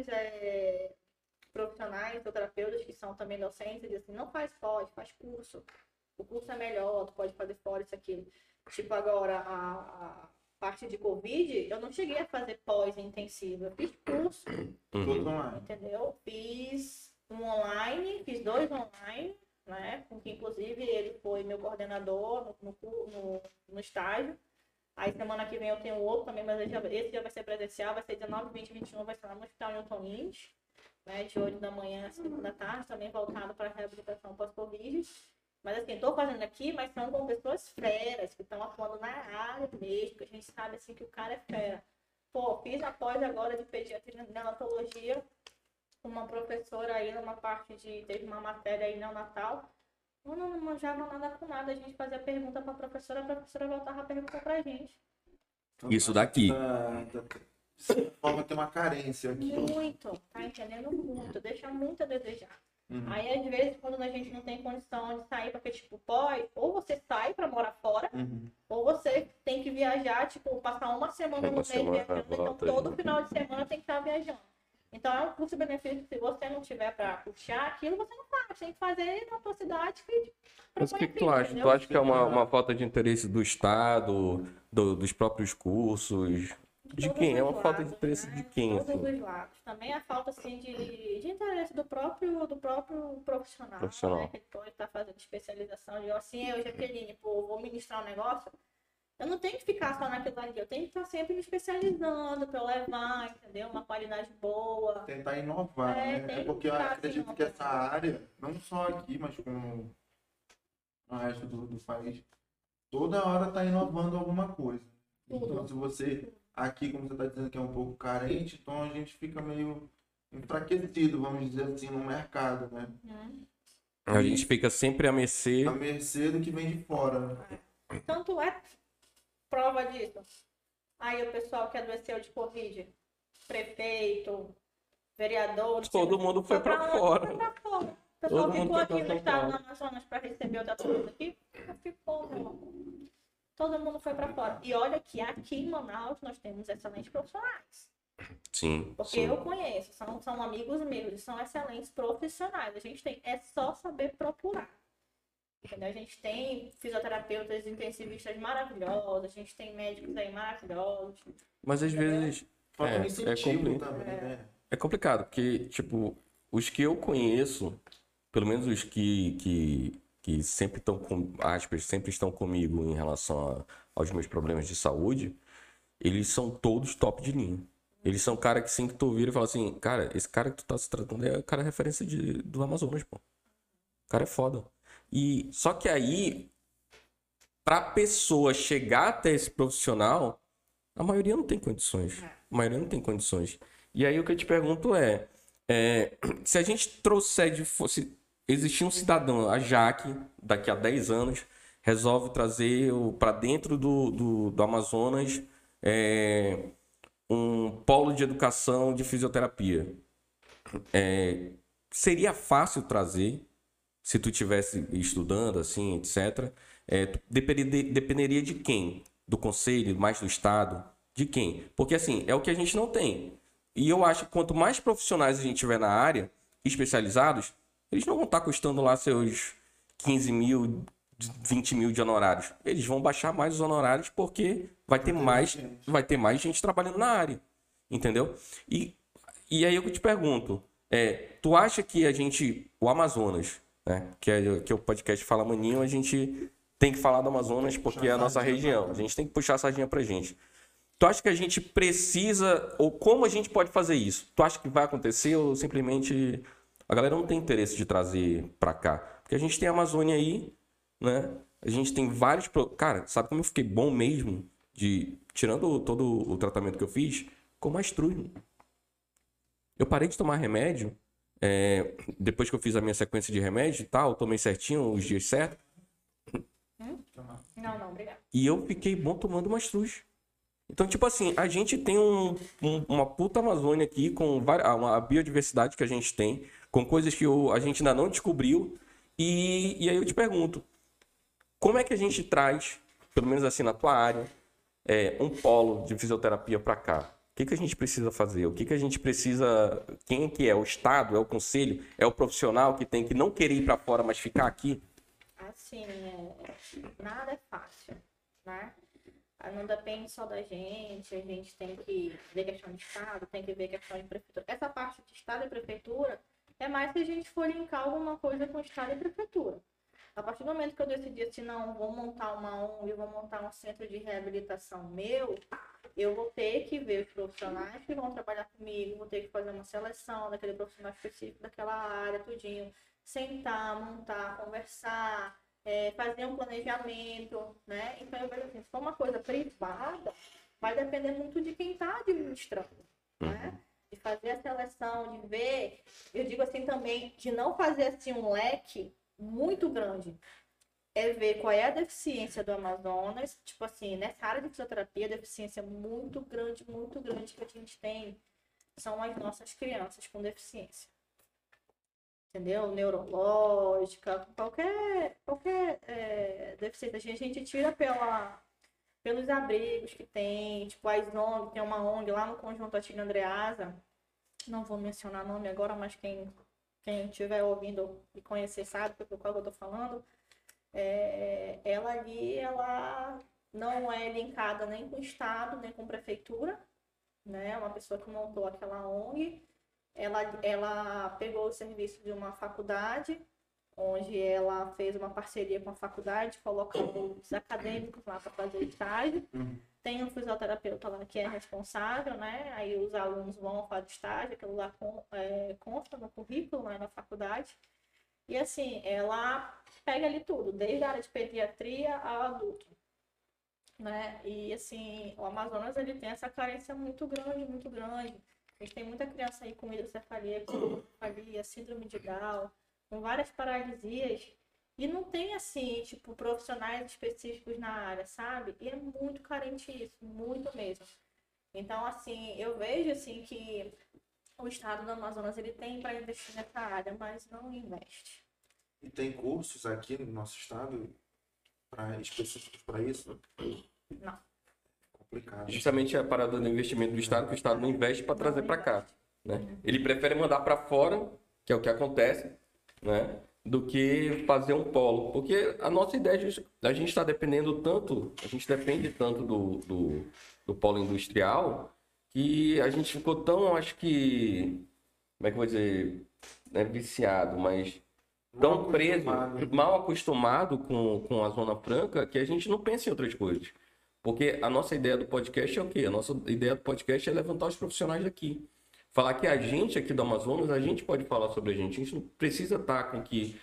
profissionais, fisioterapeutas que são também docentes, e dizem assim, não faz pós, faz curso. O curso é melhor, tu pode fazer fora isso, aquilo. Tipo, agora, a parte de Covid, eu não cheguei a fazer pós-intensivo. Eu fiz curso, entendeu? Fiz um online, fiz 2 online, né? Porque, inclusive, ele foi meu coordenador no estágio. Aí semana que vem eu tenho outro também, mas esse já vai ser presencial, vai ser 19, 20 e 21, vai ser lá no Hospital Newton Lins, né, de 8 da manhã a 5 da tarde, também voltado para a reabilitação pós-Covid. Mas assim, estou fazendo aqui, mas são com pessoas feras, que estão atuando na área mesmo, que a gente sabe assim que o cara é fera. Pô, fiz a pós agora de pediatria e neonatologia, uma professora aí numa parte teve uma matéria aí neonatal. Eu não manjava nada com nada, a gente fazia pergunta pra professora, a professora voltava a perguntar pra gente. Isso daqui. De certa forma tem uma carência aqui. Muito, tá entendendo? Muito, deixa muito a desejar. Aí, às vezes, quando a gente não tem condição de sair, porque, tipo, pode, ou você sai pra morar fora, ou você tem que viajar, tipo, passar uma semana no mês viajando, então todo final de semana tem que estar viajando. Então, é um custo-benefício. Se você não tiver para puxar aquilo, você não faz. Tem que fazer na sua cidade. Mas o que tu acha? Tu acha que é uma falta de interesse do Estado, dos próprios cursos? De quem? É uma falta de interesse de quem? Todos os lados. Também a falta, assim, de interesse do próprio profissional. Né? Que pode estar fazendo especialização. Eu, Jaqueline, vou ministrar um negócio. Eu não tenho que ficar só naquilo ali, eu tenho que estar sempre me especializando para levar, entendeu? Uma qualidade boa. Tentar inovar, né? É porque eu acredito que essa área, não só aqui, mas como no resto do país, toda hora está inovando alguma coisa. Tudo. Então, se você, aqui, como você está dizendo que é um pouco carente, então a gente fica meio enfraquecido, vamos dizer assim, no mercado, né? A gente fica sempre à mercê. À mercê do que vem de fora, né? Tanto é prova disso. Aí o pessoal que adoeceu de Covid, prefeito, vereador... Todo mundo foi para fora. O pessoal ficou aqui no estado do Amazonas para receber o tratamento aqui, ficou, meu amor. todo mundo foi para fora. E olha que aqui em Manaus nós temos excelentes profissionais. Sim. Porque sim. eu conheço, são amigos meus, são excelentes profissionais. A gente tem, é só saber procurar. Entendeu? A gente tem fisioterapeutas intensivistas maravilhosos, a gente tem médicos aí maravilhosos. Mas às vezes Falta um incentivo também, né? é complicado, porque, tipo, os que eu conheço, pelo menos os que sempre estão com aspas, sempre estão comigo em relação aos meus problemas de saúde, eles são todos top de linha. Eles são cara que sempre que tu vira e fala assim, cara, esse cara que tu tá se tratando é o cara referência do Amazonas, pô. O cara é foda. E só que aí, pra pessoa chegar até esse profissional, a maioria não tem condições. A maioria não tem condições. E aí o que eu te pergunto se a gente trouxer se existir um cidadão, a Jaque, daqui a 10 anos, resolve trazer para dentro do Amazonas um polo de educação de fisioterapia. Seria fácil trazer, se tu estivesse estudando, assim, etc. Dependeria de quem? Do conselho, mais do Estado? De quem? Porque, assim, é o que a gente não tem. E eu acho que quanto mais profissionais a gente tiver na área, especializados, eles não vão estar custando lá seus 15 mil, 20 mil de honorários. Eles vão baixar mais os honorários porque vai ter mais gente trabalhando na área. Entendeu? E aí eu te pergunto, tu acha que o Amazonas, né, que é o podcast Fala Maninho, a gente tem que falar do Amazonas porque é a nossa região. A gente tem que puxar a sardinha pra gente. Tu acha que a gente precisa, ou como a gente pode fazer isso? Tu acha que vai acontecer ou simplesmente a galera não tem interesse de trazer pra cá? Porque a gente tem a Amazônia aí, né? A gente tem vários... Cara, sabe como eu fiquei bom mesmo? Tirando todo o tratamento que eu fiz, com mastruz. Eu parei de tomar remédio, depois que eu fiz a minha sequência de remédio e tal, tomei certinho, os dias certos. Não, obrigada. E eu fiquei bom tomando mastruz. Então, tipo assim, a gente tem uma puta Amazônia aqui, com uma biodiversidade que a gente tem, com coisas que a gente ainda não descobriu. E aí eu te pergunto, como é que a gente traz, pelo menos assim na tua área, um polo de fisioterapia para cá? O que a gente precisa fazer? O que a gente precisa... Quem que é? O Estado? É o Conselho? É o profissional que tem que não querer ir para fora, mas ficar aqui? Assim, nada é fácil, né? Não depende só da gente, a gente tem que ver questão de Estado, tem que ver questão de Prefeitura. Essa parte de Estado e Prefeitura é mais se a gente for linkar alguma coisa com Estado e Prefeitura. A partir do momento que eu decidi assim, não, vou montar uma ONG, vou montar um centro de reabilitação meu, eu vou ter que ver os profissionais que vão trabalhar comigo, vou ter que fazer uma seleção daquele profissional específico daquela área, tudinho, sentar, montar, conversar, fazer um planejamento, né? Então, eu vejo assim, se for uma coisa privada, vai depender muito de quem está administrando, né? De fazer a seleção, de ver, eu digo assim também, de não fazer assim um leque muito grande. É ver qual é a deficiência do Amazonas, tipo assim, nessa área de fisioterapia, a deficiência muito grande que a gente tem são as nossas crianças com deficiência. Entendeu? Neurológica, qualquer deficiência. A gente tira pelos abrigos que tem, tipo a ONG, tem uma ONG lá no Conjunto Atílio Andreasa, não vou mencionar nome agora, mas quem estiver ouvindo e conhecer sabe do qual eu tô falando. Ela ali, ela não é linkada nem com o Estado, nem com a Prefeitura, né? É uma pessoa que montou aquela ONG. Ela pegou o serviço de uma faculdade, onde ela fez uma parceria com a faculdade, colocou os acadêmicos lá para fazer estágio. Tem um fisioterapeuta lá que é responsável, né? Aí os alunos vão fazer estágio, aquilo lá consta no currículo, né, na faculdade. E assim, ela pega ali tudo, desde a área de pediatria ao adulto, né? E assim, o Amazonas ele tem essa carência muito grande, muito grande. A gente tem muita criança aí com hidrocefalia, síndrome de Down, com várias paralisias. E não tem, assim, tipo, profissionais específicos na área, sabe? E é muito carente isso, muito mesmo. Então, assim, eu vejo, assim, que o estado do Amazonas, ele tem para investir nessa área, mas não investe. E tem cursos aqui no nosso estado específicos para isso? Não. Complicado. Justamente a parada do investimento do Estado, que o Estado não investe para trazer para cá, né? Ele prefere mandar para fora, que é o que acontece, né? Do que fazer um polo. Porque a nossa ideia, a gente está dependendo tanto, a gente depende tanto do polo industrial, que a gente ficou tão, acho que, como é que eu vou dizer, não é viciado, mas tão preso, mal acostumado com a Zona Franca, que a gente não pensa em outras coisas. Porque a nossa ideia do podcast é o quê? A nossa ideia do podcast é levantar os profissionais daqui. Falar que a gente aqui do Amazonas, a gente pode falar sobre a gente. A gente não precisa estar com que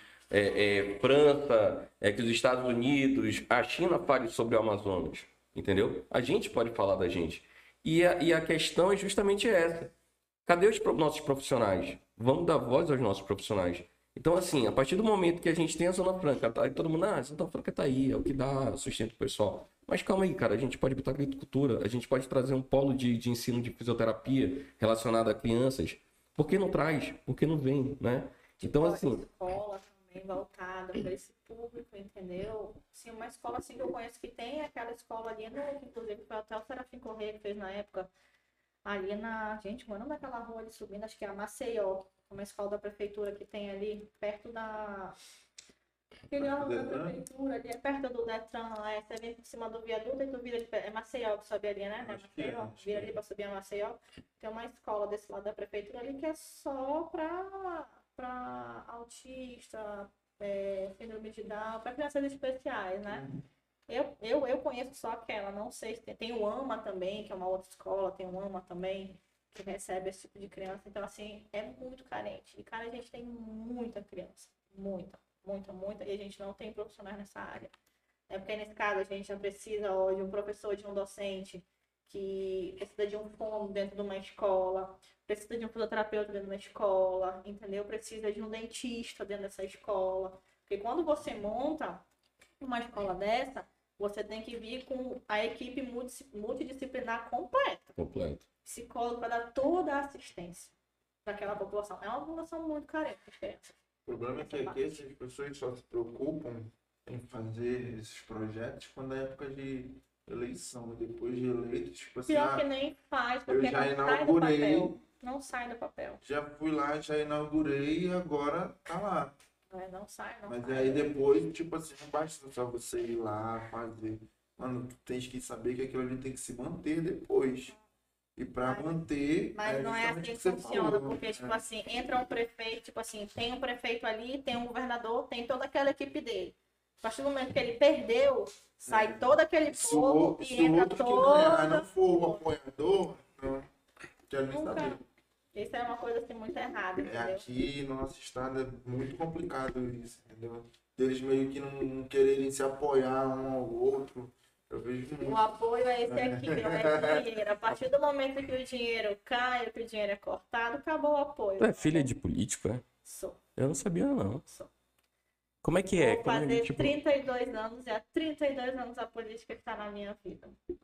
França, que os Estados Unidos, a China fale sobre o Amazonas. Entendeu? A gente pode falar da gente. E a questão é justamente essa. Cadê os nossos profissionais? Vamos dar voz aos nossos profissionais. Então, assim, a partir do momento que a gente tem a Zona Franca, tá, e todo mundo, a Zona Franca tá aí, é o que dá sustento pro pessoal. Mas calma aí, cara, a gente pode botar agricultura, a gente pode trazer um polo de ensino de fisioterapia relacionado a crianças. Por que não traz? Por que não vem, né? Então, assim... Escola também voltada para esse público, entendeu? Sim, uma escola assim que eu conheço que tem aquela escola ali, inclusive foi até o Serafim Corrêa que fez na época, ali gente, qual é o nome daquela rua ali subindo? Acho que é a Maceió, uma escola da prefeitura que tem ali, perto da... Aquele órgão da prefeitura ali, é perto do Detran, você vem por cima do viaduto e tu vira é Maceió que sobe ali, né? Maceió, vira ali pra subir a Maceió. Tem uma escola desse lado da prefeitura ali que é só pra autista, síndrome de Down, pra crianças especiais, né? Eu conheço só aquela, não sei se tem o AMA também, que é uma outra escola, tem o AMA também, que recebe esse tipo de criança. Então, assim, é muito carente. E, cara, a gente tem muita criança, muita, e a gente não tem profissionais nessa área. Porque, nesse caso, a gente já precisa de um professor, de um docente, que precisa de um fono dentro de uma escola, precisa de um fisioterapeuta dentro de uma escola, entendeu? Precisa de um dentista dentro dessa escola. Porque quando você monta uma escola dessa, você tem que vir com a equipe multidisciplinar completa. Psicólogo para dar toda a assistência para aquela população. É uma população muito carente de crianças. O problema é que aqui essas pessoas só se preocupam em fazer esses projetos quando é época de eleição. Depois de eleito, tipo assim, pior que nem faz, porque eu já não inaugurei, sai do papel. Não sai do papel. Já fui lá, já inaugurei e agora tá lá. Não sai. Mas aí depois, tipo assim, não basta só você ir lá fazer. Mano, tu tens que saber que aquilo ali tem que se manter depois. E para manter. Mas não é assim que funciona, porque, tipo assim, entra um prefeito, tipo assim, tem um prefeito ali, tem um governador, tem toda aquela equipe dele. A partir do momento que ele perdeu, sai todo aquele povo e entra todo. Se o outro que não for o apoiador, não quero nem saber. Isso é uma coisa assim muito errada, entendeu? Aqui no nosso estado é muito complicado isso, entendeu? Eles meio que não quererem se apoiar um ao outro. Eu vejo muito. O apoio é esse aqui, não é dinheiro. A partir do momento que o dinheiro cai, que o dinheiro é cortado, acabou o apoio. Tu é filha de político, é? Sou. Eu não sabia, não. Sou. Como é que é? Vou fazer 32 anos e há 32 anos a política está na minha vida.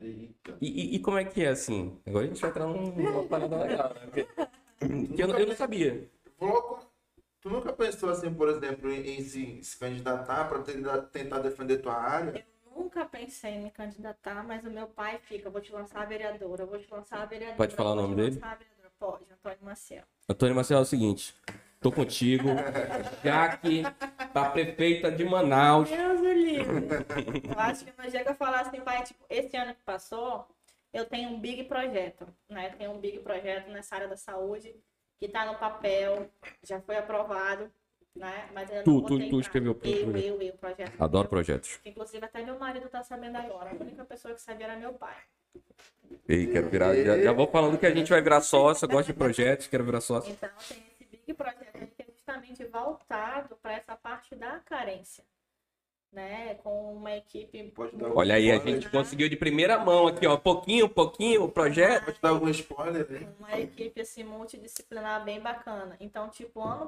E como é que é, assim? Agora a gente vai entrar numa parada legal, né? Porque eu não sabia. Tu nunca pensou assim, por exemplo, em se candidatar para tentar defender tua área? Eu nunca pensei em me candidatar, mas o meu pai fica, vou te lançar a vereadora, vou te lançar a vereadora. Pode falar o nome dele? Pode, Antônio Maciel. Antônio Maciel, é o seguinte, tô contigo, Jaque, tá prefeita de Manaus. Deus do livre. Eu acho que no dia que eu falar assim, pai, tipo, esse ano que passou, eu tenho um big projeto, né? Tenho um big projeto nessa área da saúde, que tá no papel, já foi aprovado, né? Mas ainda não Tu escreveu o projeto. Eu, projeto. Adoro projetos. Inclusive, até meu marido tá sabendo agora. A única pessoa que sabia era meu pai. Ei, quero virar. Já vou falando que a gente vai virar sócio. Eu gosto de projetos, quero virar sócio. Então, tem esse big projeto aí que é justamente voltado para essa parte da carência, né? Com uma equipe. Olha aí, a gente conseguiu de primeira mão aqui, ó. Pouquinho o projeto. Pode dar algum spoiler, né? Uma equipe assim multidisciplinar bem bacana. Então, tipo, ano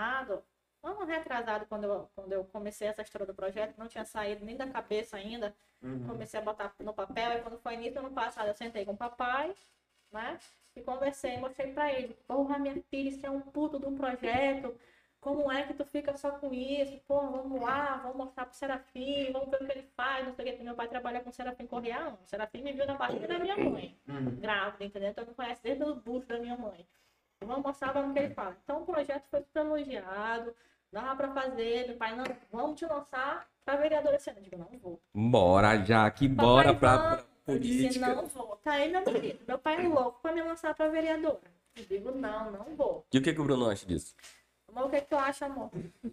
retrasado, quando eu comecei essa história do projeto, não tinha saído nem da cabeça ainda. Comecei a botar no papel, e quando foi início do ano passado, eu sentei com o papai, né? E conversei, mostrei pra ele. Porra, minha filha, isso é um puto de um projeto. como é que tu fica só com isso? Pô, vamos lá, vamos mostrar pro Serafim, vamos ver o que ele faz, não sei o que. Meu pai trabalha com o Serafim Correia há anos. O Serafim me viu na barriga da minha mãe, grávida, entendeu? Então me conhece desde o bucho da minha mãe. Vamos mostrar, vamos ver o que ele fala. Então o projeto foi super elogiado, dava pra fazer. Meu pai, não, vamos te lançar pra vereadora esse ano. Eu digo, não vou. Bora, Jaque, bora pra Eu disse, política. não vou. Tá aí, meu marido. Meu pai é louco pra me lançar pra vereadora. Eu digo, não, não vou. E o que o Bruno acha disso? Mas o que tu acha, amor?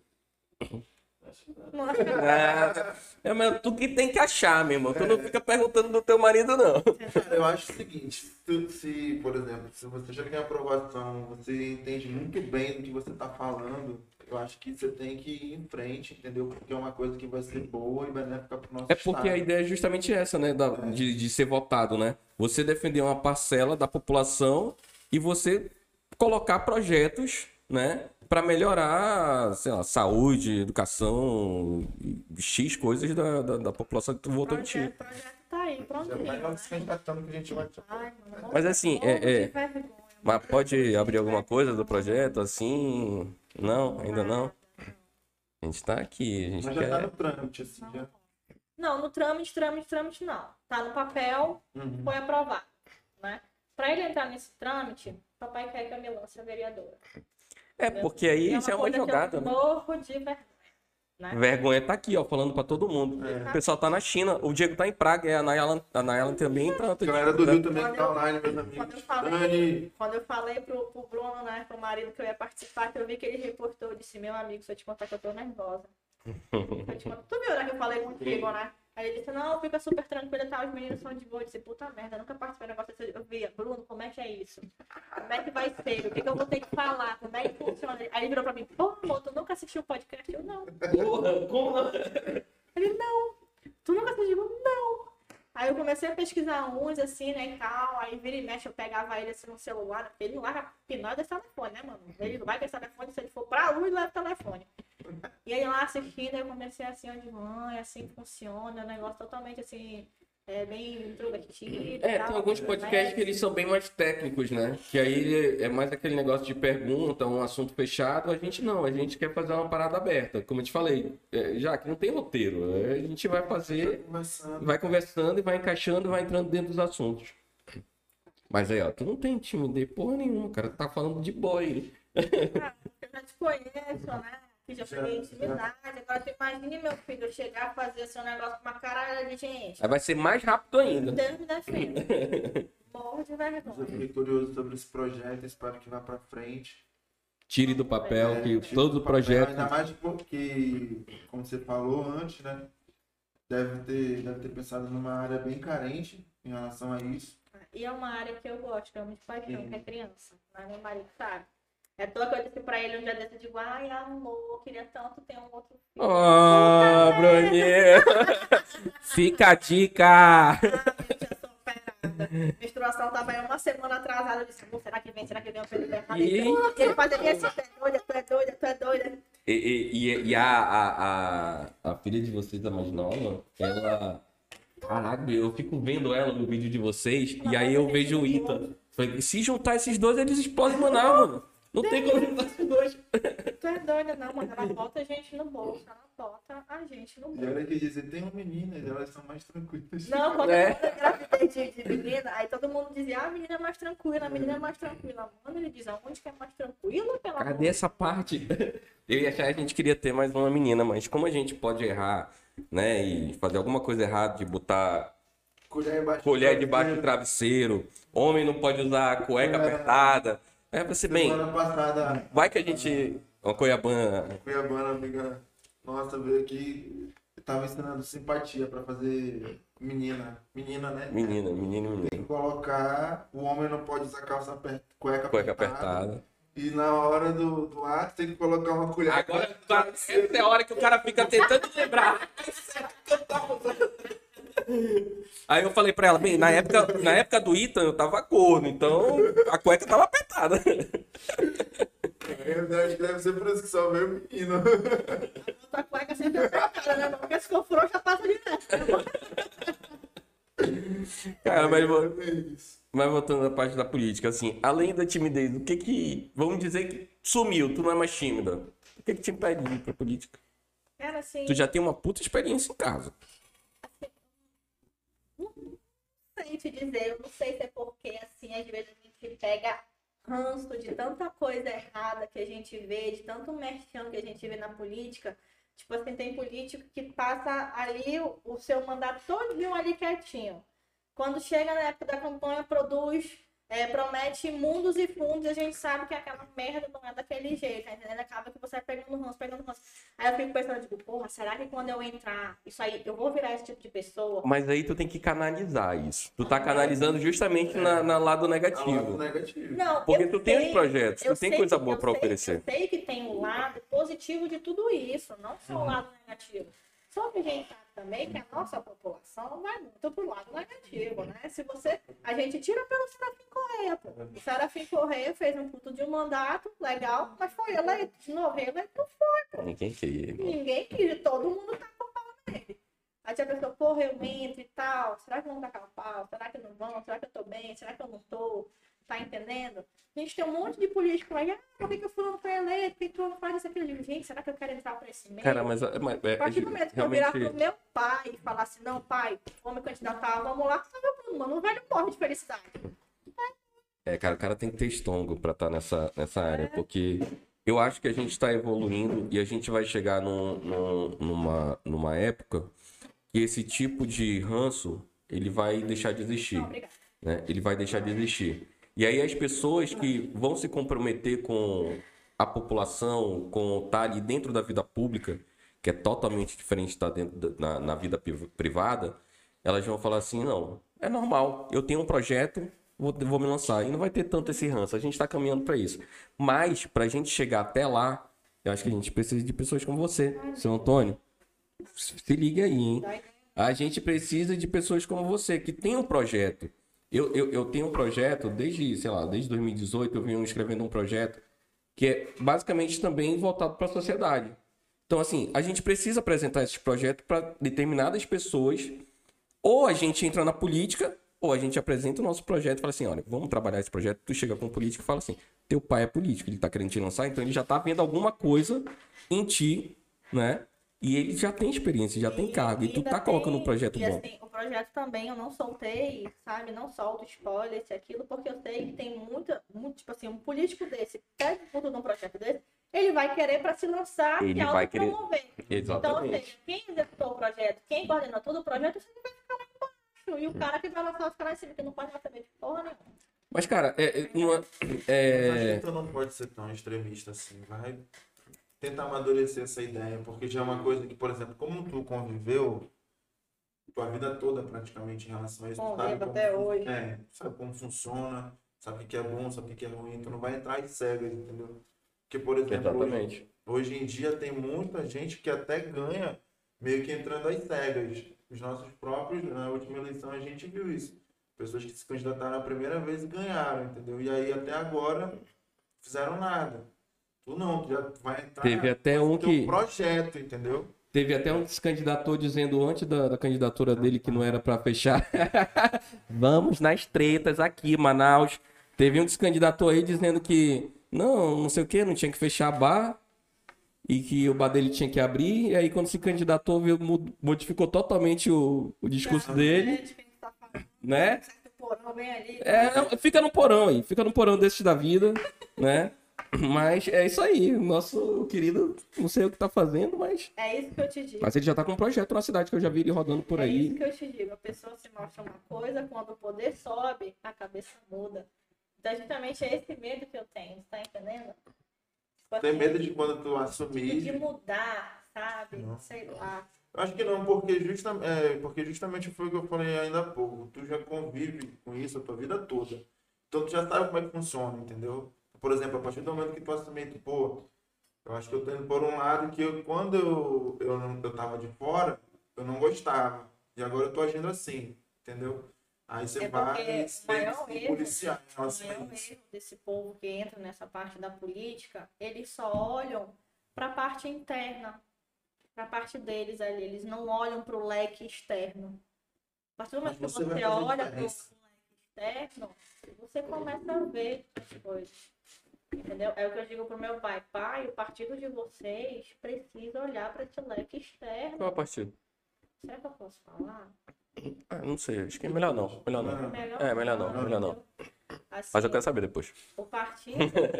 Mas tu que tem que achar, meu irmão. Tu não fica perguntando do teu marido, não. Cara, eu acho o seguinte, se, por exemplo, se você já tem aprovação, você entende muito bem do que você tá falando, eu acho que você tem que ir em frente, entendeu? Porque é uma coisa que vai ser boa e benéfica pro nosso É porque a estado. ideia é justamente essa, né? De ser votado, né? Você defender uma parcela da população e você colocar projetos, né? Para melhorar, sei lá, saúde, educação, X coisas da população que tu votou em ti. O projeto tá aí, Já prontinho. vai Né? logo se candidatando que a gente vai... Ai, mano, Mas assim, morro de vergonha. mas pode abrir alguma coisa do projeto, assim? Não, ainda não. A gente tá aqui, a gente Mas já tá quer... no trâmite, assim, já. Não, no trâmite não. Tá no papel, foi aprovado, né? Pra ele entrar nesse trâmite, papai quer que eu me lance a vereadora. porque aí É isso é uma coisa que jogada, eu né? morro de vergonha, né? Vergonha tá aqui, ó, falando pra todo mundo. O pessoal tá na China, o Diego tá em Praga, e a Nayala também tá... A galera do Rio também que tá online, meus amigos. Quando eu falei pro Bruno, né, pro marido que eu ia participar, que eu vi que ele reportou, eu disse, meu amigo, se eu te contar que eu tô nervosa. Tu viu, né, que eu falei contigo, né? Aí ele disse, não, fica super tranquila, tá, os meninos são de boa. Eu disse, puta merda, eu nunca participei de um negócio desse. Eu via, Bruno, como é que é isso? Como é que vai ser? O que eu vou ter que falar? Como é que funciona? Aí ele virou pra mim, pô, amor, tu nunca assistiu um podcast? Eu, não. Porra, como não? Ele, não. Tu nunca assistiu? Não. Aí eu comecei a pesquisar uns, assim, né, e tal. Aí vira e mexe, eu pegava ele, assim, no celular, porque ele não larga pinóide desse telefone, né, mano? Ele não vai com esse telefone, se ele for pra luz, leva o telefone. E aí lá assistindo, eu comecei assim, eu digo, é assim que funciona, é um negócio totalmente, assim, bem introvertido. Tem alguns podcasts que eles são bem mais técnicos, né? Que aí é mais aquele negócio de pergunta, um assunto fechado. A gente não, a gente quer fazer uma parada aberta. Como eu te falei, já que não tem roteiro, a gente vai fazer, vai conversando e vai encaixando e vai entrando dentro dos assuntos. Mas aí, ó, tu não tem timidez porra nenhuma, cara. Tu tá falando de boy. Eu já te conheço, né? Que já peguei intimidade. Agora tu imagine, meu filho, eu chegar a fazer assim, um negócio com uma cara de gente. Aí vai ser mais rápido ainda. Deus me defenda. Morro de Eu vergonha. fiquei curioso sobre esse projeto, espero que vá pra frente. Tire do papel que Tipo, todo o projeto... Ainda mais porque, como você falou antes, né? Deve ter pensado numa área bem carente em relação a isso. E é uma área que eu gosto, que é muito paixão, que é criança. Mas meu marido sabe. É toda que eu disse pra ele um dia desse, eu digo, ai amor, queria tanto ter um outro filho. Oh, Bruninho! Fica a dica! Ah, eu já sou operada. Menstruação tava aí uma semana atrasada. Eu disse, será que vem? Será que vem? Eu falei, ele fazia assim, tu é doida. E a filha de vocês, a mais nova, ela... Caraca, eu fico vendo ela no vídeo de vocês e aí eu vejo o Ita. Falei, se juntar esses dois, eles explodem Manaus, mano. Não tem como juntar esses dois. Tu é doida, não, mano. Ela bota a gente no bolso. Ela bota a gente no E bolso. olha que dizer, tem uma menina, elas são mais tranquilas. Não, quando eu engravidei de menina, aí todo mundo dizia, a menina é mais tranquila, a menina é mais tranquila. Mano, ele diz, aonde que é mais tranquila? Pelo amor Cadê essa parte? Eu e a Chay, a gente queria ter mais uma menina, mas como a gente pode errar, né, e fazer alguma coisa errada, de botar colher debaixo do travesseiro, homem não pode usar cueca apertada. Você bem, Semana passada, vai que a gente... Uma Cuiabana. Cuiabana, amiga nossa, veio aqui e tava ensinando simpatia pra fazer menina, né? Menina. Tem que colocar, o homem não pode usar cueca Cueca apertada. E na hora do ato tem que colocar uma colher. Agora, essa é a hora que o cara fica tentando lembrar. Aí eu falei pra ela, bem, na época do Ethan eu tava corno, então a cueca tava apertada. Eu acho que deve ser por isso que só veio menino. a cueca sempre apertada, né? Porque se for frouxa, passa direto. Cara, mas voltando à parte da política, assim, além da timidez, o que, vamos dizer que sumiu, tu não é mais tímida. O que te impede de ir pra política? Cara, assim... Tu já tem uma puta experiência em casa. Não sei te dizer, eu não sei se é porque, assim, às vezes a gente pega ranço de tanta coisa errada que a gente vê, de tanto merchan que a gente vê na política. Tipo assim, tem político que passa ali o seu mandato todinho ali quietinho. Quando chega na época da campanha, promete mundos e fundos, e a gente sabe que aquela merda não é daquele jeito, tá entendendo? Acaba que você vai pegando ranço. Aí eu fico pensando, tipo, porra, será que quando eu entrar, isso aí, eu vou virar esse tipo de pessoa? Mas aí tu tem que canalizar isso. Tu tá canalizando justamente na lado negativo. Não, porque tu tem os projetos, tu tem coisa boa pra oferecer. Eu sei que tem um lado positivo de tudo isso, não só o lado negativo. Só que a gente sabe também que a nossa população vai muito pro lado negativo, né? A gente tira pelo Serafim Correia, pô. O Serafim Correia fez um puto de um mandato legal, mas foi eleito de novo, reeleito não foi, pô. Ninguém queria. Ninguém quis, todo mundo tá com pau nele. Aí tinha a pessoa, porra, eu entro e tal, será que não tacar o pau? Será que não vão? Será que eu tô bem? Será que eu não tô? Tá entendendo? A gente tem um monte de político aí, por que o fulano foi eleito? Por que tu não faz isso aqui? Eu digo, gente, será que eu quero entrar pra esse meio? Cara, mas a partir do momento que eu virar pro meu pai e falar assim, não, pai, vou me candidatar, vamos lá, mano, o velho morre de felicidade. Cara, o cara tem que ter estômago pra estar nessa área, porque eu acho que a gente tá evoluindo e a gente vai chegar numa época que esse tipo de ranço, ele vai deixar de existir. Né? Ele vai deixar de existir. E aí as pessoas que vão se comprometer com a população, com estar ali dentro da vida pública, que é totalmente diferente de estar dentro na vida privada, elas vão falar assim, não, é normal, eu tenho um projeto, vou me lançar. E não vai ter tanto esse ranço, a gente está caminhando para isso. Mas, para a gente chegar até lá, eu acho que a gente precisa de pessoas como você, seu Antônio. Se liga aí, hein? A gente precisa de pessoas como você, que tem um projeto. Eu tenho um projeto desde 2018, eu venho escrevendo um projeto que é basicamente também voltado para a sociedade. Então, assim, a gente precisa apresentar esse projeto para determinadas pessoas. Ou a gente entra na política, ou a gente apresenta o nosso projeto e fala assim, olha, vamos trabalhar esse projeto. Tu chega com o político e fala assim, teu pai é político, ele tá querendo te lançar, então ele já tá vendo alguma coisa em ti, né? E ele já tem experiência, já tem cargo. E tu tá colocando um projeto bom. Assim, o projeto também eu não soltei, sabe? Não solto spoiler, isso e aquilo, porque eu sei que tem muito, tipo assim, um político desse, pega tudo num projeto desse, ele vai querer para se lançar e autopromover. Exatamente. Então, ou seja, quem executou o projeto, quem coordenou todo o projeto, você vai ficar lá embaixo. E o cara que vai lançar vai ficar lá em cima, que não pode mais saber de porra nenhuma. Mas, cara, Mas acho que tu não pode ser tão extremista assim, vai tentar amadurecer essa ideia, porque já é uma coisa que, por exemplo, como tu conviveu tua vida toda praticamente em relação a isso, tu sabe como, até hoje. Sabe como funciona, sabe o que é bom, sabe o que é ruim, tu não vai entrar em cegas, entendeu? Porque, por exemplo, hoje em dia tem muita gente que até ganha meio que entrando às cegas. Os nossos próprios, na última eleição a gente viu isso. Pessoas que se candidataram a primeira vez e ganharam, entendeu? E aí até agora fizeram nada. Tu não, tu já vai entrar no teu projeto, entendeu? Teve até um que se candidatou dizendo antes da candidatura dele que não era para fechar. Vamos nas tretas aqui, Manaus. Teve um que se candidatou aí dizendo que não sei o que, não tinha que fechar bar e que o bar dele tinha que abrir. E aí quando se candidatou, modificou totalmente o discurso dele. Né? Fica no porão aí, fica no porão desse da vida, né? Mas é isso aí, o nosso querido, não sei o que tá fazendo, mas... É isso que eu te digo. Mas ele já tá com um projeto na cidade, que eu já vi ele rodando por aí. É isso que eu te digo, a pessoa se mostra uma coisa, quando o poder sobe, a cabeça muda. Então, justamente é esse medo que eu tenho, tá entendendo? Tipo, tem medo de quando tu assumir... De mudar, sabe? Não. Sei lá. Acho que não, porque justamente foi o que eu falei ainda há pouco. Tu já convive com isso a tua vida toda. Então, tu já sabe como é que funciona, entendeu? Por exemplo, a partir do momento que tu assumir, eu acho que eu tô indo por um lado que quando eu tava de fora, eu não gostava. E agora eu tô agindo assim, entendeu? Aí você vai se policiar em relação a isso. O maior erro desse povo que entra nessa parte da política, eles só olham para a parte interna, para a parte deles ali. Eles não olham para o leque externo. A partir do momento que você olha para o leque externo, você começa a ver as coisas. Entendeu? É o que eu digo pro meu pai. Pai, o partido de vocês precisa olhar para esse leque externo. Qual é o partido? Será que eu posso falar? Ah, não sei, acho que é melhor não. Melhor não. Melhor não. Entendeu? Assim, Mas eu quero saber depois. o partido,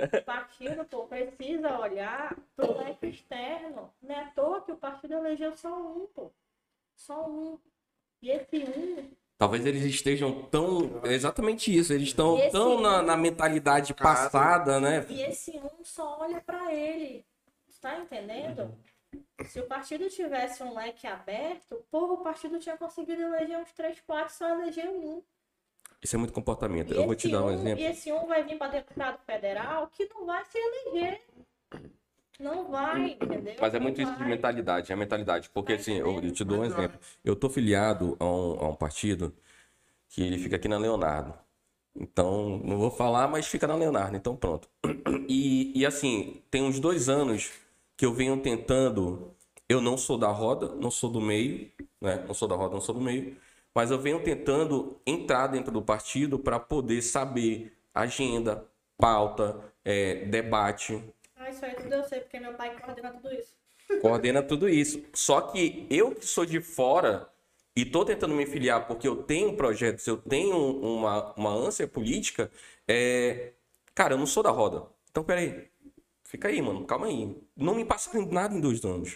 pô, precisa olhar pro leque externo. Não é à toa que o partido elegeu só um, pô. Só um. E esse um... Talvez eles estejam tão... É exatamente isso, eles estão tão na mentalidade passada, né? E esse um só olha pra ele. Tá entendendo? Se o partido tivesse um leque aberto, porra, o partido tinha conseguido eleger uns 3, 4, só elegeu um. Isso é muito comportamento. E Eu vou te dar um exemplo. E esse um vai vir para deputado federal que não vai se eleger. Não vai, entendeu? Mas é muito isso de mentalidade, é mentalidade. Porque assim, eu te dou um exemplo. Eu tô filiado a um partido que ele fica aqui na Leonardo. Então, não vou falar, mas fica na Leonardo. Então, pronto. E assim, tem uns 2 anos que eu venho tentando... Eu não sou da roda, não sou do meio, né? Não sou da roda, não sou do meio. Mas eu venho tentando entrar dentro do partido para poder saber agenda, pauta, debate. Isso aí tudo eu sei, porque meu pai coordena tudo isso. Coordena tudo isso. Só que eu que sou de fora e tô tentando me filiar porque eu tenho projetos, eu tenho uma ânsia política, cara, eu não sou da roda. Então, peraí. Fica aí, mano. Calma aí. Não me passa nada em 2 anos.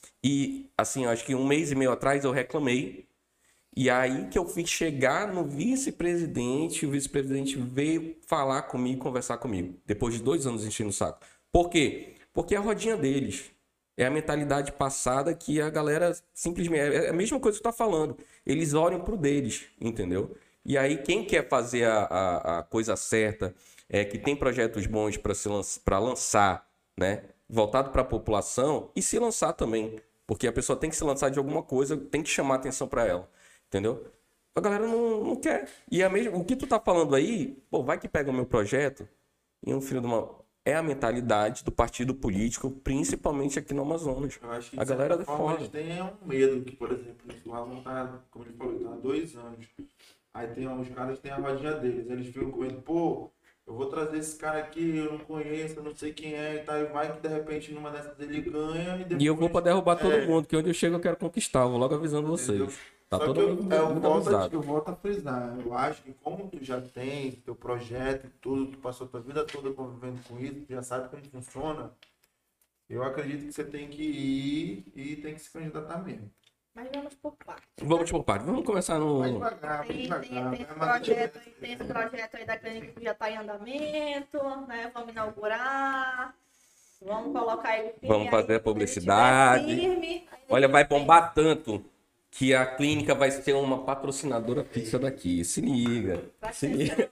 E, assim, eu acho que 1 mês e meio atrás eu reclamei. E aí que eu fui chegar no vice-presidente, o vice-presidente veio falar comigo, conversar comigo. Depois de 2 anos enchendo o saco. Por quê? Porque é a rodinha deles. É a mentalidade passada que a galera simplesmente... É a mesma coisa que tu tá falando. Eles olham pro deles, entendeu? E aí quem quer fazer a coisa certa, que tem projetos bons para lançar, né? Voltado para a população e se lançar também. Porque a pessoa tem que se lançar de alguma coisa, tem que chamar atenção para ela. Entendeu? A galera não quer. E o que tu tá falando aí, pô, vai que pega o meu projeto e um filho de uma... É a mentalidade do partido político, principalmente aqui no Amazonas. Eu acho que a galera é forma, fora. Eles têm um medo que, por exemplo, o Alan tá, como ele falou, tá há 2 anos. Aí tem os caras que têm a rodinha deles. Eles ficam com medo, pô, eu vou trazer esse cara aqui, eu não conheço, eu não sei quem é e tal. E vai que de repente numa dessas ele ganha e depois... E eu vou pra derrubar todo mundo, que onde eu chego eu quero conquistar. Eu vou logo avisando vocês. Entendeu? Tá Só todo que mundo eu volto a frisar. Eu acho que como tu já tem teu projeto e tudo, tu passou tua vida toda convivendo com isso, tu já sabe como funciona, eu acredito que você tem que ir e tem que se candidatar mesmo. Mas vamos por partes. Vamos por parte. Vamos começar no... Vai devagar, vai devagar. Tem esse projeto aí da clínica que já está em andamento, né? Vamos inaugurar. Vamos colocar ele firme. Vamos fazer a publicidade. Olha, vai bombar tanto que a clínica vai ser uma patrocinadora fixa daqui. Se liga. Se liga.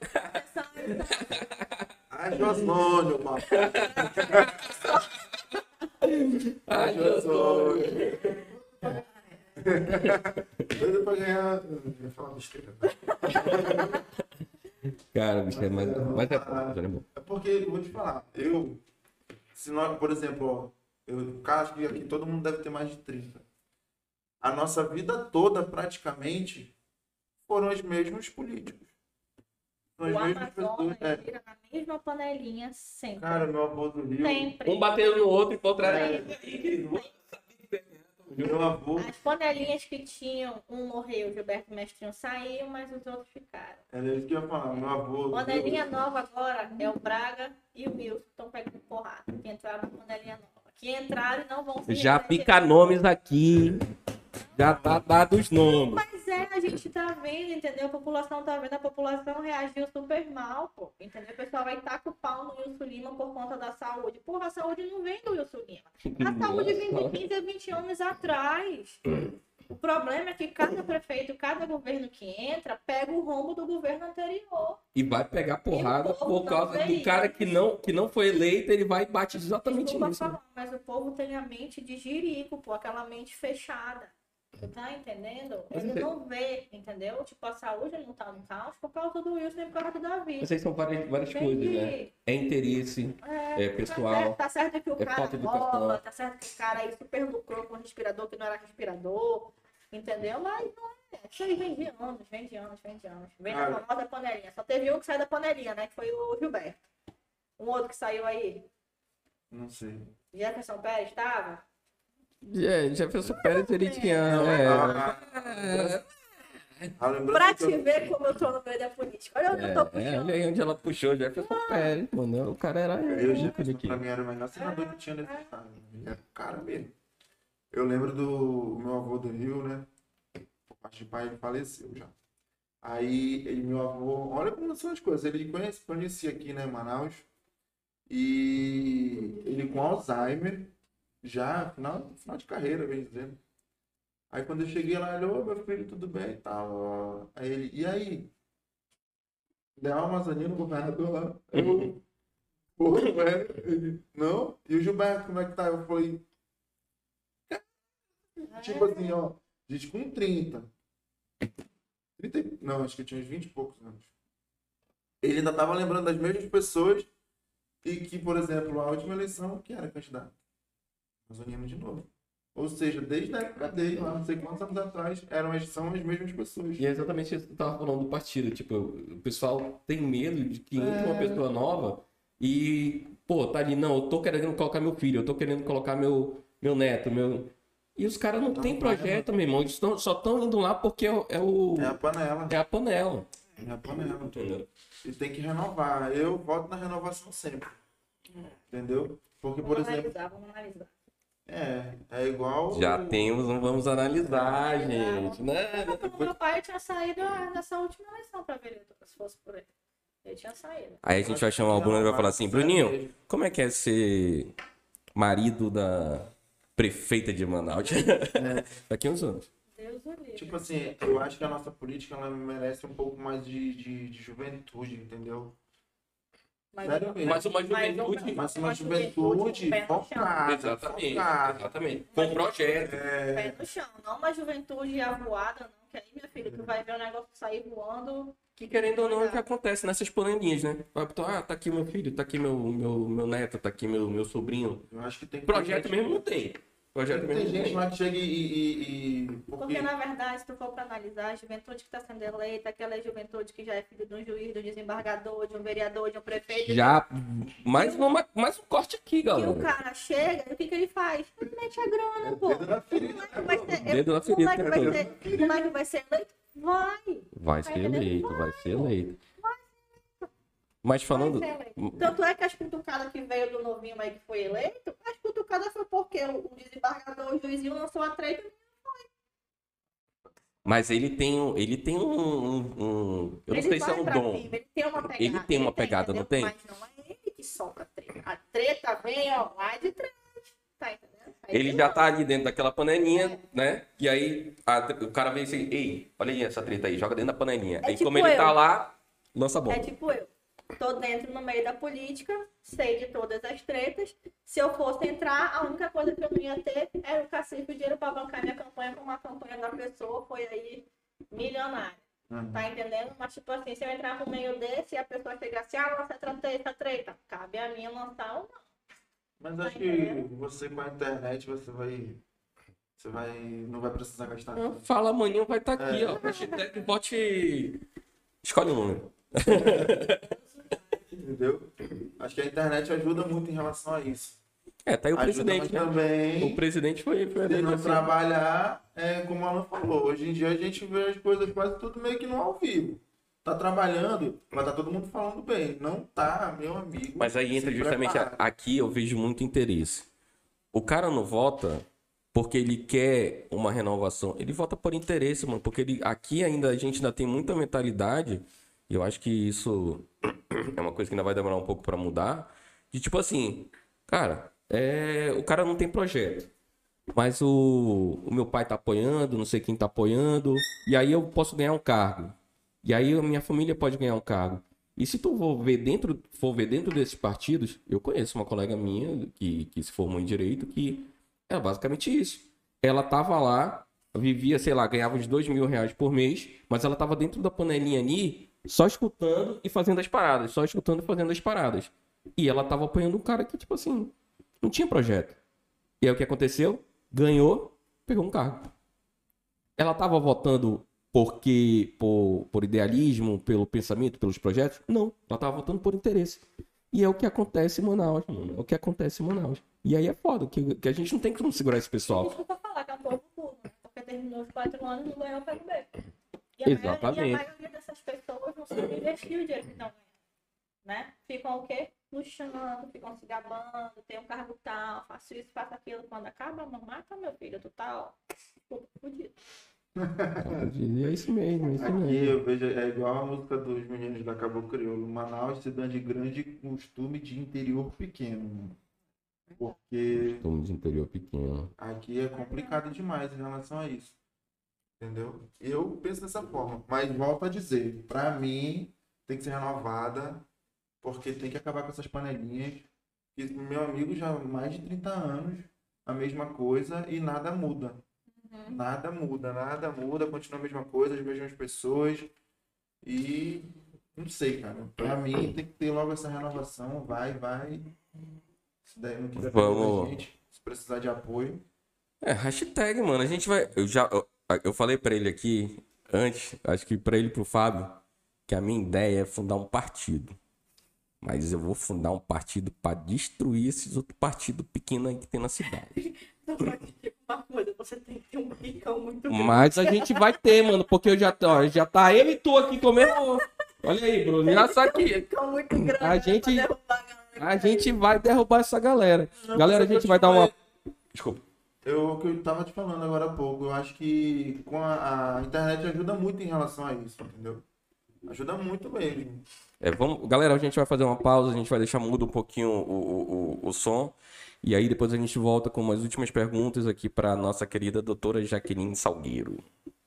Ai, Josônio, mano. Ai, Josônio. Doido pra ganhar. Eu ia falar besteira. Cara, bicho, mas é bom. É porque, eu vou te falar, se nós, por exemplo, eu acho que aqui todo mundo deve ter mais de 30. A nossa vida toda, praticamente, foram os mesmos políticos. São as O mesmas Amazonas pessoas. vira na mesma panelinha sempre. Cara, meu avô do Rio. Sempre. Um batendo no outro e contra Meu avô. As panelinhas que tinham, um morreu, o Gilberto Mestrinho saiu, mas os outros ficaram. Era isso que eu ia falar. Meu avô. Panelinha nova agora é o Braga e o Wilson que estão pegando porrada. Que entraram na panelinha nova. Que entraram e não vão se Já reeleger. fica nomes aqui. Já tá dado os nomes. Mas a gente tá vendo, entendeu? A população tá vendo, a população reagiu super mal, pô. Entendeu? O pessoal vai estar com o pau no Wilson Lima por conta da saúde. Porra, a saúde não vem do Wilson Lima. A saúde vem de 15 a 20 anos atrás. O problema é que cada prefeito, cada governo que entra, pega o rombo do governo anterior. E vai pegar porrada E o povo por causa não vê do cara que não foi eleito, ele vai e bate exatamente Desculpa nisso. falar, mas o povo tem a mente de jirico, pô, aquela mente fechada. Tu tá entendendo? Ele não vê, entendeu? Tipo, a saúde não tá no caos por causa do Wilson e por causa do Davi. Essas são várias coisas, né? É interesse, pessoal. Tá certo que o cara falta de educação. rouba, tá certo que o cara aí super lucrou com respirador que não era respirador, entendeu? Mas não é. Isso aí vem de anos. Vem na famosa panelinha. Só teve um que saiu da panelinha, né? Que foi o Gilberto. Um outro que saiu aí? Não sei. Jefferson Pérez estava? Jefferson Pérez, ele tinha... Pra te ver como eu tô no meio da política. Olha onde eu tô puxando. Olha aí onde ela puxou, Jefferson Pérez, mano. O cara era... Pra mim era o melhor senador que tinha nesse estado. Era o cara mesmo. Eu lembro do meu avô do Rio, né? Por parte de pai, ele faleceu já. Aí, meu avô, olha como são as coisas. Ele conhecia aqui, né, em Manaus. E ele com Alzheimer, já final de carreira, bem dizendo. Aí quando eu cheguei lá, ele, ô meu filho, tudo bem e tal. Aí ele, e aí? Deu uma Amazônia no governador lá. Eu, pô, velho. Ele, não? E o Gilberto, como é que tá? Eu falei, tipo assim, ó, gente com 30. Não, acho que eu tinha uns 20 e poucos anos. Ele ainda tava lembrando das mesmas pessoas e que, por exemplo, a última eleição, que era candidato? Amazoniano de novo. Ou seja, desde a época dele, lá, não sei quantos anos atrás, são as mesmas pessoas. E é exatamente isso que eu tava falando do partido. Tipo, o pessoal tem medo de que entre uma pessoa nova e, pô, tá ali, não, eu tô querendo colocar meu filho, eu tô querendo colocar meu neto, meu... E os caras não têm projeto, meu irmão. Eles só estão indo lá porque É a panela. É a panela. É a panela. Entendeu? E tem que renovar. Eu voto na renovação sempre. Entendeu? Porque, por exemplo... Vamos analisar. É igual... Já temos um vamos analisar, gente. Né? Meu pai tinha saído nessa última eleição pra vereador, se fosse por ele. Ele tinha saído. Aí a gente vai chamar o Bruno e vai falar assim, Bruninho, como é que é ser marido da prefeita de Manaus? Daqui uns anos. Deus o livre. Tipo assim, eu acho que a nossa política ela merece um pouco mais de juventude, entendeu? Mas uma juventude focada. Exatamente. Com projeto. Pé no chão, não uma juventude avoada, não. Que aí, minha filha, tu vai ver o negócio sair voando. Que querendo ou não, é o que acontece nessas panelinhas, né? Tá aqui meu filho, tá aqui meu neto, tá aqui meu sobrinho. Eu acho que tem que projeto mesmo não tem. Tem gente lá que chega Porque, na verdade, se tu for para analisar, a juventude que está sendo eleita, aquela juventude que já é filho de um juiz, de um desembargador, de um vereador, de um prefeito. Já, mais um corte aqui, galera. E o cara chega, e o que ele faz? Ele mete a grana, pô. Dedo na ferida. Dedo na ferida. Como é que vai ser eleito? Vai ser eleito. Mas falando... Tanto é que as cutucadas que veio do novinho aí que foi eleito, as cutucadas foi porque o desembargador, o juizinho lançou a treta. Mas ele tem um eu não sei se é um dom. Ele tem uma pegada, não tem? Mas não é ele que solta a treta. A treta vem, ó, lá de trás. Tá entendendo? Ele já tá ali dentro daquela panelinha, né? E aí o cara vem assim, ei, olha aí essa treta aí, joga dentro da panelinha. Aí tipo como ele tá lá, lança a bomba. É tipo eu. Tô dentro no meio da política, sei de todas as tretas. Se eu fosse entrar, a única coisa que eu não ia ter era o cacife, o dinheiro para bancar minha campanha, como a campanha da pessoa foi aí milionária. Tá entendendo? Mas tipo assim, se eu entrar no meio desse e a pessoa chegar assim, lança essa treta, cabe a mim lançar ou não. Mas acho que você com a internet, não vai precisar gastar. Fala amanhã, vai estar aqui, ó. Hashtag bote... Escolhe um número. Entendeu? Acho que a internet ajuda muito em relação a isso. Tá aí o presidente, né? Também, o presidente foi se não trabalhar, como a Ana falou, hoje em dia a gente vê as coisas quase tudo meio que no ao vivo. Tá trabalhando, mas tá todo mundo falando bem. Não tá, meu amigo. Mas aí entra justamente aqui, eu vejo muito interesse. O cara não vota porque ele quer uma renovação. Ele vota por interesse, mano. Porque aqui ainda a gente ainda tem muita mentalidade. E eu acho que isso é uma coisa que ainda vai demorar um pouco pra mudar. De tipo assim, cara, o cara não tem projeto. Mas o meu pai tá apoiando, não sei quem tá apoiando. E aí eu posso ganhar um cargo. E aí a minha família pode ganhar um cargo. E se tu for ver dentro desses partidos, eu conheço uma colega minha que se formou em Direito, que é basicamente isso. Ela tava lá, vivia, sei lá, ganhava uns R$2.000 por mês, mas ela tava dentro da panelinha ali, só escutando e fazendo as paradas. Só escutando e fazendo as paradas. E ela tava apoiando um cara que, tipo assim, não tinha projeto. E aí o que aconteceu? Ganhou, pegou um cargo. Ela tava votando por idealismo, pelo pensamento, pelos projetos? Não, ela estava votando por interesse. E é o que acontece em Manaus, mano. É o que acontece em Manaus. E aí é foda, que a gente não tem como segurar esse pessoal. Desculpa falar que é um povo burro, né? Porque terminou os 4 anos e não ganhou o ProB. Exatamente. E a maioria dessas pessoas não sabe investir o dinheiro que estão ganhando, né? Ficam o quê? Luxando, ficam se gabando, tem um cargo tal, faço isso, faço aquilo. Quando acaba, não mata meu filho, tu tá, ó, fudido. E é isso mesmo, é isso Aqui mesmo. eu vejo, é igual a música dos meninos da Cabo Crioulo. Manaus, cidade de grande costume de interior pequeno, mano. Porque Costume de interior pequeno. aqui é complicado demais em relação a isso. Entendeu? Eu penso dessa forma. Mas volto a dizer, pra mim tem que ser renovada, porque tem que acabar com essas panelinhas. E meu amigo já há mais de 30 anos, a mesma coisa e nada muda. Nada muda, nada muda, continua a mesma coisa, as mesmas pessoas. E não sei, cara. Pra mim tem que ter logo essa renovação. Vai. Se daí não quiser perder da Vamos. gente, se precisar de apoio. É, hashtag, mano. A gente vai. Eu falei pra ele aqui antes, acho que pra ele e pro Fábio, que a minha ideia é fundar um partido. Mas eu vou fundar um partido pra destruir esses outros partidos pequenos aí que tem na cidade. Uma coisa, você tem que ter um picão muito grande. Mas a gente vai ter, mano, porque eu já tá ele e tu aqui comendo. Olha aí, Bruno, já sabe que Picão muito grande, a né, gente, pra derrubar a gente vai derrubar essa galera. Não, Galera, a mas eu gente vai dar uma. Desculpa. O que eu tava te falando agora há pouco, eu acho que com a internet ajuda muito em relação a isso, entendeu? Ajuda muito mesmo. Galera, a gente vai fazer uma pausa, a gente vai deixar mudo um pouquinho o som. E aí depois a gente volta com umas últimas perguntas aqui para nossa querida doutora Jaqueline Salgueiro.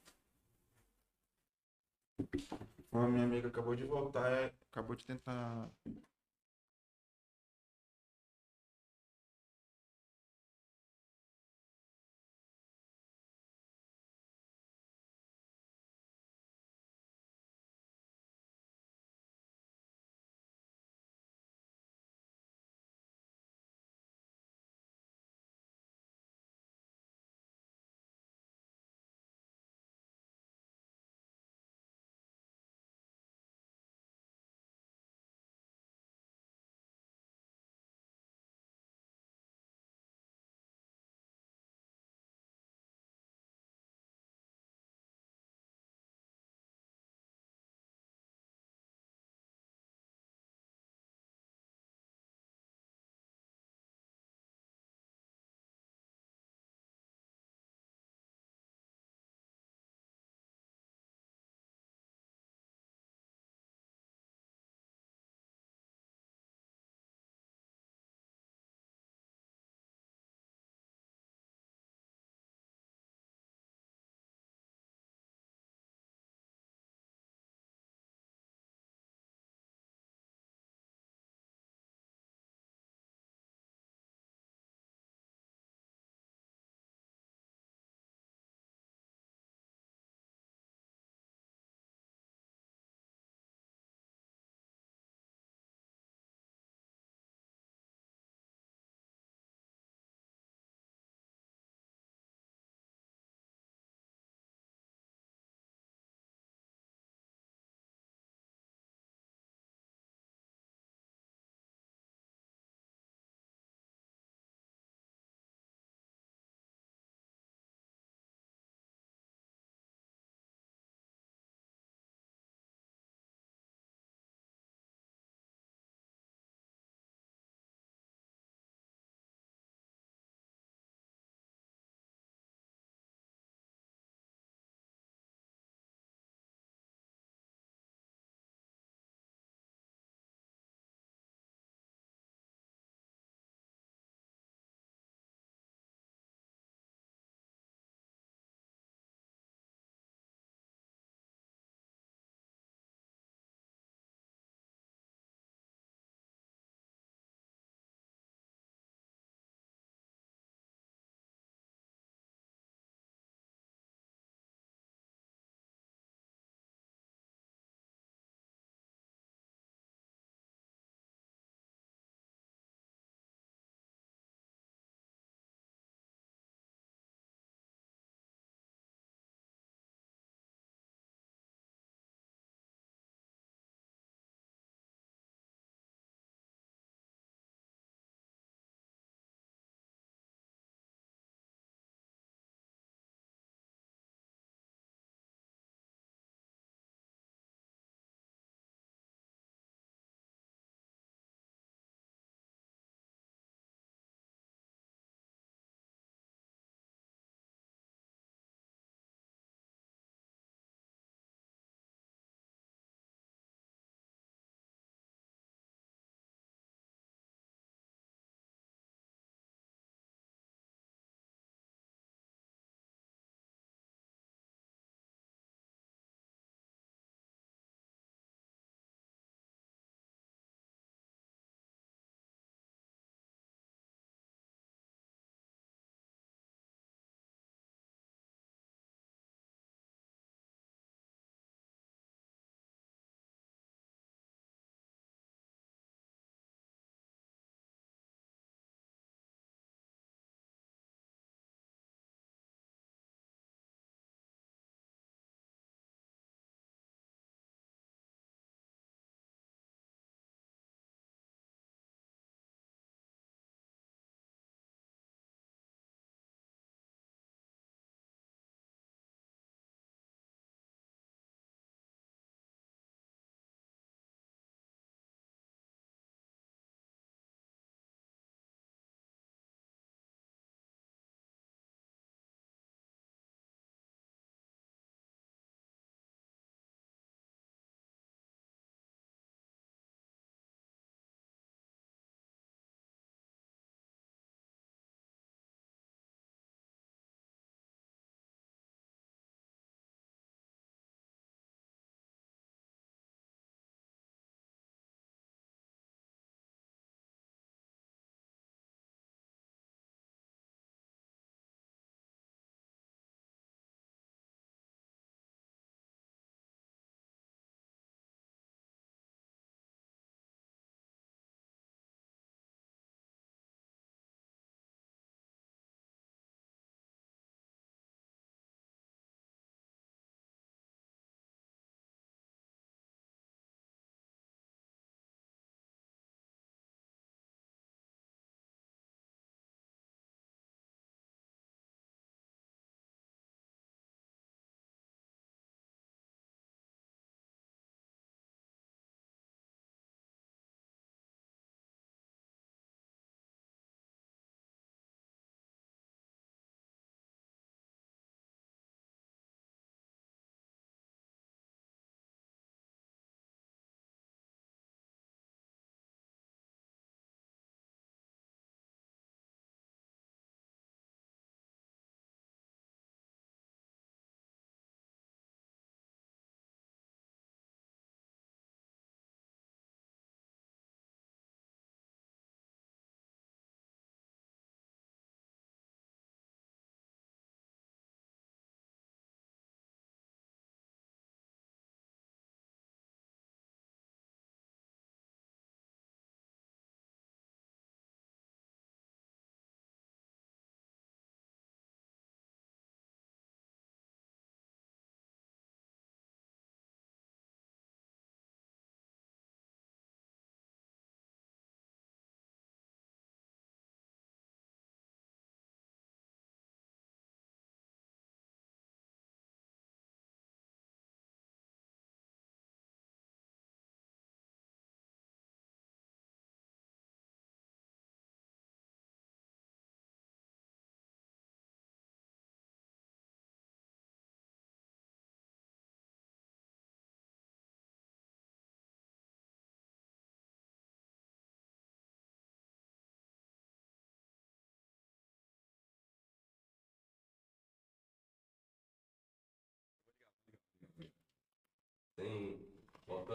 A minha amiga acabou de voltar, acabou de tentar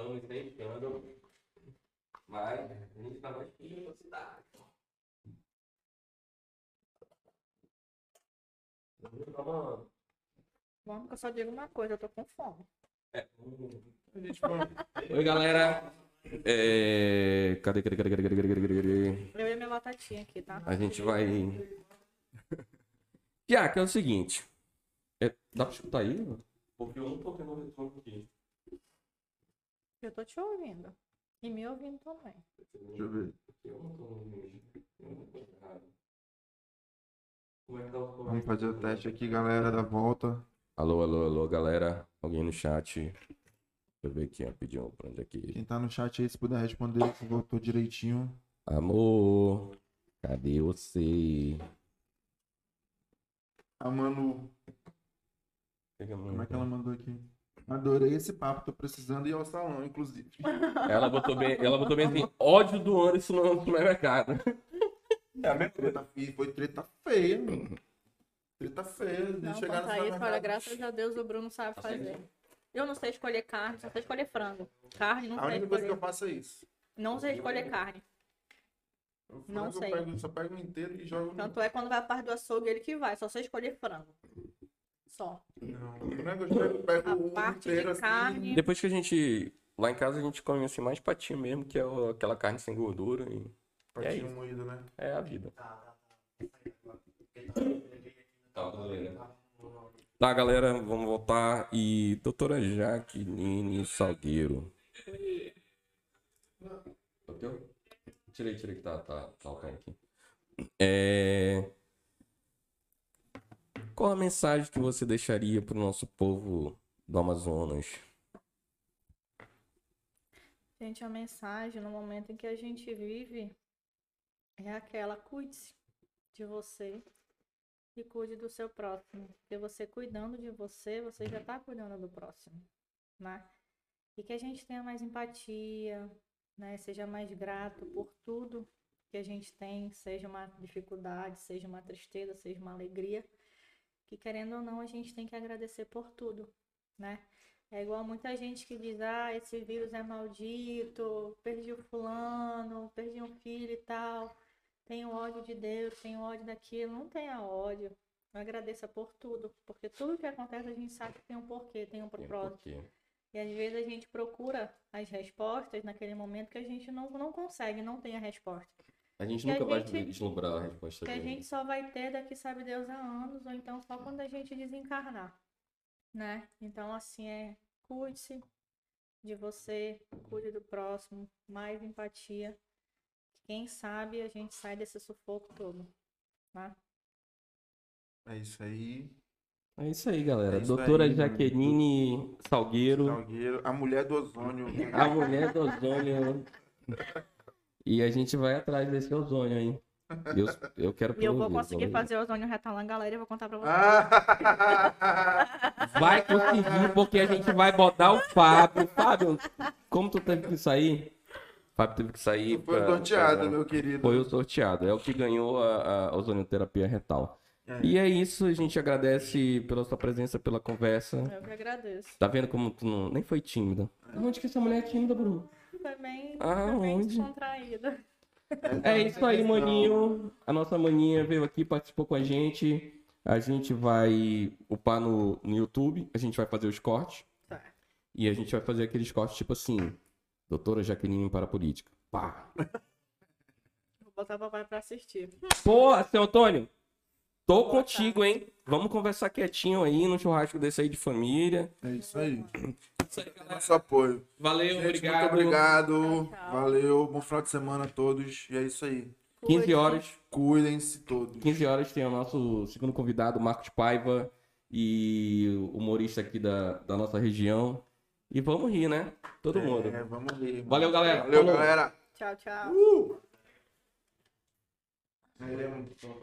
estamos deixando. Mas a gente tá mais que velocidade. Vamos que eu só digo uma coisa, eu tô com fome. Oi, galera. Cadê? Eu e minha batatinha aqui, tá? A gente vai. Piá, que é o seguinte. Dá pra escutar aí? Porque eu não tô tendo retorno aqui. Eu tô te ouvindo. E me ouvindo também. Deixa eu ver. Eu não tô ouvindo. Como é que tá o som? Vamos fazer o teste aqui, galera, da volta. Alô, galera. Alguém no chat? Deixa eu ver aqui rapidinho pra onde é que. Quem tá no chat aí, se puder responder, se voltou direitinho. Amor, cadê você? A Manu, como é que ela mandou aqui? Adorei esse papo, tô precisando ir ao salão, inclusive. Ela botou bem assim, ódio do Anderson no supermercado. É a mesma coisa. Foi treta feia, mano. Treta feia. De Não, chegar no conta isso, olha, supermercado. graças a Deus o Bruno sabe fazer. Eu não sei escolher carne, só sei escolher frango. Carne, não A sei única coisa que eu escolher. faço é isso. Não sei escolher carne. O Não frango sei. Eu só pego inteiro e jogo no... Tanto é quando vai a parte do açougue, ele que vai. Só sei escolher frango. Só. Não, o frango eu pego A o parte inteiro de assim. carne. Depois que a gente. Lá em casa a gente come assim mais patinho mesmo, que é aquela carne sem gordura. E Patinho isso. moído, né? é a vida. Tá, galera, vamos voltar. E doutora Jaqueline Salgueiro. Bateu? Tirei que tá faltando aqui. Qual a mensagem que você deixaria pro nosso povo do Amazonas? Gente, a mensagem no momento em que a gente vive é aquela: cuide-se de você e cuide do seu próximo. Porque você cuidando de você, você já está cuidando do próximo, né? E que a gente tenha mais empatia, né? Seja mais grato por tudo que a gente tem, seja uma dificuldade, seja uma tristeza, seja uma alegria. Que querendo ou não, a gente tem que agradecer por tudo, né? É igual muita gente que diz: ah, esse vírus é maldito, perdi o fulano, perdi um filho e tal, tenho ódio de Deus, tenho ódio daquilo. Não tenha ódio, agradeça por tudo, porque tudo que acontece a gente sabe que tem um porquê, tem um propósito. E às vezes a gente procura as respostas naquele momento que a gente não consegue, não tem a resposta. A gente Que a nunca vai gente- vislumbrar a resposta Que a dele. gente só vai ter daqui sabe Deus há anos, ou então só quando a gente desencarnar, né? Então assim, cuide-se de você, cuide do próximo, mais empatia. Quem sabe a gente sai desse sufoco todo, né? É isso aí. É isso aí, galera. É isso Doutora aí, mano. Jaqueline Salgueiro, Salgueiro, a mulher do ozônio. a mulher do ozônio. E a gente vai atrás desse ozônio, hein? Eu quero E eu vou promover, conseguir vamos ver. fazer o ozônio retalão, galera, e eu vou contar pra vocês. Vai conseguir, porque a gente vai botar o Fábio. Fábio, como tu teve que sair? Fábio teve que sair. Foi sorteado, meu querido. Foi o sorteado. É o que ganhou a ozonioterapia retal. E é isso, a gente agradece pela sua presença, pela conversa. Eu que agradeço. Tá vendo como tu nem foi tímida? Onde que essa mulher é tímida, Bruno? Foi bem, Ah, foi bem onde? descontraída. É isso aí, maninho. A nossa maninha veio aqui, participou com a gente. A gente vai upar no YouTube, a gente vai fazer os cortes. Tá. E a gente vai fazer aqueles cortes tipo assim: doutora Jaqueline para a política. Pá. Vou botar o papai pra assistir. Pô, seu Antônio, tô contigo, hein? Vamos conversar quietinho aí no churrasco desse aí de família. É isso aí. Isso aí, galera. Nosso apoio. Valeu, Gente, obrigado. muito obrigado. Tchau, tchau. Valeu. Bom final de semana a todos. E é isso aí. 15 horas. Cuidem-se todos. 15 horas tem o nosso segundo convidado, Marcos Paiva, e o humorista aqui da nossa região. E vamos rir, né? Todo mundo. Vamos ver. mano. Valeu, galera. Valeu, Falou. galera. Tchau, tchau.